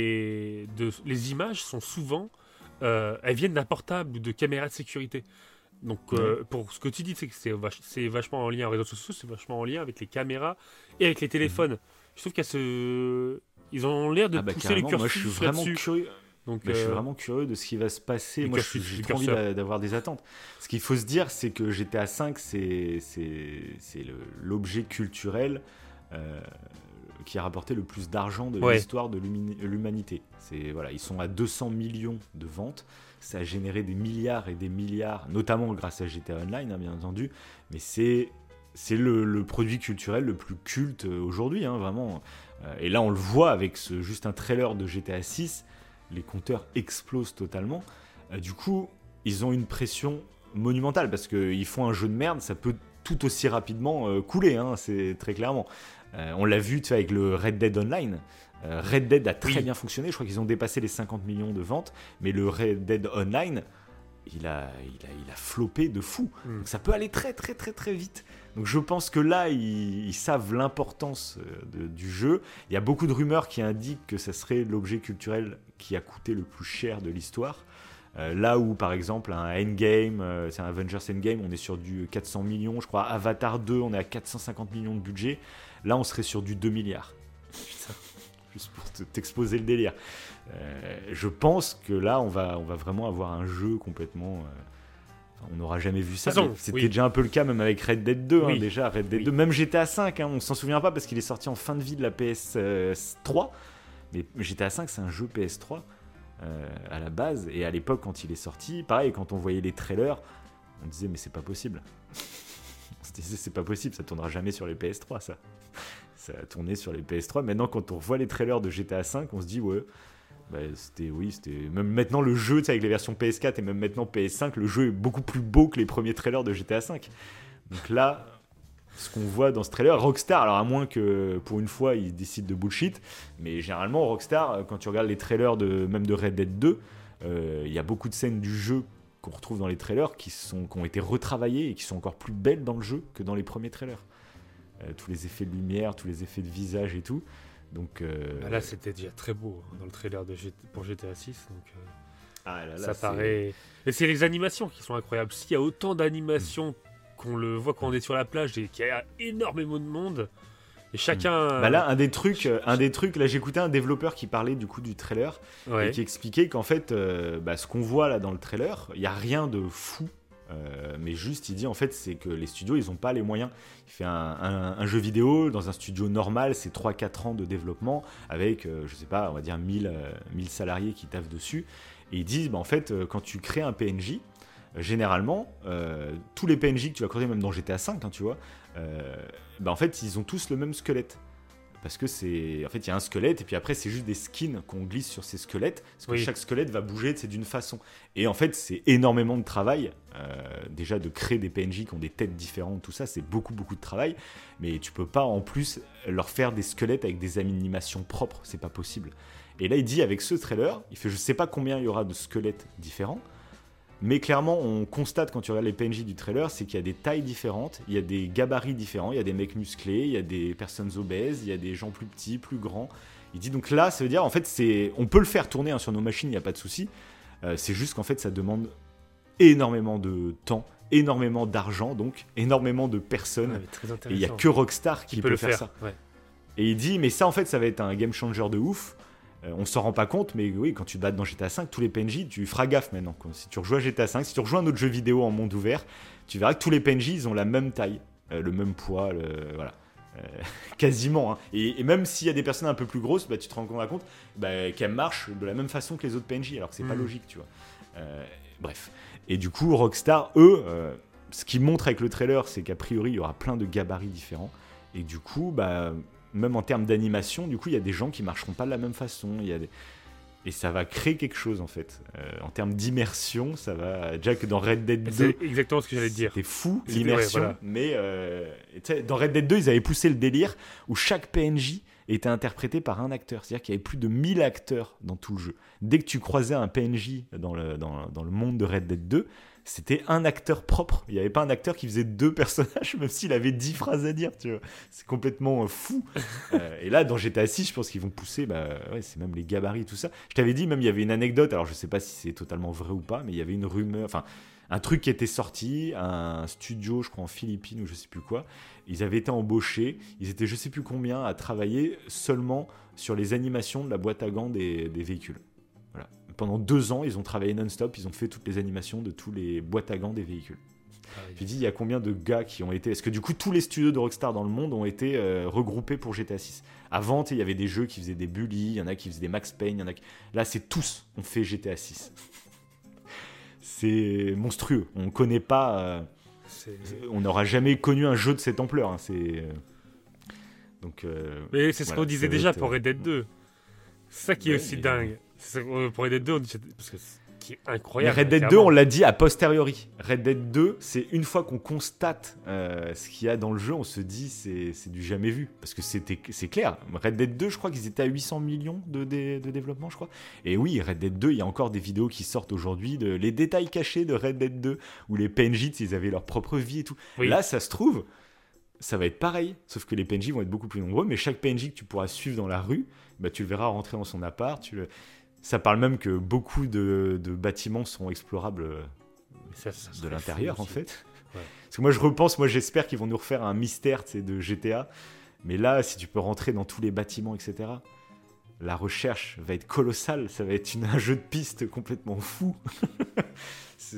et de, les images sont souvent, euh, elles viennent d'un portable ou de caméras de sécurité. Donc, euh, pour ce que tu dis, c'est que c'est, vach- c'est vachement en lien aux réseaux sociaux, c'est vachement en lien avec les caméras et avec les téléphones. Je trouve qu'il y a ce, ils ont l'air de Ah bah pousser le carrément, cursus moi je suis vraiment là-dessus. curieux. Donc, Mais je suis euh, vraiment curieux de ce qui va se passer. le Moi, je cursus, suis- j'ai le trop envie curseur. d'a- d'avoir des attentes. Ce qu'il faut se dire, c'est que G T A cinq, c'est, c'est, c'est le- l'objet culturel euh, qui a rapporté le plus d'argent de Ouais. l'histoire de l'humi- l'humanité. C'est, voilà, ils sont à deux cents millions de ventes. Ça a généré des milliards et des milliards, notamment grâce à G T A Online, hein, bien entendu. Mais c'est, c'est le, le produit culturel le plus culte euh, aujourd'hui, hein, vraiment. Euh, et là, on le voit avec ce, juste un trailer de G T A six. Les compteurs explosent totalement. Euh, du coup, ils ont une pression monumentale parce qu'ils font un jeu de merde, ça peut tout aussi rapidement euh, couler, hein, c'est très clairement. Euh, on l'a vu, tu sais, avec le Red Dead Online. Euh, Red Dead a très oui. bien fonctionné. Je crois qu'ils ont dépassé les cinquante millions de ventes, mais le Red Dead Online, il a, il a, il a floppé de fou. Mm. Donc ça peut aller très, très, très, très vite. Donc je pense que là, ils, ils savent l'importance de, du jeu. Il y a beaucoup de rumeurs qui indiquent que ça serait l'objet culturel qui a coûté le plus cher de l'histoire. Euh, là où, par exemple, un Endgame, euh, c'est un Avengers Endgame, on est sur du quatre cents millions. Je crois Avatar deux, on est à quatre cent cinquante millions de budget. Là, on serait sur du deux milliards. Putain, juste pour te, t'exposer le délire. Euh, je pense que là, on va, on va vraiment avoir un jeu complètement... Euh, on n'aura jamais vu ça. Façon, c'était oui. déjà un peu le cas même avec Red Dead deux. Oui. Hein, déjà, Red Dead oui. deux. Même G T A cinq, hein, on s'en souvient pas parce qu'il est sorti en fin de vie de la P S trois. Mais G T A cinq, c'est un jeu P S trois euh, à la base. Et à l'époque, quand il est sorti, pareil, quand on voyait les trailers, on disait mais c'est pas possible. On se disait c'est pas possible, ça tournera jamais sur les P S trois, ça. Ça a tourné sur les P S trois. Maintenant, quand on voit les trailers de G T A cinq, on se dit ouais. Bah, c'était oui c'était même maintenant le jeu avec les versions P S quatre et même maintenant P S cinq, le jeu est beaucoup plus beau que les premiers trailers de G T A cinq. Donc là, ce qu'on voit dans ce trailer, Rockstar, alors à moins que pour une fois ils décident de bullshit, mais généralement Rockstar, quand tu regardes les trailers de même de Red Dead deux, il euh, y a beaucoup de scènes du jeu qu'on retrouve dans les trailers qui sont qui ont été retravaillées et qui sont encore plus belles dans le jeu que dans les premiers trailers. Euh, tous les effets de lumière, tous les effets de visage et tout. Donc, euh... bah là, c'était déjà très beau hein, dans le trailer de G T... pour G T A six. Donc, euh... ah, là, là, ça c'est... paraît. Et c'est les animations qui sont incroyables. S'il y a autant d'animations mmh. qu'on le voit quand on est sur la plage et qu'il y a énormément de monde, et chacun. Mmh. Bah là, un des trucs, un des trucs. Là, j'écoutais un développeur qui parlait du coup du trailer ouais. et qui expliquait qu'en fait, euh, bah, ce qu'on voit là dans le trailer, il y a rien de fou. Euh, mais juste il dit en fait c'est que les studios ils ont pas les moyens. Il fait un, un, un jeu vidéo dans un studio normal, c'est trois à quatre ans de développement avec euh, je sais pas, on va dire mille, euh, mille salariés qui taffent dessus, et ils disent bah, en fait euh, quand tu crées un P N J euh, généralement euh, tous les P N J que tu vas creuser même dans G T A cinq hein, tu vois euh, bah, en fait ils ont tous le même squelette. Parce que c'est. En fait, il y a un squelette, et puis après, c'est juste des skins qu'on glisse sur ces squelettes. Parce que oui. chaque squelette va bouger c'est d'une façon. Et en fait, c'est énormément de travail. Euh, déjà, de créer des P N J qui ont des têtes différentes, tout ça, c'est beaucoup, beaucoup de travail. Mais tu peux pas, en plus, leur faire des squelettes avec des animations propres. C'est pas possible. Et là, il dit, avec ce trailer, il fait je sais pas combien il y aura de squelettes différents. Mais clairement, on constate quand tu regardes les P N J du trailer, c'est qu'il y a des tailles différentes, il y a des gabarits différents, il y a des mecs musclés, il y a des personnes obèses, il y a des gens plus petits, plus grands. Il dit donc là, ça veut dire, en fait, c'est, on peut le faire tourner hein, sur nos machines, il n'y a pas de souci. Euh, c'est juste qu'en fait, ça demande énormément de temps, énormément d'argent, donc énormément de personnes. Ouais, et il n'y a que Rockstar qui, qui peut, peut faire, faire ça. Ouais. Et il dit, mais ça, en fait, ça va être un game changer de ouf. Euh, on s'en rend pas compte, mais oui, quand tu te bats dans G T A cinq, tous les P N J, tu feras gaffe maintenant. Quoi. Si tu rejoues à G T A cinq, si tu rejoins un autre jeu vidéo en monde ouvert, tu verras que tous les P N J, ils ont la même taille, euh, le même poids, le... voilà. Euh, quasiment. Hein. Et, et même s'il y a des personnes un peu plus grosses, bah, tu te rends compte bah, qu'elles marchent de la même façon que les autres P N J, alors que c'est mmh. pas logique, tu vois. Euh, bref. Et du coup, Rockstar, eux, euh, ce qu'ils montrent avec le trailer, c'est qu'a priori, il y aura plein de gabarits différents. Et du coup, bah... même en termes d'animation, du coup, il y a des gens qui marcheront pas de la même façon. Il y a des... Et ça va créer quelque chose, en fait. Euh, en termes d'immersion, ça va... Déjà que dans Red Dead deux... C'est exactement ce que j'allais te dire. C'était fou, c'était l'immersion. vrai, voilà. Mais euh, dans Red Dead deux, ils avaient poussé le délire où chaque P N J était interprété par un acteur. C'est-à-dire qu'il y avait plus de mille acteurs dans tout le jeu. Dès que tu croisais un P N J dans le, dans, dans le monde de Red Dead deux, c'était un acteur propre. Il n'y avait pas un acteur qui faisait deux personnages, même s'il avait dix phrases à dire, tu vois. C'est complètement fou. euh, et là, dans G T A six, je pense qu'ils vont pousser, bah, ouais, c'est même les gabarits, tout ça. Je t'avais dit, même, il y avait une anecdote, alors je ne sais pas si c'est totalement vrai ou pas, mais il y avait une rumeur, enfin, un truc qui était sorti, un studio, je crois, en Philippines ou je ne sais plus quoi. Ils avaient été embauchés, ils étaient je ne sais plus combien à travailler seulement sur les animations de la boîte à gants des, des véhicules. Voilà. Pendant deux ans, ils ont travaillé non-stop, ils ont fait toutes les animations de tous les boîtes à gants des véhicules. Ah oui. Je dis, il y a combien de gars qui ont été... Est-ce que du coup, tous les studios de Rockstar dans le monde ont été euh, regroupés pour G T A six. Avant, il y avait des jeux qui faisaient des Bully, il y en a qui faisaient des Max Payne, il y en a qui... Là, c'est tous ont fait G T A six. C'est monstrueux. On ne connaît pas... Euh... C'est... On n'aura jamais connu un jeu de cette ampleur. Hein. C'est... Euh... Donc, euh... Mais c'est ce voilà, qu'on disait déjà être... pour Red Dead deux. C'est ça qui est ouais, aussi mais... dingue. C'est, pour Red Dead deux, on dit, parce que qui est Mais incroyable. Red Dead deux, clairement. on l'a dit a posteriori. Red Dead deux, c'est une fois qu'on constate euh, ce qu'il y a dans le jeu, on se dit c'est, c'est du jamais vu. Parce que c'était, c'est clair. Red Dead deux, je crois qu'ils étaient à huit cents millions de, dé- de développement, je crois. Et oui, Red Dead deux, il y a encore des vidéos qui sortent aujourd'hui, de, les détails cachés de Red Dead deux, où les P N J, ils avaient leur propre vie et tout. Oui. Là, ça se trouve, ça va être pareil. Sauf que les P N J vont être beaucoup plus nombreux, mais chaque P N J que tu pourras suivre dans la rue, bah, tu le verras rentrer dans son appart, tu le... Ça parle même que beaucoup de, de bâtiments sont explorables euh, Ça, ça de serait l'intérieur fou en aussi. fait. Ouais. Parce que moi je repense, moi j'espère qu'ils vont nous refaire un mystère, tu sais, de G T A. Mais là, si tu peux rentrer dans tous les bâtiments, et cetera, la recherche va être colossale. Ça va être une, un jeu de piste complètement fou. C'est-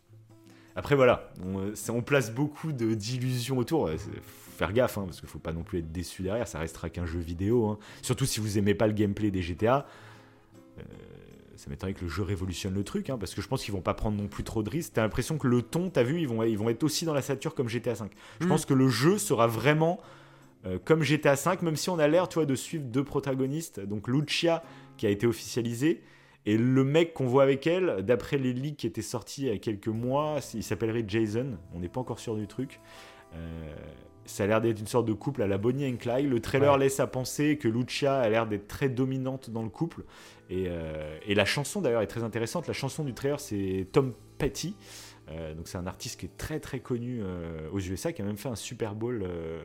Après voilà, on, c'est- on place beaucoup de, d'illusions autour. Il faut faire gaffe, hein, parce qu'il faut pas non plus être déçu derrière. Ça restera qu'un jeu vidéo. Hein. Surtout si vous aimez pas le gameplay des G T A. Euh, ça m'étonnerait que le jeu révolutionne le truc, hein, parce que je pense qu'ils vont pas prendre non plus trop de risques. T'as l'impression que le ton, t'as vu, ils vont, ils vont être aussi dans la stature comme G T A cinq. Je Mm. pense que le jeu sera vraiment euh, comme G T A cinq, même si on a l'air, tu vois, de suivre deux protagonistes. Donc Lucia, qui a été officialisée, et le mec qu'on voit avec elle, d'après les leaks qui étaient sortis il y a quelques mois, il s'appellerait Jason. On n'est pas encore sûr du truc. Euh, ça a l'air d'être une sorte de couple à la Bonnie and Clyde. Le trailer Ouais. laisse à penser que Lucia a l'air d'être très dominante dans le couple. Et, euh, et la chanson d'ailleurs est très intéressante. La chanson du trailer, c'est Tom Petty. Euh, donc c'est un artiste qui est très très connu euh, aux U S A, qui a même fait un Super Bowl euh,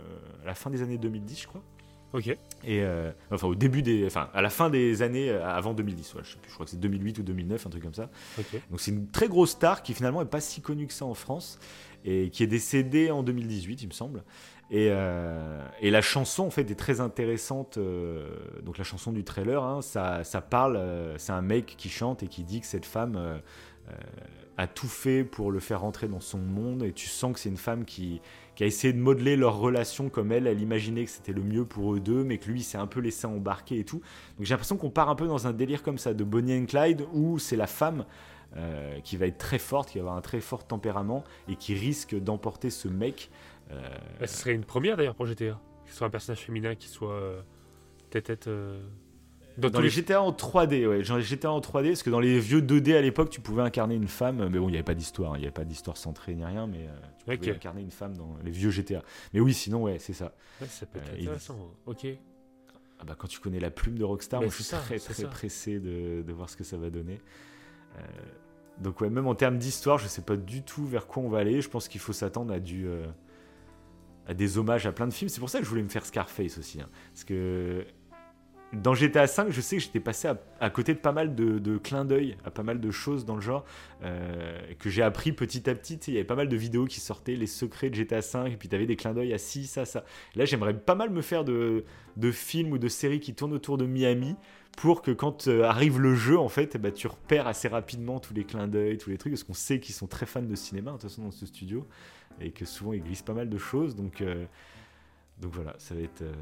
à la fin des années deux mille dix, je crois. Ok. Et euh, enfin au début des, enfin à la fin des années euh, avant deux mille dix, ouais, je sais plus, je crois que c'est deux mille huit ou deux mille neuf, un truc comme ça. Ok. Donc c'est une très grosse star qui finalement est pas si connue que ça en France et qui est décédée en deux mille dix-huit, il me semble. Et, euh, et la chanson en fait est très intéressante. euh, donc la chanson du trailer, hein, ça, ça parle. euh, c'est un mec qui chante et qui dit que cette femme euh, euh, a tout fait pour le faire rentrer dans son monde. Et tu sens que c'est une femme qui, qui a essayé de modeler leur relation comme elle. Elle imaginait que c'était le mieux pour eux deux, mais que lui il s'est un peu laissé embarquer et tout. Donc j'ai l'impression qu'on part un peu dans un délire comme ça de Bonnie and Clyde où c'est la femme. Euh, qui va être très forte, qui va avoir un très fort tempérament et qui risque d'emporter ce mec. Euh, Bah, ce serait une première d'ailleurs pour G T A. Que ce soit un personnage féminin qui soit euh, tête-tête. Euh... Dans, tous les les G T A en trois D, ouais, genre les G T A en trois D, parce que dans les vieux deux D à l'époque, tu pouvais incarner une femme, mais bon, il n'y avait pas d'histoire, hein, il n'y avait pas d'histoire centrée ni rien, mais euh, tu pouvais Ok. incarner une femme dans les vieux G T A. Mais oui, sinon, ouais, c'est ça. Ouais, ça peut être Euh, il- intéressant. Ok. Ah bah, quand tu connais la plume de Rockstar, Mais moi je suis c'est ça, très c'est très ça. pressé de, de voir ce que ça va donner. Euh, donc ouais, même en termes d'histoire, je sais pas du tout vers quoi on va aller. Je pense qu'il faut s'attendre à du euh, à des hommages à plein de films. C'est pour ça que je voulais me faire Scarface aussi, hein. Parce que dans G T A cinq, je sais que j'étais passé à, à côté de pas mal de, de clins d'œil, à pas mal de choses dans le genre, euh, que j'ai appris petit à petit. Tu sais, il y avait pas mal de vidéos qui sortaient, les secrets de G T A cinq, et puis tu avais des clins d'œil à ci, ça, ça. Là, j'aimerais pas mal me faire de, de films ou de séries qui tournent autour de Miami, pour que quand euh, arrive le jeu, en fait, eh ben, tu repères assez rapidement tous les clins d'œil, tous les trucs, parce qu'on sait qu'ils sont très fans de cinéma, de toute façon, dans ce studio, et que souvent, ils glissent pas mal de choses. Donc, euh, donc voilà, ça va être... euh,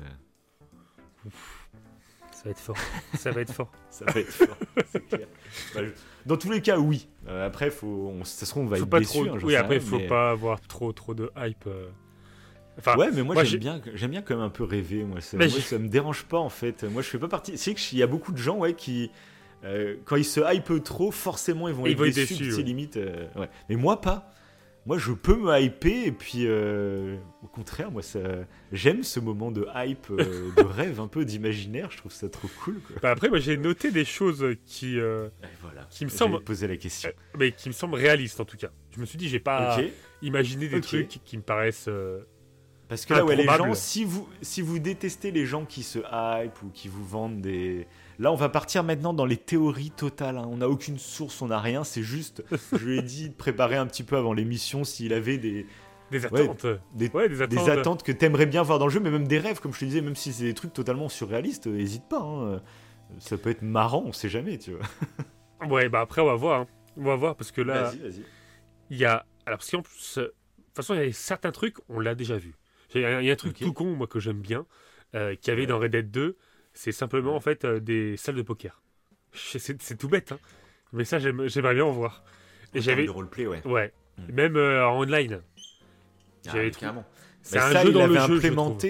Ça va être fort. Ça va être fort. Ça va être fort, c'est clair. Bah, je- Dans tous les cas, oui. Euh, après, faut, on, ça se trouve, on va Faut être pas déçus. trop. hein, j'en Oui, sais après, rien, faut mais- pas avoir trop trop de hype. euh. Enfin, Ouais, mais moi, moi, j'ai- j'aime bien, j'aime bien quand même un peu rêver. Moi, ça, Mais moi, j'ai- ça me dérange pas en fait. Moi, je fais pas partie. C'est qu'il y a beaucoup de gens, ouais, qui euh, quand ils se hypent trop, forcément, ils vont Ils être vont être déçus. déçus, C'est ouais. limite. euh, ouais. Mais moi, pas. Moi, je peux me hyper et puis, euh, au contraire, moi, ça, j'aime ce moment de hype, euh, de rêve, un peu d'imaginaire. Je trouve ça trop cool. Quoi. bah, après, moi, j'ai noté des choses qui, euh, Et voilà. qui me J'allais semblent, te poser la question. euh, mais qui me semblent réalistes en tout cas. Je me suis dit, j'ai pas Ok. imaginé des Ok. trucs qui me paraissent. euh, Parce que là, ouais, les improbable. gens, si vous, si vous détestez les gens qui se hype ou qui vous vendent des... Là, on va partir maintenant dans les théories totales. hein. On n'a aucune source, on n'a rien. C'est juste, je lui ai dit de préparer un petit peu avant l'émission s'il avait des, Des Ouais, attentes. des, Ouais, des attentes. des attentes que t'aimerais bien voir dans le jeu, mais même des rêves, comme je te disais, même si c'est des trucs totalement surréalistes, euh, hésite pas. hein. Ça peut être marrant, on sait jamais, tu vois. Ouais, bah après, on va voir. hein. On va voir parce que là, Vas-y, vas-y. il y a. Alors, parce qu'en plus, euh, de toute façon, il y a certains trucs, on l'a déjà vu. Il y a, il y a un truc Ok. tout con, moi, que j'aime bien, euh, qu'il y avait Ouais. dans Red Dead deux, c'est simplement, Ouais. en fait, euh, des salles de poker. Je- C'est c'est tout bête, hein. Mais ça, j'aime- j'aimerais bien en voir. Et j'avais. Le roleplay, ouais. Ouais. Mm. Même euh, en online. Ah, J'avais oui, trouvé- carrément. C'est Mais un ça, jeu il dans avait le jeu, je implémenté.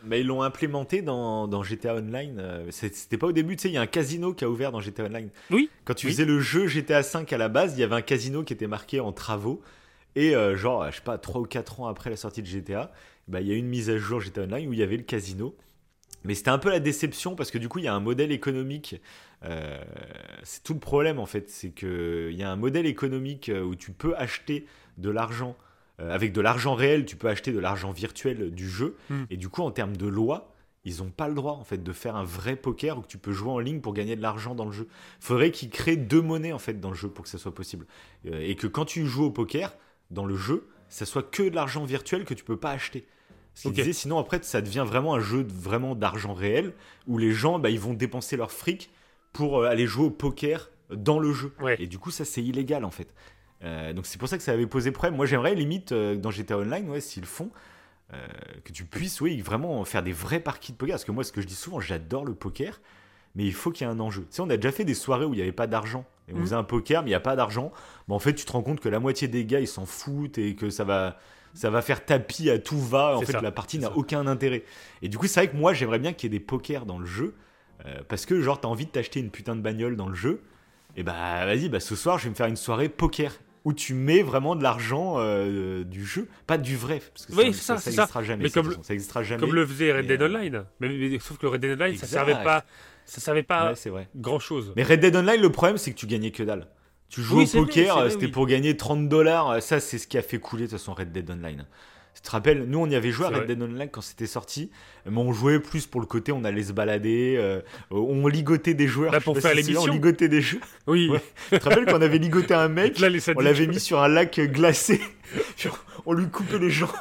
Mais ils l'ont implémenté dans, dans G T A Online. Euh, C'était pas au début, tu sais, il y a un casino qui a ouvert dans G T A Online. Oui. Quand tu oui. faisais le jeu G T A cinq à la base, il y avait un casino qui était marqué en travaux. Et euh, genre, je sais pas, trois ou quatre ans après la sortie de G T A, bah, il y a eu une mise à jour G T A Online où il y avait le casino. Mais c'était un peu la déception parce que du coup, il y a un modèle économique. Euh, c'est tout le problème en fait. C'est qu'il y a un modèle économique où tu peux acheter de l'argent. Euh, avec de l'argent réel, tu peux acheter de l'argent virtuel du jeu. Mm. Et du coup, en termes de loi, ils n'ont pas le droit en fait de faire un vrai poker où tu peux jouer en ligne pour gagner de l'argent dans le jeu. Il faudrait qu'ils créent deux monnaies en fait dans le jeu pour que ça soit possible. Euh, et que quand tu joues au poker, dans le jeu, ça soit que de l'argent virtuel que tu peux pas acheter. Parce qu'ils okay. disaient, sinon après, ça devient vraiment un jeu de, vraiment d'argent réel où les gens, bah, ils vont dépenser leur fric pour euh, aller jouer au poker dans le jeu. Ouais. Et du coup, ça, c'est illégal en fait. Euh, donc c'est pour ça que ça avait posé problème. Moi j'aimerais limite euh, dans G T A Online, ouais, s'ils le font, euh, que tu puisses oui, vraiment faire des vraies parties de poker. Parce que moi ce que je dis souvent, j'adore le poker, mais il faut qu'il y ait un enjeu. Tu sais, on a déjà fait des soirées où il n'y avait pas d'argent. Et on mmh. faisait un poker, mais il n'y a pas d'argent. Mais en fait, tu te rends compte que la moitié des gars, ils s'en foutent et que ça va, ça va faire tapis à tout va. En c'est fait, ça. La partie c'est n'a ça. aucun intérêt. Et du coup, c'est vrai que moi, j'aimerais bien qu'il y ait des pokers dans le jeu. Euh, parce que genre, t'as envie de t'acheter une putain de bagnole dans le jeu. Et bah, vas-y, bah, ce soir, je vais me faire une soirée poker. Où tu mets vraiment de l'argent euh, du jeu, pas du vrai, parce que oui, ça, ça, ça, ça existera jamais. Mais comme, ça existera jamais. Comme le faisait Red Dead euh... Online, mais, mais, sauf que Red Dead Online, exact. ça servait pas, ça servait pas ouais, grand chose. Mais Red Dead Online, le problème, c'est que tu gagnais que dalle. Tu joues oui, au poker, vrai, vrai, c'était oui. pour gagner trente dollars. Ça, c'est ce qui a fait couler de toute façon Red Dead Online. Tu te rappelles, nous on y avait joué c'est à Red Dead Online quand c'était sorti, mais on jouait plus pour le côté, on allait se balader, euh, on ligotait des joueurs. Là, pour faire si l'émission, on ligotait des jeux. Oui. Ouais. Tu te rappelles qu'on avait ligoté un mec, Là, on l'avait mis sur un lac glacé, on lui coupait les jambes.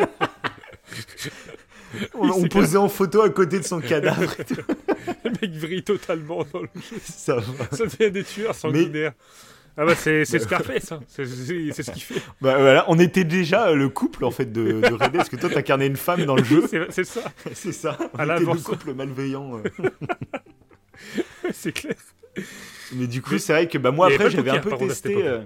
on on posait en photo à côté de son cadavre. Et tout. Le mec vrille totalement dans le jeu. Ça va. Ça devient des tueurs sanguinaires. Mais... Ah bah c'est, c'est Scarface, hein. c'est, c'est, c'est ce qu'il fait. Bah voilà, on était déjà le couple en fait de, de Red Dead, parce que toi t'incarnais une femme dans le jeu. c'est, c'est ça. C'est ça. On à était le couple malveillant. Euh. C'est clair. Mais du coup, c'est vrai que bah moi après j'avais un peu testé. Euh...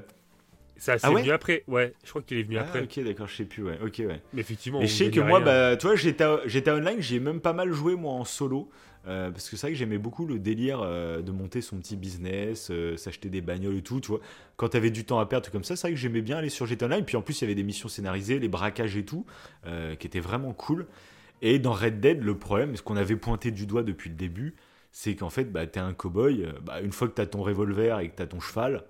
Ça c'est ah ouais venu après, ouais. Je crois qu'il est venu ah, après. Ok, d'accord, je sais plus, ouais. Ok, ouais. Mais effectivement. Et je sais que moi, bah, tu vois, j'étais à, j'étais à Online, j'ai même pas mal joué moi en solo. Euh, parce que c'est vrai que j'aimais beaucoup le délire euh, de monter son petit business, euh, s'acheter des bagnoles et tout, tu vois. Quand t'avais du temps à perdre, tout comme ça, c'est vrai que j'aimais bien aller sur G T A Online. Puis en plus, il y avait des missions scénarisées, les braquages et tout, euh, qui étaient vraiment cool. Et dans Red Dead, le problème, ce qu'on avait pointé du doigt depuis le début, c'est qu'en fait, bah, t'es un cow-boy, bah, une fois que t'as ton revolver et que t'as ton cheval,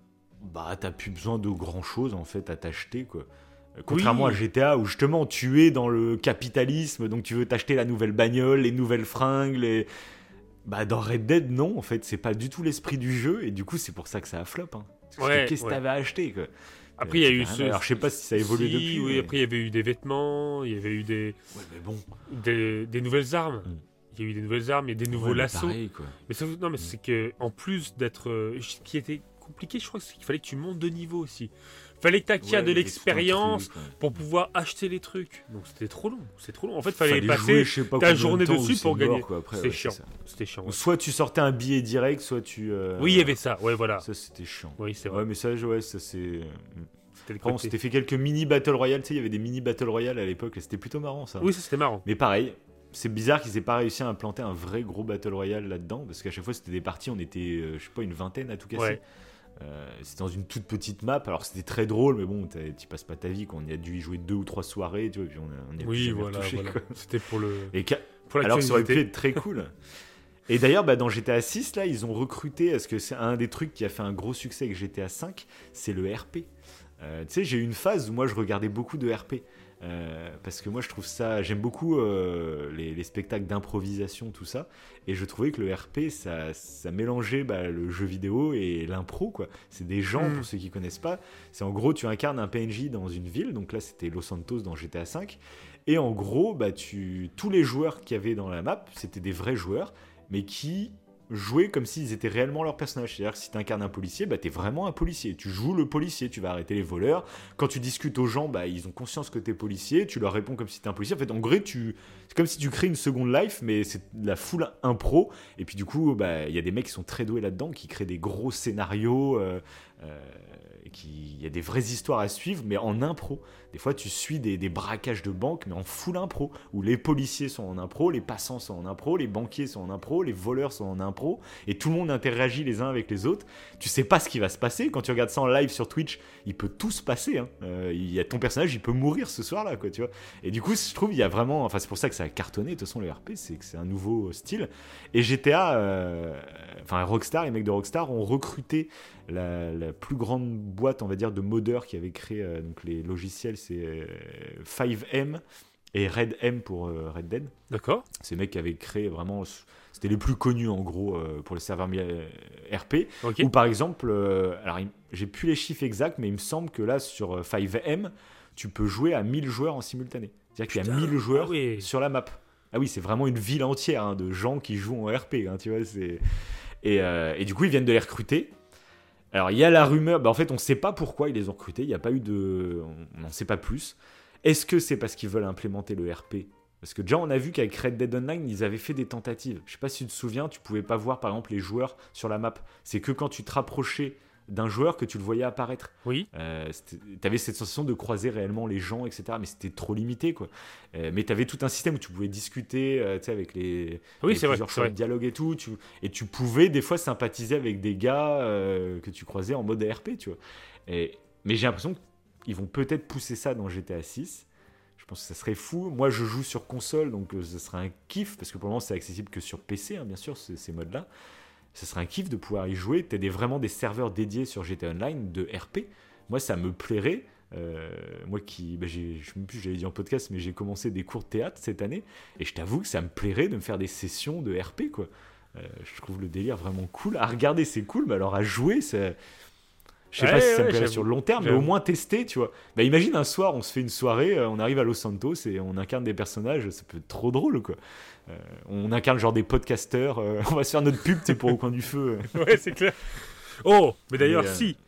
bah, t'as plus besoin de grand-chose, en fait, à t'acheter, quoi. Contrairement oui. à G T A où justement tu es dans le capitalisme, donc tu veux t'acheter la nouvelle bagnole, les nouvelles fringues, les... bah dans Red Dead non en fait c'est pas du tout l'esprit du jeu et du coup c'est pour ça que ça a flop. Hein. Parce ouais, que qu'est-ce ouais. que t'avais acheté quoi. Après il y a eu ce... Alors je sais pas si ça a évolué si, depuis. Oui mais... après il y avait eu des vêtements, il y avait eu des. Ouais mais bon. Des, des nouvelles armes. Mm. Il y a eu des nouvelles armes et des nouveaux ouais, lasso. Pareil, quoi. Mais ça, non mais mm. c'est que en plus d'être, ce qui était compliqué je crois c'est qu'il fallait que tu montes de niveau aussi. Fallait que tu acquières ouais, de l'expérience truc, ouais. pour pouvoir acheter les trucs. Donc c'était trop long. C'est trop long. En fait, fallait, fallait passer jouer, ta journée de dessus pour gagner. Mort, après, c'était, ouais, chiant. c'était chiant. Ouais. Soit tu sortais un billet direct, soit tu. Euh... Oui, il y avait ça. Ouais, voilà. Ça c'était chiant. Oui, c'est vrai. Ouais, mais ça, ouais, ça c'est. C'était Après, on s'était fait quelques mini battle royale. Tu sais, il y avait des mini battle royale à l'époque. Et c'était plutôt marrant ça. Oui, ça c'était marrant. Mais pareil. C'est bizarre qu'ils aient pas réussi à implanter un vrai gros battle royale là-dedans, parce qu'à chaque fois c'était des parties, on était, euh, je sais pas, une vingtaine à tout casser. Ouais. Euh, c'était dans une toute petite map, alors c'était très drôle, mais bon, tu passes pas ta vie, quoi. On y a dû y jouer deux ou trois soirées, tu vois, et puis on, a, on y a oui, plus voilà, retouché, voilà. Quoi. C'était pour le. Et pour alors que ça aurait pu être très cool. Et d'ailleurs, bah, dans G T A six, là, ils ont recruté, parce que c'est un des trucs qui a fait un gros succès avec G T A cinq, c'est le R P. Euh, tu sais, j'ai eu une phase où moi je regardais beaucoup de R P. Euh, parce que moi je trouve ça, j'aime beaucoup euh, les, les spectacles d'improvisation, tout ça, et je trouvais que le R P ça, ça mélangeait bah, le jeu vidéo et l'impro, quoi. C'est des gens, mmh. pour ceux qui connaissent pas, c'est en gros tu incarnes un P N J dans une ville, donc là c'était Los Santos dans G T A cinq, et en gros bah, tu, tous les joueurs qu'il y avait dans la map c'était des vrais joueurs, mais qui jouer comme s'ils étaient réellement leur personnage. C'est-à-dire que si tu incarnes un policier, bah, tu es vraiment un policier. Tu joues le policier, tu vas arrêter les voleurs. Quand tu discutes aux gens, bah, ils ont conscience que tu es policier. Tu leur réponds comme si tu un policier. En fait, en vrai, tu... c'est comme si tu crées une seconde life, mais c'est de la full impro. Et puis du coup, bah, y a des mecs qui sont très doués là-dedans, qui créent des gros scénarios. Euh, euh, il y a des vraies histoires à suivre, mais en impro. des fois tu suis des, des braquages de banque, mais en full impro, où les policiers sont en impro, les passants sont en impro, les banquiers sont en impro, les voleurs sont en impro, et tout le monde interagit les uns avec les autres. Tu sais pas ce qui va se passer. Quand tu regardes ça en live sur Twitch, il peut tout se passer. Hein. Euh, il y a ton personnage, il peut mourir ce soir-là, quoi, tu vois. Et du coup, je trouve il y a vraiment, enfin c'est pour ça que ça a cartonné. De toute façon, le R P, c'est que c'est un nouveau style. Et G T A, euh, enfin Rockstar, les mecs de Rockstar ont recruté La, la plus grande boîte, on va dire, de modeurs qui avait créé euh, donc les logiciels, c'est euh, cinq M et Red M pour euh, Red Dead. D'accord. Ces mecs qui avaient créé vraiment, c'était les plus connus en gros euh, pour les serveurs R P. Okay. Ou par exemple, euh, alors j'ai plus les chiffres exacts, mais il me semble que là sur cinq M, tu peux jouer à mille joueurs en simultané. C'est-à-dire qu'il y a mille joueurs ah oui. sur la map. Ah oui, c'est vraiment une ville entière hein, de gens qui jouent en R P. Hein, tu vois, c'est... Et, euh, et du coup, ils viennent de les recruter. Alors, il y a la rumeur, bah, en fait, on ne sait pas pourquoi ils les ont recrutés, il n'y a pas eu de... On n'en sait pas plus. Est-ce que c'est parce qu'ils veulent implémenter le R P ? Parce que déjà, on a vu qu'avec Red Dead Online, ils avaient fait des tentatives. Je ne sais pas si tu te souviens, tu ne pouvais pas voir, par exemple, les joueurs sur la map. C'est que quand tu te rapprochais d'un joueur que tu le voyais apparaître. Oui. Euh, tu avais cette sensation de croiser réellement les gens, et cetera. Mais c'était trop limité, quoi. Euh, mais tu avais tout un système où tu pouvais discuter euh, avec les, oui, avec c'est plusieurs vrai, choix c'est de dialogue et tout. Tu, et tu pouvais des fois sympathiser avec des gars euh, que tu croisais en mode R P, tu vois. Et, mais j'ai l'impression qu'ils vont peut-être pousser ça dans G T A six. Je pense que ça serait fou. Moi, je joue sur console, donc euh, ce serait un kiff, parce que pour le moment, c'est accessible que sur P C, hein, bien sûr, ces, ces modes-là. Ce serait un kiff de pouvoir y jouer. Tu as des, vraiment des serveurs dédiés sur G T A Online de R P. Moi, ça me plairait. Euh, moi qui, bah, j'ai, je ne sais plus, j'avais dit en podcast, mais j'ai commencé des cours de théâtre cette année. Et je t'avoue que ça me plairait de me faire des sessions de R P, quoi. Euh, je trouve le délire vraiment cool. À regarder, c'est cool, mais alors à jouer, c'est... Je sais ouais, pas si ça ouais, me plairait j'avoue, sur le long terme, j'avoue. mais au moins tester, tu vois. Bah, imagine un soir, on se fait une soirée, euh, on arrive à Los Santos et on incarne des personnages, ça peut être trop drôle, quoi. Euh, on incarne genre des podcasteurs, euh, on va se faire notre pub, c'est pour Au Coin du Feu. Ouais, c'est clair. Oh, mais d'ailleurs, Mais, euh, si.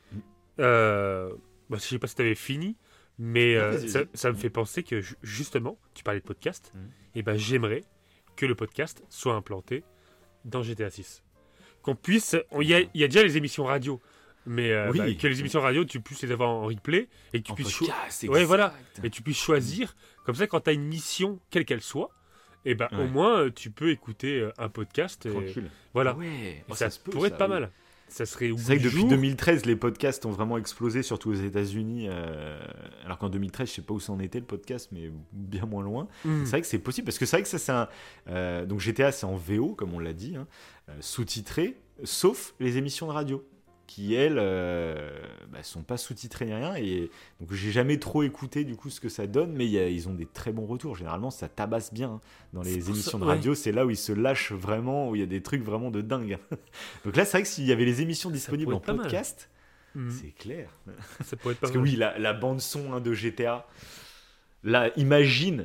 Euh, bah, je sais pas si t'avais fini, mais euh, vas-y, ça, vas-y. ça me fait penser que ju- justement, tu parlais de podcast, Mm. et ben j'aimerais que le podcast soit implanté dans G T A six. Qu'on puisse. Il y, a- il y a déjà les émissions radio, mais euh, Oui. bah, que les émissions radio, tu puisses les avoir en replay et que tu En puisses cho- podcast, ouais, voilà. exact. et tu puisses choisir. Comme ça, quand tu as une mission, quelle qu'elle soit, et ben Ouais. au moins euh, tu peux écouter euh, un podcast. Et, Tranquille. voilà. Ouais. Et Oh, ça, se peut, pourrait ça, être pas oui. mal. Ça serait au C'est bout vrai que du depuis jour. deux mille treize, les podcasts ont vraiment explosé, surtout aux États-Unis. euh, Alors qu'en deux mille treize, je sais pas où ça en était le podcast, mais bien moins loin. Mm. C'est vrai que c'est possible parce que c'est vrai que ça, c'est un. euh, Donc G T A, c'est en V O, comme on l'a dit, hein, euh, sous-titré, sauf les émissions de radio qui, elles, euh, bah, sont pas sous-titrées ni rien. Et donc j'ai jamais trop écouté du coup ce que ça donne, mais il y a- ils ont des très bons retours. Généralement, ça tabasse bien hein. Dans C'est les pour émissions ça- de ouais. radio. C'est là où ils se lâchent vraiment, où il y a des trucs vraiment de dingue. Donc là, c'est vrai que s'il y avait les émissions disponibles pourrait en être pas mal. podcast, Mm. c'est clair. Ça pourrait être pas Parce que mal. oui, la, la bande son hein, de G T A, là, imagine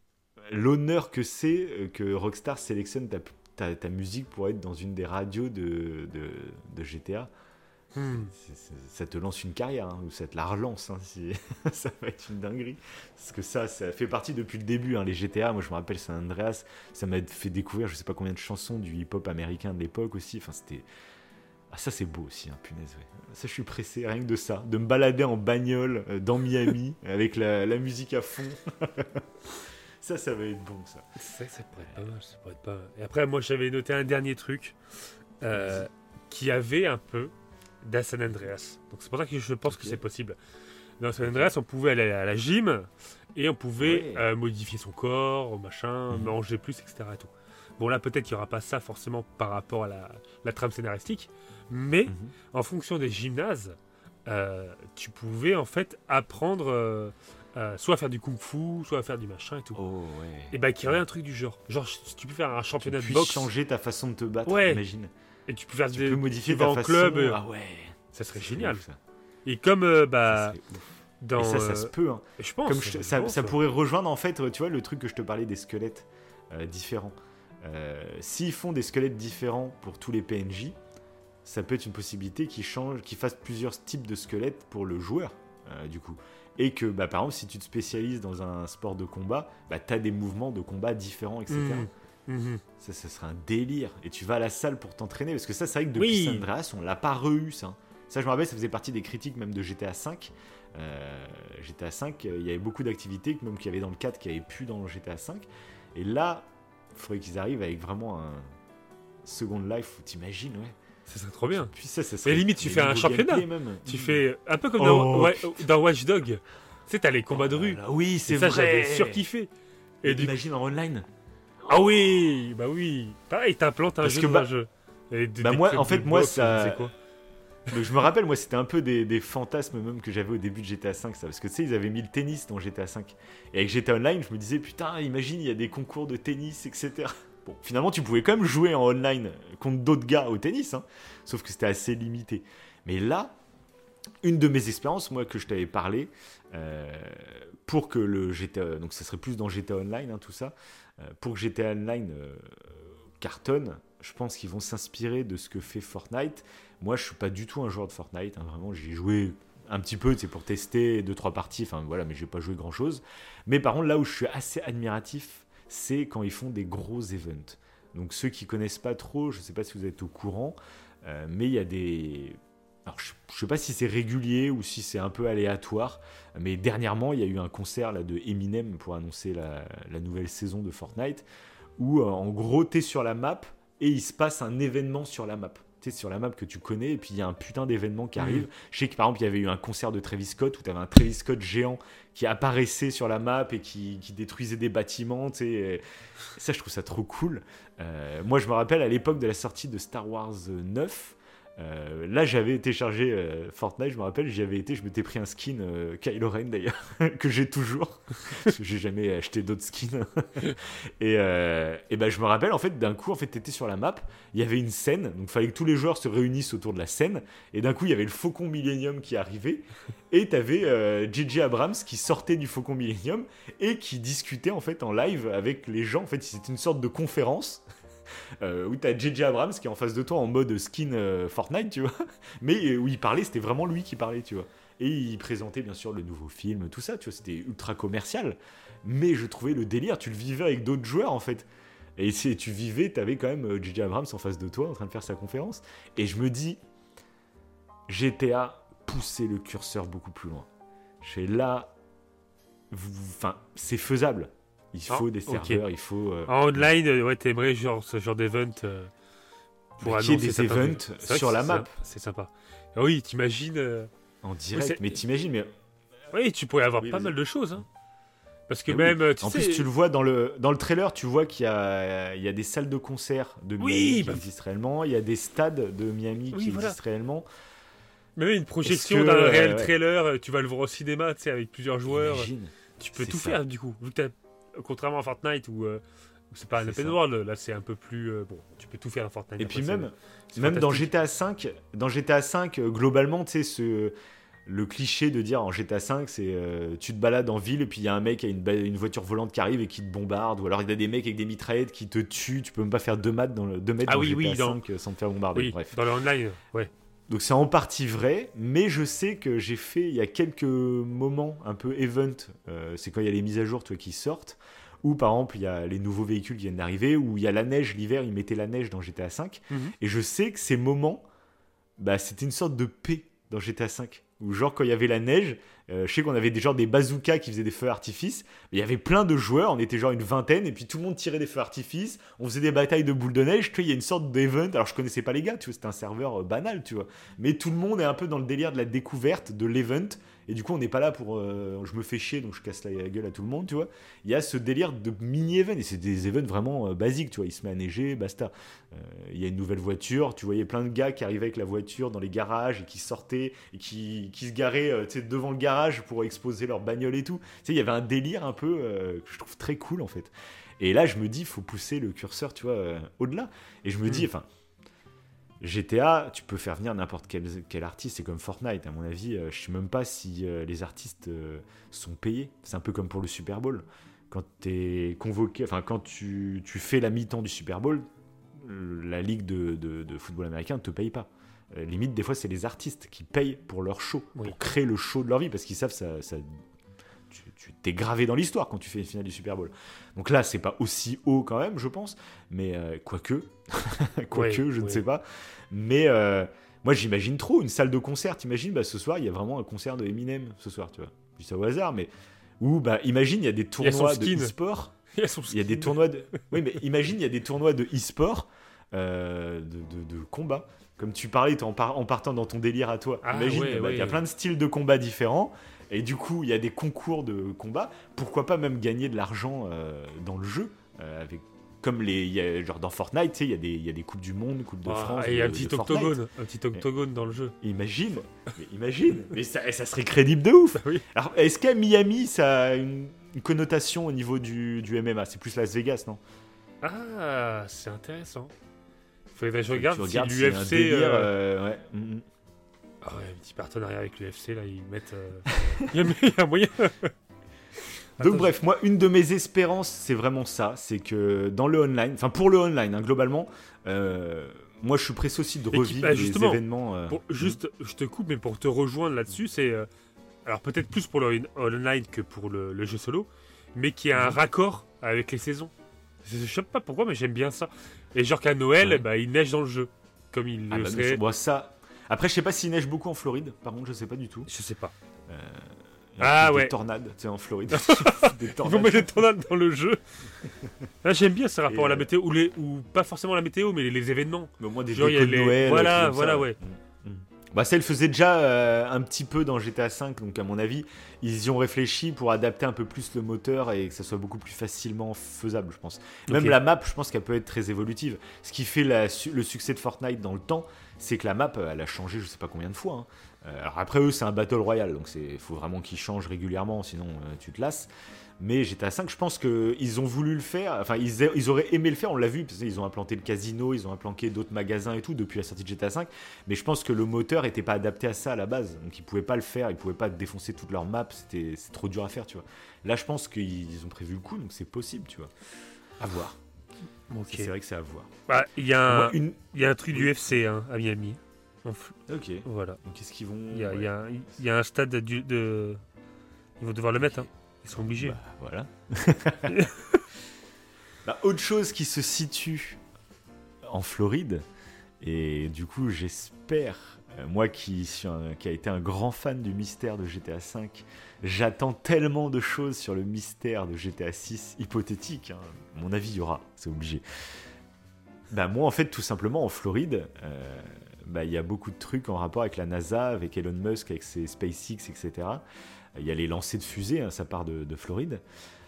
l'honneur que c'est euh, que Rockstar sélectionne ta, ta, ta musique pour être dans une des radios de, de, de G T A. Mm. C'est- c'est- ça te lance une carrière, hein, ou ça te la relance, hein, si... ça va être une dinguerie. Parce que ça, ça fait partie depuis le début, hein, les G T A, moi je me rappelle San Andreas, ça m'a fait découvrir je sais pas combien de chansons du hip-hop américain de l'époque aussi, enfin c'était... Ah ça c'est beau aussi, hein, punaise, ouais. Ça je suis pressé, rien que de ça, de me balader en bagnole euh, dans Miami, avec la, la musique à fond. Ça, ça va être bon, ça. C'est vrai que ça pourrait être pas mal. Ça pourrait être pas mal. Et après, moi j'avais noté un dernier truc euh, qui avait un peu d'A San Andreas. Donc c'est pour ça que je pense Ok. que c'est possible. Dans San Andreas, on pouvait aller à la gym et on pouvait Ouais. euh, modifier son corps, machin, Mhm. manger plus, et cetera. Et tout. Bon, là, peut-être qu'il n'y aura pas ça forcément par rapport à la, la trame scénaristique, mais Mhm. en fonction des gymnases, euh, tu pouvais en fait apprendre euh, euh, soit à faire du kung-fu, soit à faire du machin et tout. Oh ouais. Et bah, qu'il y aurait un truc du genre. Genre, si tu peux faire un Tu championnat de puisses boxe changer ta façon de te battre, Ouais. imagine. et tu peux faire Tu des. peux modifier tu vas ta en façon. club, euh, Ah ouais. ça serait Ça génial. ouf, ça. Et comme euh, Ça bah, serait ouf. dans. Et ça, ça euh, se peut. Hein. je pense. Comme je te- je ça, pense, ça ouais. pourrait rejoindre en fait, tu vois, le truc que je te parlais des squelettes euh, différents. Euh, S'ils font des squelettes différents pour tous les P N J, ça peut être une possibilité qu'ils changent, qu'ils fassent plusieurs types de squelettes pour le joueur, euh, du coup. Et que, bah, par exemple, si tu te spécialises dans un sport de combat, bah, tu as des mouvements de combat différents, et cetera. Mhm. Mhm. Ça, ça serait un délire. Et tu vas à la salle pour t'entraîner. Parce que ça, c'est vrai que depuis Oui. San Andreas, on l'a pas re-eu, ça. Ça, je me rappelle, ça faisait partie des critiques même de G T A cinq. Euh, G T A cinq, il y avait beaucoup d'activités, même qu'il y avait dans le quatre, qui n'y avait plus dans le G T A cinq. Et là, il faudrait qu'ils arrivent avec vraiment un Second Life, t'imagines, ouais. Ça serait trop bien. Puis ça, ça serait mais limite, tu fais un championnat. Même. Tu fais un peu comme oh. dans, dans Watch Dogs. Tu sais, t'as les combats oh, de rue. Là, oui, c'est ça, vrai. J'avais surkiffé. Et imagine en online. Ah oui, bah oui. Pareil, t'implantes un Parce jeu que dans bah, un jeu. Et des, bah des moi, en fait, moi, ça. Quoi Donc, je me rappelle, moi, c'était un peu des, des fantasmes même que j'avais au début de G T A cinq, ça, parce que tu sais, ils avaient mis le tennis dans G T A cinq. Et avec G T A Online, je me disais, putain, imagine, il y a des concours de tennis, et cetera. Bon, finalement, tu pouvais quand même jouer en online contre d'autres gars au tennis, hein, sauf que c'était assez limité. Mais là, une de mes expériences, moi, que je t'avais parlé, euh, pour que le G T A, donc ça serait plus dans G T A Online, hein, tout ça, euh, pour que G T A Online euh, cartonne, je pense qu'ils vont s'inspirer de ce que fait Fortnite. Moi, je suis pas du tout un joueur de Fortnite, hein, vraiment, j'ai joué un petit peu, c'est pour tester deux trois parties, enfin voilà, mais j'ai pas joué grand chose. Mais par contre, là où je suis assez admiratif, c'est quand ils font des gros events. Donc ceux qui connaissent pas trop, je sais pas si vous êtes au courant, euh, mais il y a des... Alors je, je sais pas si c'est régulier ou si c'est un peu aléatoire, mais dernièrement, il y a eu un concert là, de Eminem pour annoncer la, la nouvelle saison de Fortnite, où euh, en gros, t'es sur la map et il se passe un événement sur la map. Tu sais, sur la map que tu connais, et puis il y a un putain d'événement qui arrive. Mmh. Je sais que par exemple, il y avait eu un concert de Travis Scott où tu avais un Travis Scott géant qui apparaissait sur la map et qui, qui détruisait des bâtiments. Tu sais. Ça, je trouve ça trop cool. Euh, moi, je me rappelle à l'époque de la sortie de Star Wars neuf. Euh, là, j'avais téléchargé euh, Fortnite, je me rappelle, j'y avais été, je m'étais pris un skin euh, Kylo Ren d'ailleurs, que j'ai toujours, parce que j'ai jamais acheté d'autres skins. et, euh, et ben, je me rappelle, en fait, d'un coup, en fait, t'étais sur la map, il y avait une scène, donc il fallait que tous les joueurs se réunissent autour de la scène, et d'un coup, il y avait le Faucon Millennium qui arrivait, et t'avais euh, J J Abrams qui sortait du Faucon Millennium et qui discutait en fait en live avec les gens. En fait, c'était une sorte de conférence. Euh, où t'as J J Abrams qui est en face de toi en mode skin euh, Fortnite, tu vois, mais où il parlait, c'était vraiment lui qui parlait, tu vois, et il présentait bien sûr le nouveau film, tout ça, tu vois, c'était ultra commercial, mais je trouvais le délire, tu le vivais avec d'autres joueurs en fait, et si tu vivais, t'avais quand même J J Abrams en face de toi en train de faire sa conférence, et je me dis, G T A poussait le curseur beaucoup plus loin. Je fais là, enfin, c'est faisable. Il faut oh, des serveurs, okay. il faut... Euh... En online, ouais, t'aimerais genre, ce genre d'event euh, pour annoncer des events sur la map. C'est sympa. Ah oui, t'imagines... Euh... En direct, oui, mais t'imagines, mais... Oui, tu pourrais avoir oui, pas vas-y. mal de choses. Hein. Parce que mais même... Oui. Tu en sais... plus, tu le vois dans le, dans le trailer, tu vois qu'il y a, il y a des salles de concert de Miami oui, qui bah... existent réellement, il y a des stades de Miami oui, qui voilà. existent réellement. Mais même une projection que, d'un euh, réel ouais. trailer, tu vas le voir au cinéma, tu sais, avec plusieurs joueurs. Imagine. Tu peux c'est tout ça. faire, du coup. Vu que t'as... Contrairement à Fortnite où, euh, où c'est pas un open world, là c'est un peu plus euh, bon, tu peux tout faire en Fortnite. Et puis même, c'est même dans G T A cinq, dans G T A cinq euh, globalement, tu sais ce le cliché de dire en G T A cinq, c'est euh, tu te balades en ville et puis il y a un mec qui a une, une voiture volante qui arrive et qui te bombarde, ou alors il y a des mecs avec des mitraillettes qui te tuent, tu peux même pas faire deux mètres dans le deux mètres ah dans oui, G T A oui, cinq dans... sans te faire bombarder. Oui, bref. Dans le online, ouais. Donc c'est en partie vrai, mais je sais que j'ai fait il y a quelques moments un peu event, euh, c'est quand il y a les mises à jour toi qui sortent. Ou par exemple, il y a les nouveaux véhicules qui viennent d'arriver, ou il y a la neige, l'hiver, ils mettaient la neige dans G T A cinq. Mm-hmm. Et je sais que ces moments, bah, c'était une sorte de paix dans G T A cinq. Où genre, quand il y avait la neige, euh, je sais qu'on avait des, genre, des bazookas qui faisaient des feux d'artifice, mais il y avait plein de joueurs, on était genre une vingtaine, et puis tout le monde tirait des feux d'artifice, on faisait des batailles de boules de neige, tu vois, il y a une sorte d'event, alors je connaissais pas les gars, tu vois, c'était un serveur euh, banal, tu vois. Mais tout le monde est un peu dans le délire de la découverte, de l'event, et du coup, on n'est pas là pour... Euh, je me fais chier, donc je casse la gueule à tout le monde, tu vois. Il y a ce délire de mini-event, et c'est des events vraiment euh, basiques, tu vois. Il se met à neiger, basta. Euh, il y a une nouvelle voiture, tu voyais plein de gars qui arrivaient avec la voiture dans les garages, et qui sortaient, et qui, qui se garaient euh, devant le garage pour exposer leur bagnole et tout. Tu sais, il y avait un délire un peu euh, que je trouve très cool, en fait. Et là, je me dis, il faut pousser le curseur, tu vois, euh, au-delà. Et je me mmh. dis, enfin... G T A, tu peux faire venir n'importe quel, quel artiste, c'est comme Fortnite, à mon avis, euh, je sais même pas si euh, les artistes euh, sont payés, c'est un peu comme pour le Super Bowl, quand t'es convoqué, enfin quand tu, tu fais la mi-temps du Super Bowl, la ligue de, de, de football américain ne te paye pas, euh, limite des fois c'est les artistes qui payent pour leur show, oui. pour créer le show de leur vie, parce qu'ils savent ça, ça tu, tu t'es gravé dans l'histoire quand tu fais une finale du Super Bowl. Donc là, c'est pas aussi haut quand même, je pense, mais euh, quoique, quoique, oui, je oui. ne sais pas. Mais, euh, Moi, j'imagine trop une salle de concert. T'imagines, bah, ce soir, il y a vraiment un concert de Eminem ce soir, tu vois. Je dis ça au hasard, mais ou bah, imagine, il y a des tournois de e-sport. Il y a, son il y a des tournois de. Oui, mais imagine, il y a des tournois de e-sport, euh, de, de, de combat. Comme tu parlais, en, par... en partant dans ton délire à toi. Ah, imagine, ouais, bah, ouais. il y a plein de styles de combat différents. Et du coup, il y a des concours de combat. Pourquoi pas même gagner de l'argent euh, dans le jeu euh, avec comme les, y a, genre dans Fortnite, tu sais, il y a des, il y a des coupes du monde, coupes de Ah, France. et il y a un de- petit de Fortnite. octogone, un petit octogone dans le jeu. Imagine, mais imagine, mais ça, ça serait crédible de ouf. Oui. Alors, est-ce qu'à Miami, ça a une, une connotation au niveau du, du M M A? C'est plus Las Vegas, non? Ah, c'est intéressant. Faudrait que je regarde Tu si regardes, c'est l'U F un C. délire, euh, euh, ouais. Mhm. Ah ouais, un petit partenariat avec l'U F C, là, ils mettent. euh, Il y, a- il y a moyen. Donc Attends, bref, moi, une de mes espérances, c'est vraiment ça, c'est que dans le online, enfin pour le online, hein, globalement, euh, moi je suis pressé aussi de qui- revivre bah, les justement, événements. euh, pour- juste, je te coupe, mais pour te rejoindre là-dessus, c'est. euh, alors peut-être plus pour le on- online que pour le, le jeu solo, mais qui a un Mhm. raccord avec les saisons. Je je sais pas pourquoi, mais j'aime bien ça. Et genre qu'à Noël, Ouais. bah, il neige dans le jeu. Comme il Ah le bah, serait. bon, ça. Après, je sais pas s'il neige beaucoup en Floride. Par contre, je sais pas du tout. Je sais pas. Il y a Ah plus ouais. Des tornades, tu sais, en Floride. Des Ils vont tornades. mettre des tornades dans le jeu. Là, j'aime bien ce rapport Et, à la euh, météo, ou, les, ou pas forcément la météo, mais les, les événements. Mais au moins des Genre, il y a décos de les- Noël. voilà, trucs comme voilà, ça, ouais. Mm, mm. Bah ça, ils le faisaient déjà euh, un petit peu dans G T A cinq, donc à mon avis, ils y ont réfléchi pour adapter un peu plus le moteur et que ça soit beaucoup plus facilement faisable, je pense. Même Ok. la map, je pense qu'elle peut être très évolutive. Ce qui fait la su- le succès de Fortnite dans le temps, c'est que la map, euh, elle a changé je sais pas combien de fois. hein. Euh, alors après, eux, c'est un Battle Royale, donc il faut vraiment qu'ils changent régulièrement, sinon euh, tu te lasses. Mais G T A cinq, je pense qu'ils ont voulu le faire, enfin ils, a- ils auraient aimé le faire, on l'a vu, parce qu'ils ont implanté le casino, ils ont implanté d'autres magasins et tout depuis la sortie de G T A cinq, mais je pense que le moteur était pas adapté à ça à la base, donc ils pouvaient pas le faire, ils pouvaient pas défoncer toute leur map, c'était c'est trop dur à faire, tu vois. Là, je pense qu'ils ils ont prévu le coup, donc c'est possible, tu vois. À voir. Ok. C'est vrai que c'est à voir. Bah, il y, a Moi, un- une... il y a un truc Oui. du U F C hein, à Miami. En f- Ok. Voilà. Donc qu'est-ce qu'ils vont... Il y a, il y ouais. a un- il y a un stade du- de. Ils vont devoir le mettre. Hein. Ils sont obligés. Bah, voilà. Bah, autre chose qui se situe en Floride, et du coup j'espère, euh, moi qui, suis un- qui a été un grand fan du mystère de G T A cinq, j'attends tellement de choses sur le mystère de G T A six, hypothétique, hein. À mon avis il y aura, c'est obligé. Bah moi en fait tout simplement en Floride, euh, bah, il y a beaucoup de trucs en rapport avec la NASA, avec Elon Musk, avec ses SpaceX, et cetera. Il y a les lancers de fusées, hein, ça part de, de Floride.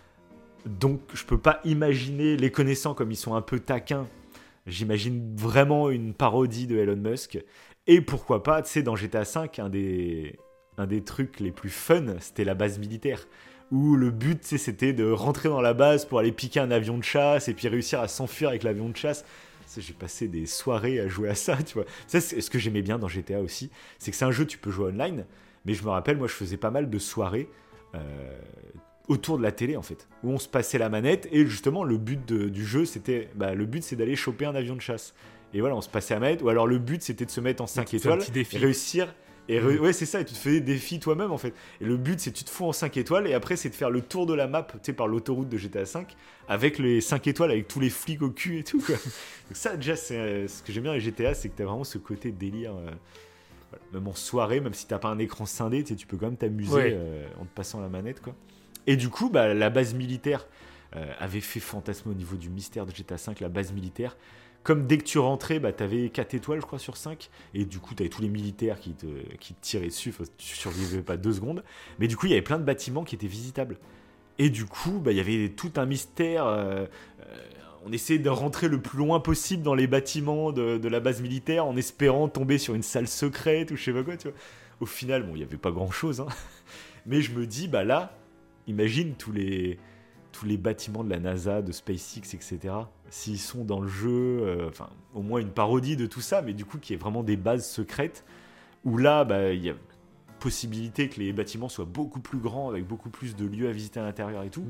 Donc je peux pas imaginer, les connaissant comme ils sont un peu taquins, j'imagine vraiment une parodie de Elon Musk. Et pourquoi pas, tu sais, dans G T A cinq, un des, un des trucs les plus fun, c'était la base militaire. Où le but, tu sais, c'était de rentrer dans la base pour aller piquer un avion de chasse et puis réussir à s'enfuir avec l'avion de chasse. Tu sais, j'ai passé des soirées à jouer à ça, tu vois. Ça, c'est ce que j'aimais bien dans G T A aussi, c'est que c'est un jeu, tu peux jouer online, mais je me rappelle, moi, je faisais pas mal de soirées euh, autour de la télé, en fait, où on se passait la manette, et justement, le but de- du jeu, c'était, bah, le but, c'est d'aller choper un avion de chasse. Et voilà, on se passait la manette, ou alors le but, c'était de se mettre en cinq tu te fais un étoiles, petit défi. et réussir... Et re- Mhm. ouais, c'est ça, et tu te fais des défis toi-même en fait. Et le but, c'est que tu te fous en cinq étoiles, et après, c'est de faire le tour de la map, tu sais, par l'autoroute de G T A cinq, avec les cinq étoiles, avec tous les flics au cul et tout, quoi. Donc, ça, déjà, c'est euh, ce que j'aime bien avec G T A, c'est que t'as vraiment ce côté délire. euh, voilà. Même en soirée, même si t'as pas un écran scindé, tu sais, tu peux quand même t'amuser Ouais. euh, en te passant la manette, quoi. Et du coup, bah, la base militaire euh, avait fait fantasmer au niveau du mystère de G T A cinq, la base militaire. Comme dès que tu rentrais, bah, t'avais quatre étoiles, je crois, sur cinq. Et du coup, t'avais tous les militaires qui te, qui te tiraient dessus. Enfin, tu survivais pas deux secondes. Mais du coup, il y avait plein de bâtiments qui étaient visitables. Et du coup, bah, il y avait tout un mystère. euh, euh, on essayait de rentrer le plus loin possible dans les bâtiments de, de la base militaire en espérant tomber sur une salle secrète ou je sais pas quoi, tu vois. Au final, bon, il n'y avait pas grand-chose. Hein. Mais je me dis, bah là, imagine tous les... tous les bâtiments de la NASA, de SpaceX, et cetera. S'ils sont dans le jeu, euh, enfin, au moins une parodie de tout ça, mais du coup, qui est vraiment des bases secrètes, où là, bah, il y a possibilité que les bâtiments soient beaucoup plus grands, avec beaucoup plus de lieux à visiter à l'intérieur et tout.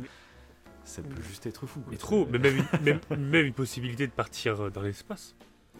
Ça peut juste être fou. Quoi. Mais trop, mais même, une- même, même une possibilité de partir euh, dans l'espace.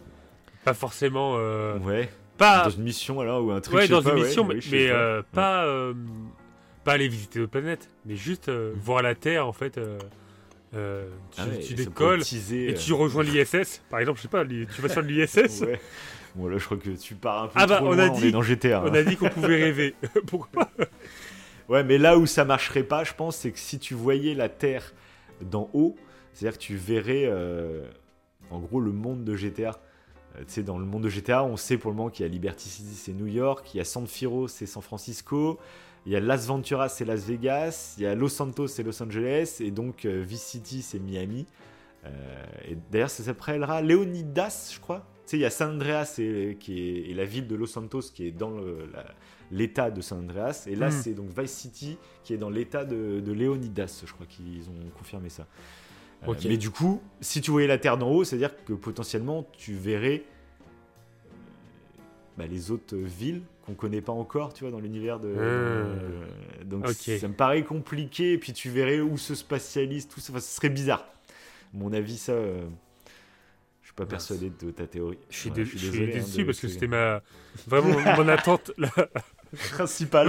Pas forcément. euh, Ouais. pas Dans une mission, alors, ou un truc. ouais, je sais dans pas, une ouais, mission, ouais, mais, je sais mais, pas. euh, Ouais. pas, euh, pas aller visiter d'autres planètes, mais juste euh, voir la Terre en fait, euh, Euh, tu, Ah ouais, tu ça décolles pourrait teaser, et euh, tu rejoins l'I S S. Par exemple, je sais pas, li- tu vas sur l'I S S. Ouais. Bon là je crois que tu pars un peu Ah bah, trop on loin, a on dit- est dans G T A. On hein. a dit qu'on pouvait rêver. Pourquoi Ouais, mais là où ça marcherait pas, je pense, c'est que si tu voyais la Terre d'en haut, c'est-à-dire que tu verrais euh, en gros le monde de G T A. Euh, tu sais, dans le monde de G T A, on sait pour le moment qu'il y a Liberty City, c'est New York, il y a San Fierro, c'est San Francisco, il y a Las Venturas, c'est Las Vegas, il y a Los Santos, c'est Los Angeles, et donc euh, Vice City, c'est Miami. Euh, et d'ailleurs, ça s'appellera Leonidas, je crois. Tu sais, il y a San Andreas et, qui est, et la ville de Los Santos qui est dans le, la- l'état de San Andreas. Et là, Mm. c'est donc Vice City qui est dans l'état de, de Leonidas. Je crois qu'ils ont confirmé ça. Euh, Ok. mais du coup, si tu voyais la Terre d'en haut, c'est-à-dire que potentiellement, tu verrais euh, bah, les autres villes qu'on connaît pas encore, tu vois, dans l'univers de. Mm. euh, donc, Ok. ça me paraît compliqué. Et puis, tu verrais où se spatialise tout ça. Enfin, ce serait bizarre. À mon avis, ça. euh, Je suis pas Mince. persuadé de ta théorie. Je suis, Voilà, dé- je suis désolé, hein, déçu de- parce que c'est- c'était ma vraiment mon attente. La... principal.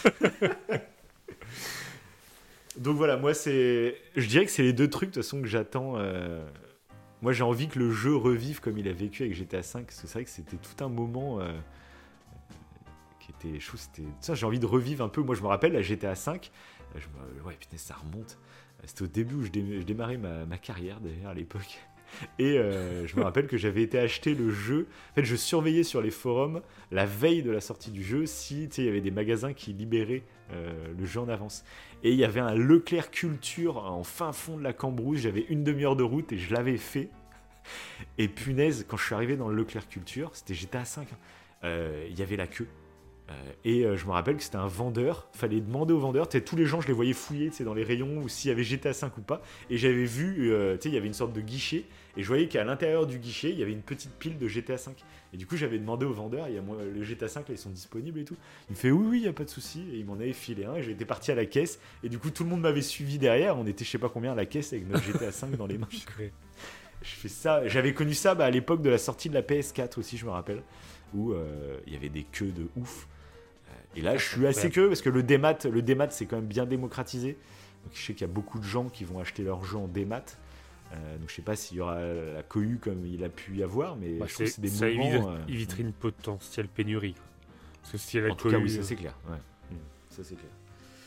Donc voilà, moi c'est, je dirais que c'est les deux trucs de toute façon que j'attends. euh, Moi j'ai envie que le jeu revive comme il a vécu avec G T A cinq, parce que c'est vrai que c'était tout un moment euh, qui était, je trouve, c'était, ça j'ai envie de revivre un peu. Moi je me rappelle la G T A cinq, euh, je me... ouais putain ça remonte. C'était au début où je, dé- je démarrais ma, ma carrière d'ailleurs à l'époque. Et euh, je me rappelle que j'avais été acheter le jeu. En fait, je surveillais sur les forums la veille de la sortie du jeu si tu sais, il y avait des magasins qui libéraient euh, le jeu en avance. Et il y avait un Leclerc Culture en fin fond de la Cambrousse. J'avais une demi-heure de route et je l'avais fait. Et punaise, quand je suis arrivé dans le Leclerc Culture, c'était G T A cinq, hein, euh, il y avait la queue. Euh, et euh, je me rappelle que c'était un vendeur, fallait demander au vendeur, tu sais, tous les gens je les voyais fouiller tu sais, dans les rayons ou s'il y avait G T A cinq ou pas, et j'avais vu, euh, tu sais, il y avait une sorte de guichet, et je voyais qu'à l'intérieur du guichet, il y avait une petite pile de G T A cinq, et du coup j'avais demandé au vendeur, il y a moi, le G T A cinq là ils sont disponibles et tout, il me fait oui oui il y a pas de souci, et il m'en avait filé un, et j'étais parti à la caisse, et du coup tout le monde m'avait suivi derrière, on était je sais pas combien à la caisse avec notre G T A cinq dans les mains. Je fais ça, j'avais connu ça bah, à l'époque de la sortie de la P S quatre aussi, je me rappelle, où euh, il y avait des queues de ouf. Et là, je suis assez curieux parce que le démat, le démat, c'est quand même bien démocratisé. Donc, je sais qu'il y a beaucoup de gens qui vont acheter leur jeu en démat. Euh, donc, je sais pas s'il y aura la cohue comme il a pu y avoir, mais Bah, je trouve que c'est, c'est des ça moments. évite- euh, éviterait une potentielle pénurie. Quoi. Parce que si elle a En tout cas, cohue- oui, ça c'est clair. Ouais. Mm, ça c'est clair.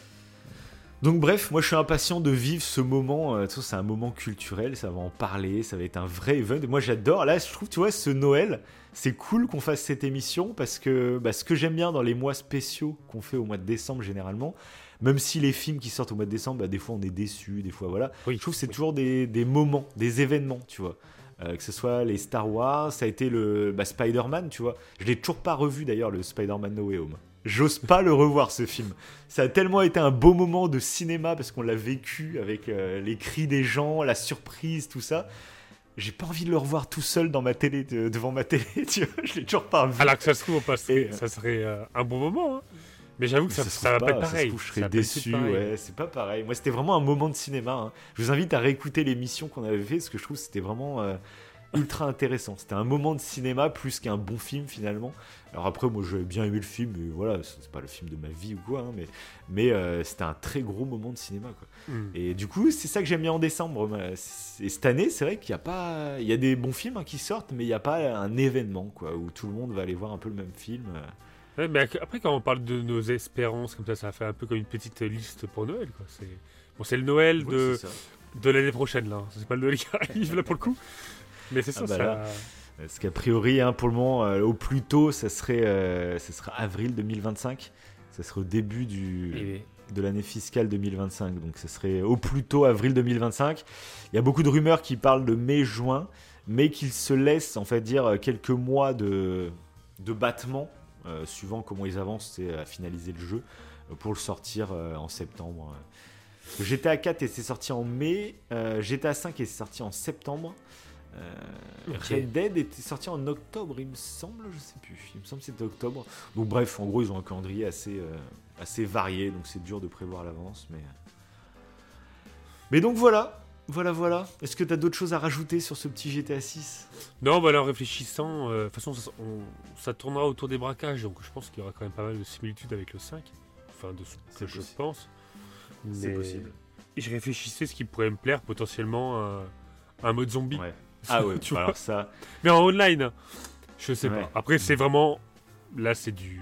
Donc bref, moi je suis impatient de vivre ce moment. euh, de toute façon, c'est un moment culturel, ça va en parler, ça va être un vrai event. Moi j'adore. Là, je trouve, tu vois, ce Noël, c'est cool qu'on fasse cette émission parce que bah, ce que j'aime bien dans les mois spéciaux qu'on fait au mois de décembre généralement, même si les films qui sortent au mois de décembre, bah, des fois on est déçus, des fois voilà. Oui, Je trouve que c'est oui. toujours des, des moments, des événements, tu vois. Euh, que ce soit les Star Wars, ça a été le bah, Spider-Man, tu vois. Je l'ai toujours pas revu d'ailleurs, le Spider-Man No Way Home. J'ose pas le revoir ce film. Ça a tellement été un beau moment de cinéma parce qu'on l'a vécu avec euh, les cris des gens, la surprise, tout ça. J'ai pas envie de le revoir tout seul dans ma télé, de- devant ma télé, tu vois. Je l'ai toujours pas vu. Alors que ça se trouve, on passerait- Et, euh, ça serait euh, un bon moment. hein. Mais j'avoue que ça, se ça trouve va pas être ça se pareil. trouve, je Ça serais va pas être déçu, pareil. ouais, c'est pas pareil. Moi, c'était vraiment un moment de cinéma. hein. Je vous invite à réécouter l'émission qu'on avait fait parce que je trouve que c'était vraiment euh, ultra intéressant. C'était un moment de cinéma plus qu'un bon film finalement. Alors après, moi, j'avais bien aimé le film, mais voilà, c'est pas le film de ma vie ou quoi, hein, mais, mais euh, c'était un très gros moment de cinéma, quoi. Hmm. Et du coup, c'est ça que j'aime bien en décembre. moi. Et cette année, c'est vrai qu'il y a pas, il y a des bons films hein, qui sortent, mais il n'y a pas un événement, quoi, où tout le monde va aller voir un peu le même film. Ouais, mais ac- après, quand on parle de nos espérances, comme ça, ça fait un peu comme une petite liste pour Noël. Quoi. C'est... Bon, c'est le Noël Ouais, de, c'est ça. de l'année prochaine, là. C'est pas le Noël qui arrive, là, pour le coup. Mais c'est ça, Ah bah ça... là. Parce qu'a priori, hein, pour le moment, euh, au plus tôt, ça serait, euh, ça sera avril deux mille vingt-cinq. Ça serait au début du, Et- de l'année fiscale deux mille vingt-cinq. Donc, ça serait au plus tôt avril deux mille vingt-cinq. Il y a beaucoup de rumeurs qui parlent de mai-juin, mais qu'ils se laissent, en fait, dire quelques mois de, de battement, euh, suivant comment ils avancent c'est à finaliser le jeu, euh, pour le sortir euh, en septembre. G T A quatre était sorti en mai, euh, G T A cinq est sorti en septembre. Euh, Ok. Red Dead était sorti en octobre, il me semble, je sais plus. Il me semble que c'était octobre. Donc bref, en gros, ils ont un calendrier assez, euh, assez varié, donc c'est dur de prévoir à l'avance. Mais, mais donc voilà, voilà, voilà. Est-ce que tu as d'autres choses à rajouter sur ce petit G T A six? Non, bah là, en réfléchissant, euh, de toute façon, ça, on- ça tournera autour des braquages, donc je pense qu'il y aura quand même pas mal de similitudes avec le cinq. Enfin, de ce C'est que je possible. pense. C'est Mais- possible. et je réfléchissais ce qui pourrait me plaire potentiellement euh, un mode zombie. Ouais. Ah ouais, tu vois. alors ça. Mais en online, je sais Ouais. pas. Après, c'est vraiment. Là, c'est du.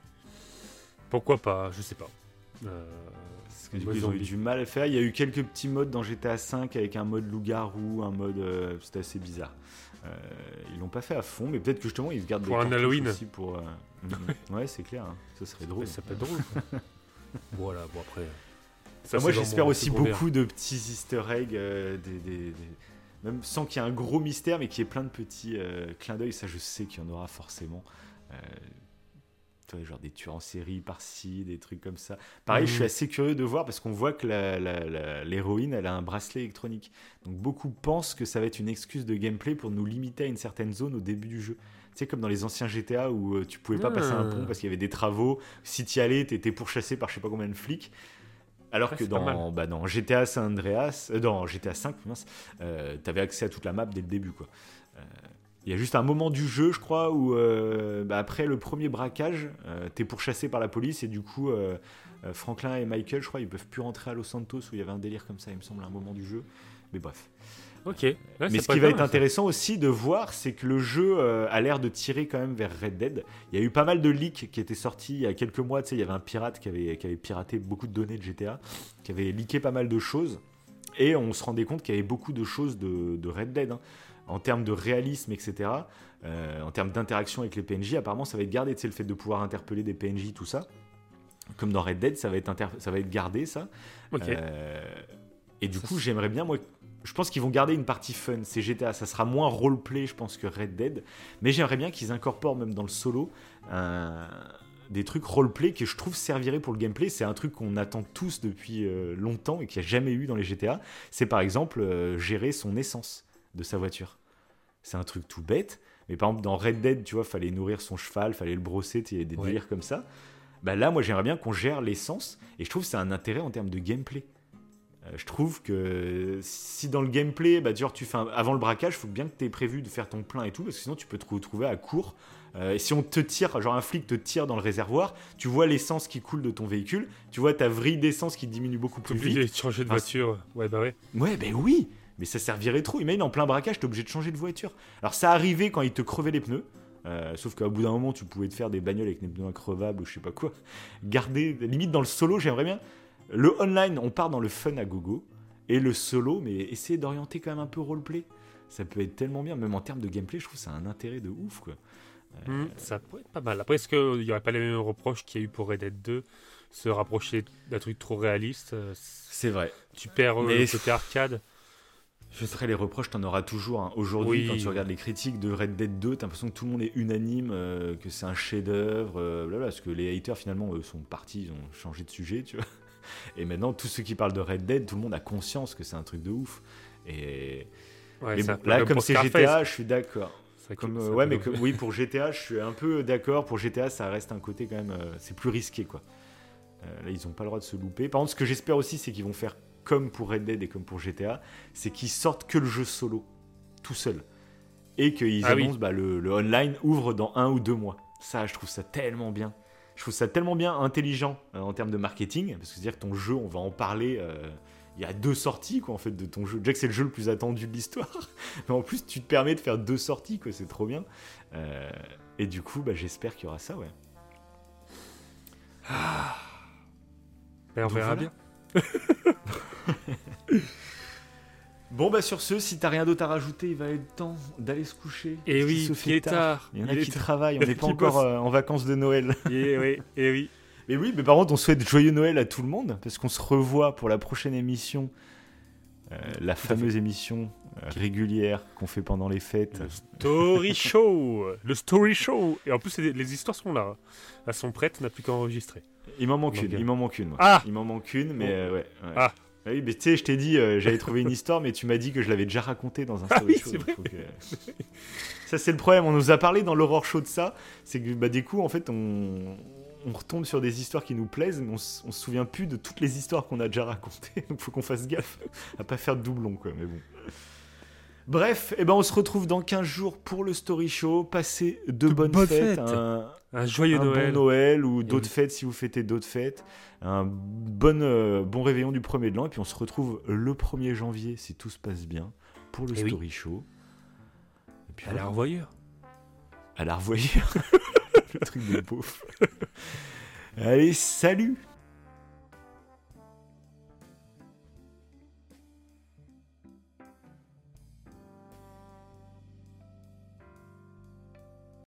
Pourquoi pas, je sais pas. Euh... Parce que du coup, ils ont eu du mal à le faire. Il y a eu quelques petits modes dans G T A cinq avec un mode loup-garou, un mode. Euh, c'était assez bizarre. Euh, ils l'ont pas fait à fond, mais peut-être que justement ils se gardent pour des un cartouches Halloween aussi pour. Euh... ouais, c'est clair. Hein. Ça serait drôle. Ça peut être drôle. Quoi. Voilà, bon après. Ça, moi, j'espère aussi secondaire. beaucoup de petits Easter eggs, euh, des, des, des... même sans qu'il y ait un gros mystère, mais qu'il y ait plein de petits euh, clins d'œil. Ça, je sais qu'il y en aura forcément. Euh, toi, genre des tueurs en série par-ci, des trucs comme ça. Pareil, mmh. je suis assez curieux de voir parce qu'on voit que la, la, la, l'héroïne, elle a un bracelet électronique. Donc beaucoup pensent que ça va être une excuse de gameplay pour nous limiter à une certaine zone au début du jeu. Tu sais, comme dans les anciens G T A où euh, tu pouvais pas mmh. passer un pont parce qu'il y avait des travaux. Si tu y allais, t'étais pourchassé par je sais pas combien de flics. Alors ouais, que dans, bah, dans G T A San Andreas, euh, dans G T A cinq, euh, t'avais accès à toute la map dès le début, quoi. Il euh, y a juste un moment du jeu, je crois, où euh, bah, après le premier braquage, euh, t'es pourchassé par la police et du coup, euh, euh, Franklin et Michael, je crois, ils peuvent plus rentrer à Los Santos où il y avait un délire comme ça, il me semble, à un moment du jeu. Mais bref. Ok. Ouais, mais ce qui va être ça. intéressant aussi de voir, c'est que le jeu euh, a l'air de tirer quand même vers Red Dead. Il y a eu pas mal de leaks qui étaient sortis il y a quelques mois. Tu sais, il y avait un pirate qui avait, qui avait piraté beaucoup de données de G T A, qui avait leaké pas mal de choses. Et on se rendait compte qu'il y avait beaucoup de choses de, de Red Dead. Hein. En termes de réalisme, et cetera. Euh, en termes d'interaction avec les P N J, apparemment, ça va être gardé. Tu sais, le fait de pouvoir interpeller des P N J, tout ça. Comme dans Red Dead, ça va être, inter- ça va être gardé, ça. Ok. Euh, et du ça coup, c'est... j'aimerais bien, moi... Je pense qu'ils vont garder une partie fun, c'est G T A, ça sera moins roleplay je pense que Red Dead, mais j'aimerais bien qu'ils incorporent même dans le solo un... des trucs roleplay que je trouve serviraient pour le gameplay. C'est un truc qu'on attend tous depuis euh, longtemps et qu'il n'y a jamais eu dans les G T A, c'est par exemple euh, gérer son essence de sa voiture. C'est un truc tout bête, mais par exemple dans Red Dead, tu vois, fallait nourrir son cheval, fallait le brosser, il y a des ouais. délires comme ça. Bah là, moi j'aimerais bien qu'on gère l'essence, et je trouve que c'est un intérêt en termes de gameplay. Je trouve que si dans le gameplay, bah, genre, tu fais un... avant le braquage, il faut bien que tu aies prévu de faire ton plein et tout, parce que sinon tu peux te retrouver à court. Euh, et si on te tire, genre un flic te tire dans le réservoir, tu vois l'essence qui coule de ton véhicule, tu vois ta vrille d'essence qui diminue beaucoup plus vite. Obligé de changer de voiture. Ah, ouais, bah ouais. Ouais, bah oui, mais ça servirait trop. Imagine en plein braquage, t'es obligé de changer de voiture. Alors ça arrivait quand ils te crevaient les pneus. Euh, sauf qu'au bout d'un moment, tu pouvais te faire des bagnoles avec des pneus increvables ou je sais pas quoi. Garder, limite dans le solo, j'aimerais bien. Le online, on part dans le fun à gogo. Et le solo, mais essayer d'orienter quand même un peu roleplay. Ça peut être tellement bien. Même en termes de gameplay, je trouve que ça a un intérêt de ouf, quoi. Euh... Mmh, ça pourrait être pas mal. Après, est-ce qu'il n'y aurait pas les mêmes reproches qu'il y a eu pour Red Dead deux, se rapprocher d'un truc trop réaliste? C'est vrai. Tu perds euh, mais... le côté arcade. Je serais les reproches, t'en auras toujours. Hein. Aujourd'hui, oui. Quand tu regardes les critiques de Red Dead deux, t'as l'impression que tout le monde est unanime, euh, que c'est un chef-d'œuvre, euh, blablabla, parce que les haters, finalement, eux, sont partis, ils ont changé de sujet, tu vois. Et maintenant, tous ceux qui parlent de Red Dead, tout le monde a conscience que c'est un truc de ouf. Et ouais, mais ça, bon, là, comme c'est Scarface. G T A, je suis d'accord. Comme, euh, ouais, mais que, oui, pour G T A, je suis un peu d'accord. Pour G T A, ça reste un côté quand même, euh, c'est plus risqué, quoi. Euh, là, ils n'ont pas le droit de se louper. Par contre, ce que j'espère aussi, c'est qu'ils vont faire comme pour Red Dead et comme pour G T A, c'est qu'ils sortent que le jeu solo, tout seul, et qu'ils ah, annoncent oui. bah, le, le online ouvre dans un ou deux mois. Ça, je trouve ça tellement bien. Je trouve ça tellement bien intelligent euh, en termes de marketing, parce que c'est-à-dire que ton jeu, on va en parler. Euh, il y a deux sorties quoi en fait de ton jeu. Déjà que c'est le jeu le plus attendu de l'histoire, mais en plus tu te permets de faire deux sorties quoi, c'est trop bien. Euh, et du coup, bah, j'espère qu'il y aura ça, ouais. Ah. Et on Donc, verra voilà. bien. Bon bah sur ce, si t'as rien d'autre à rajouter, il va être temps d'aller se coucher. Et oui, il est tard. tard. Il y en il a qui tard. travaillent, on n'est pas encore euh, en vacances de Noël. Et oui, et oui. Mais oui, mais par contre, on souhaite joyeux Noël à tout le monde, parce qu'on se revoit pour la prochaine émission, euh, la fameuse émission euh, régulière qu'on fait pendant les fêtes. Le Story Show. Le Story Show. Et en plus, les histoires sont là. Elles sont prêtes, on n'a plus qu'à enregistrer. Il m'en manque Donc, une, euh... il m'en manque une. Moi. Ah. Il m'en manque une, mais euh, ouais, ouais. Ah. Oui, mais tu sais, je t'ai dit, euh, j'avais trouvé une histoire, mais tu m'as dit que je l'avais déjà racontée dans un story ah oui, show. C'est vrai. Que... ça, c'est le problème. On nous a parlé dans l'horror show de ça. C'est que, bah, du coup, en fait, on, on retombe sur des histoires qui nous plaisent, mais on, s... on se souvient plus de toutes les histoires qu'on a déjà racontées. Donc, faut qu'on fasse gaffe à pas faire de doublons, quoi. Mais bon. Bref, eh ben on se retrouve dans quinze jours pour le Story Show. Passez de, De bonnes, bonnes fêtes, fêtes. un, Un joyeux un Noël. bon Noël ou Et d'autres oui. fêtes si vous fêtez d'autres fêtes. Un bon, euh, bon réveillon du premier de l'an. Et puis on se retrouve le premier janvier, si tout se passe bien, pour le Et oui. Story Show. Et puis À voilà. la revoyure. À la revoyure. Le truc de beauf. Allez, salut!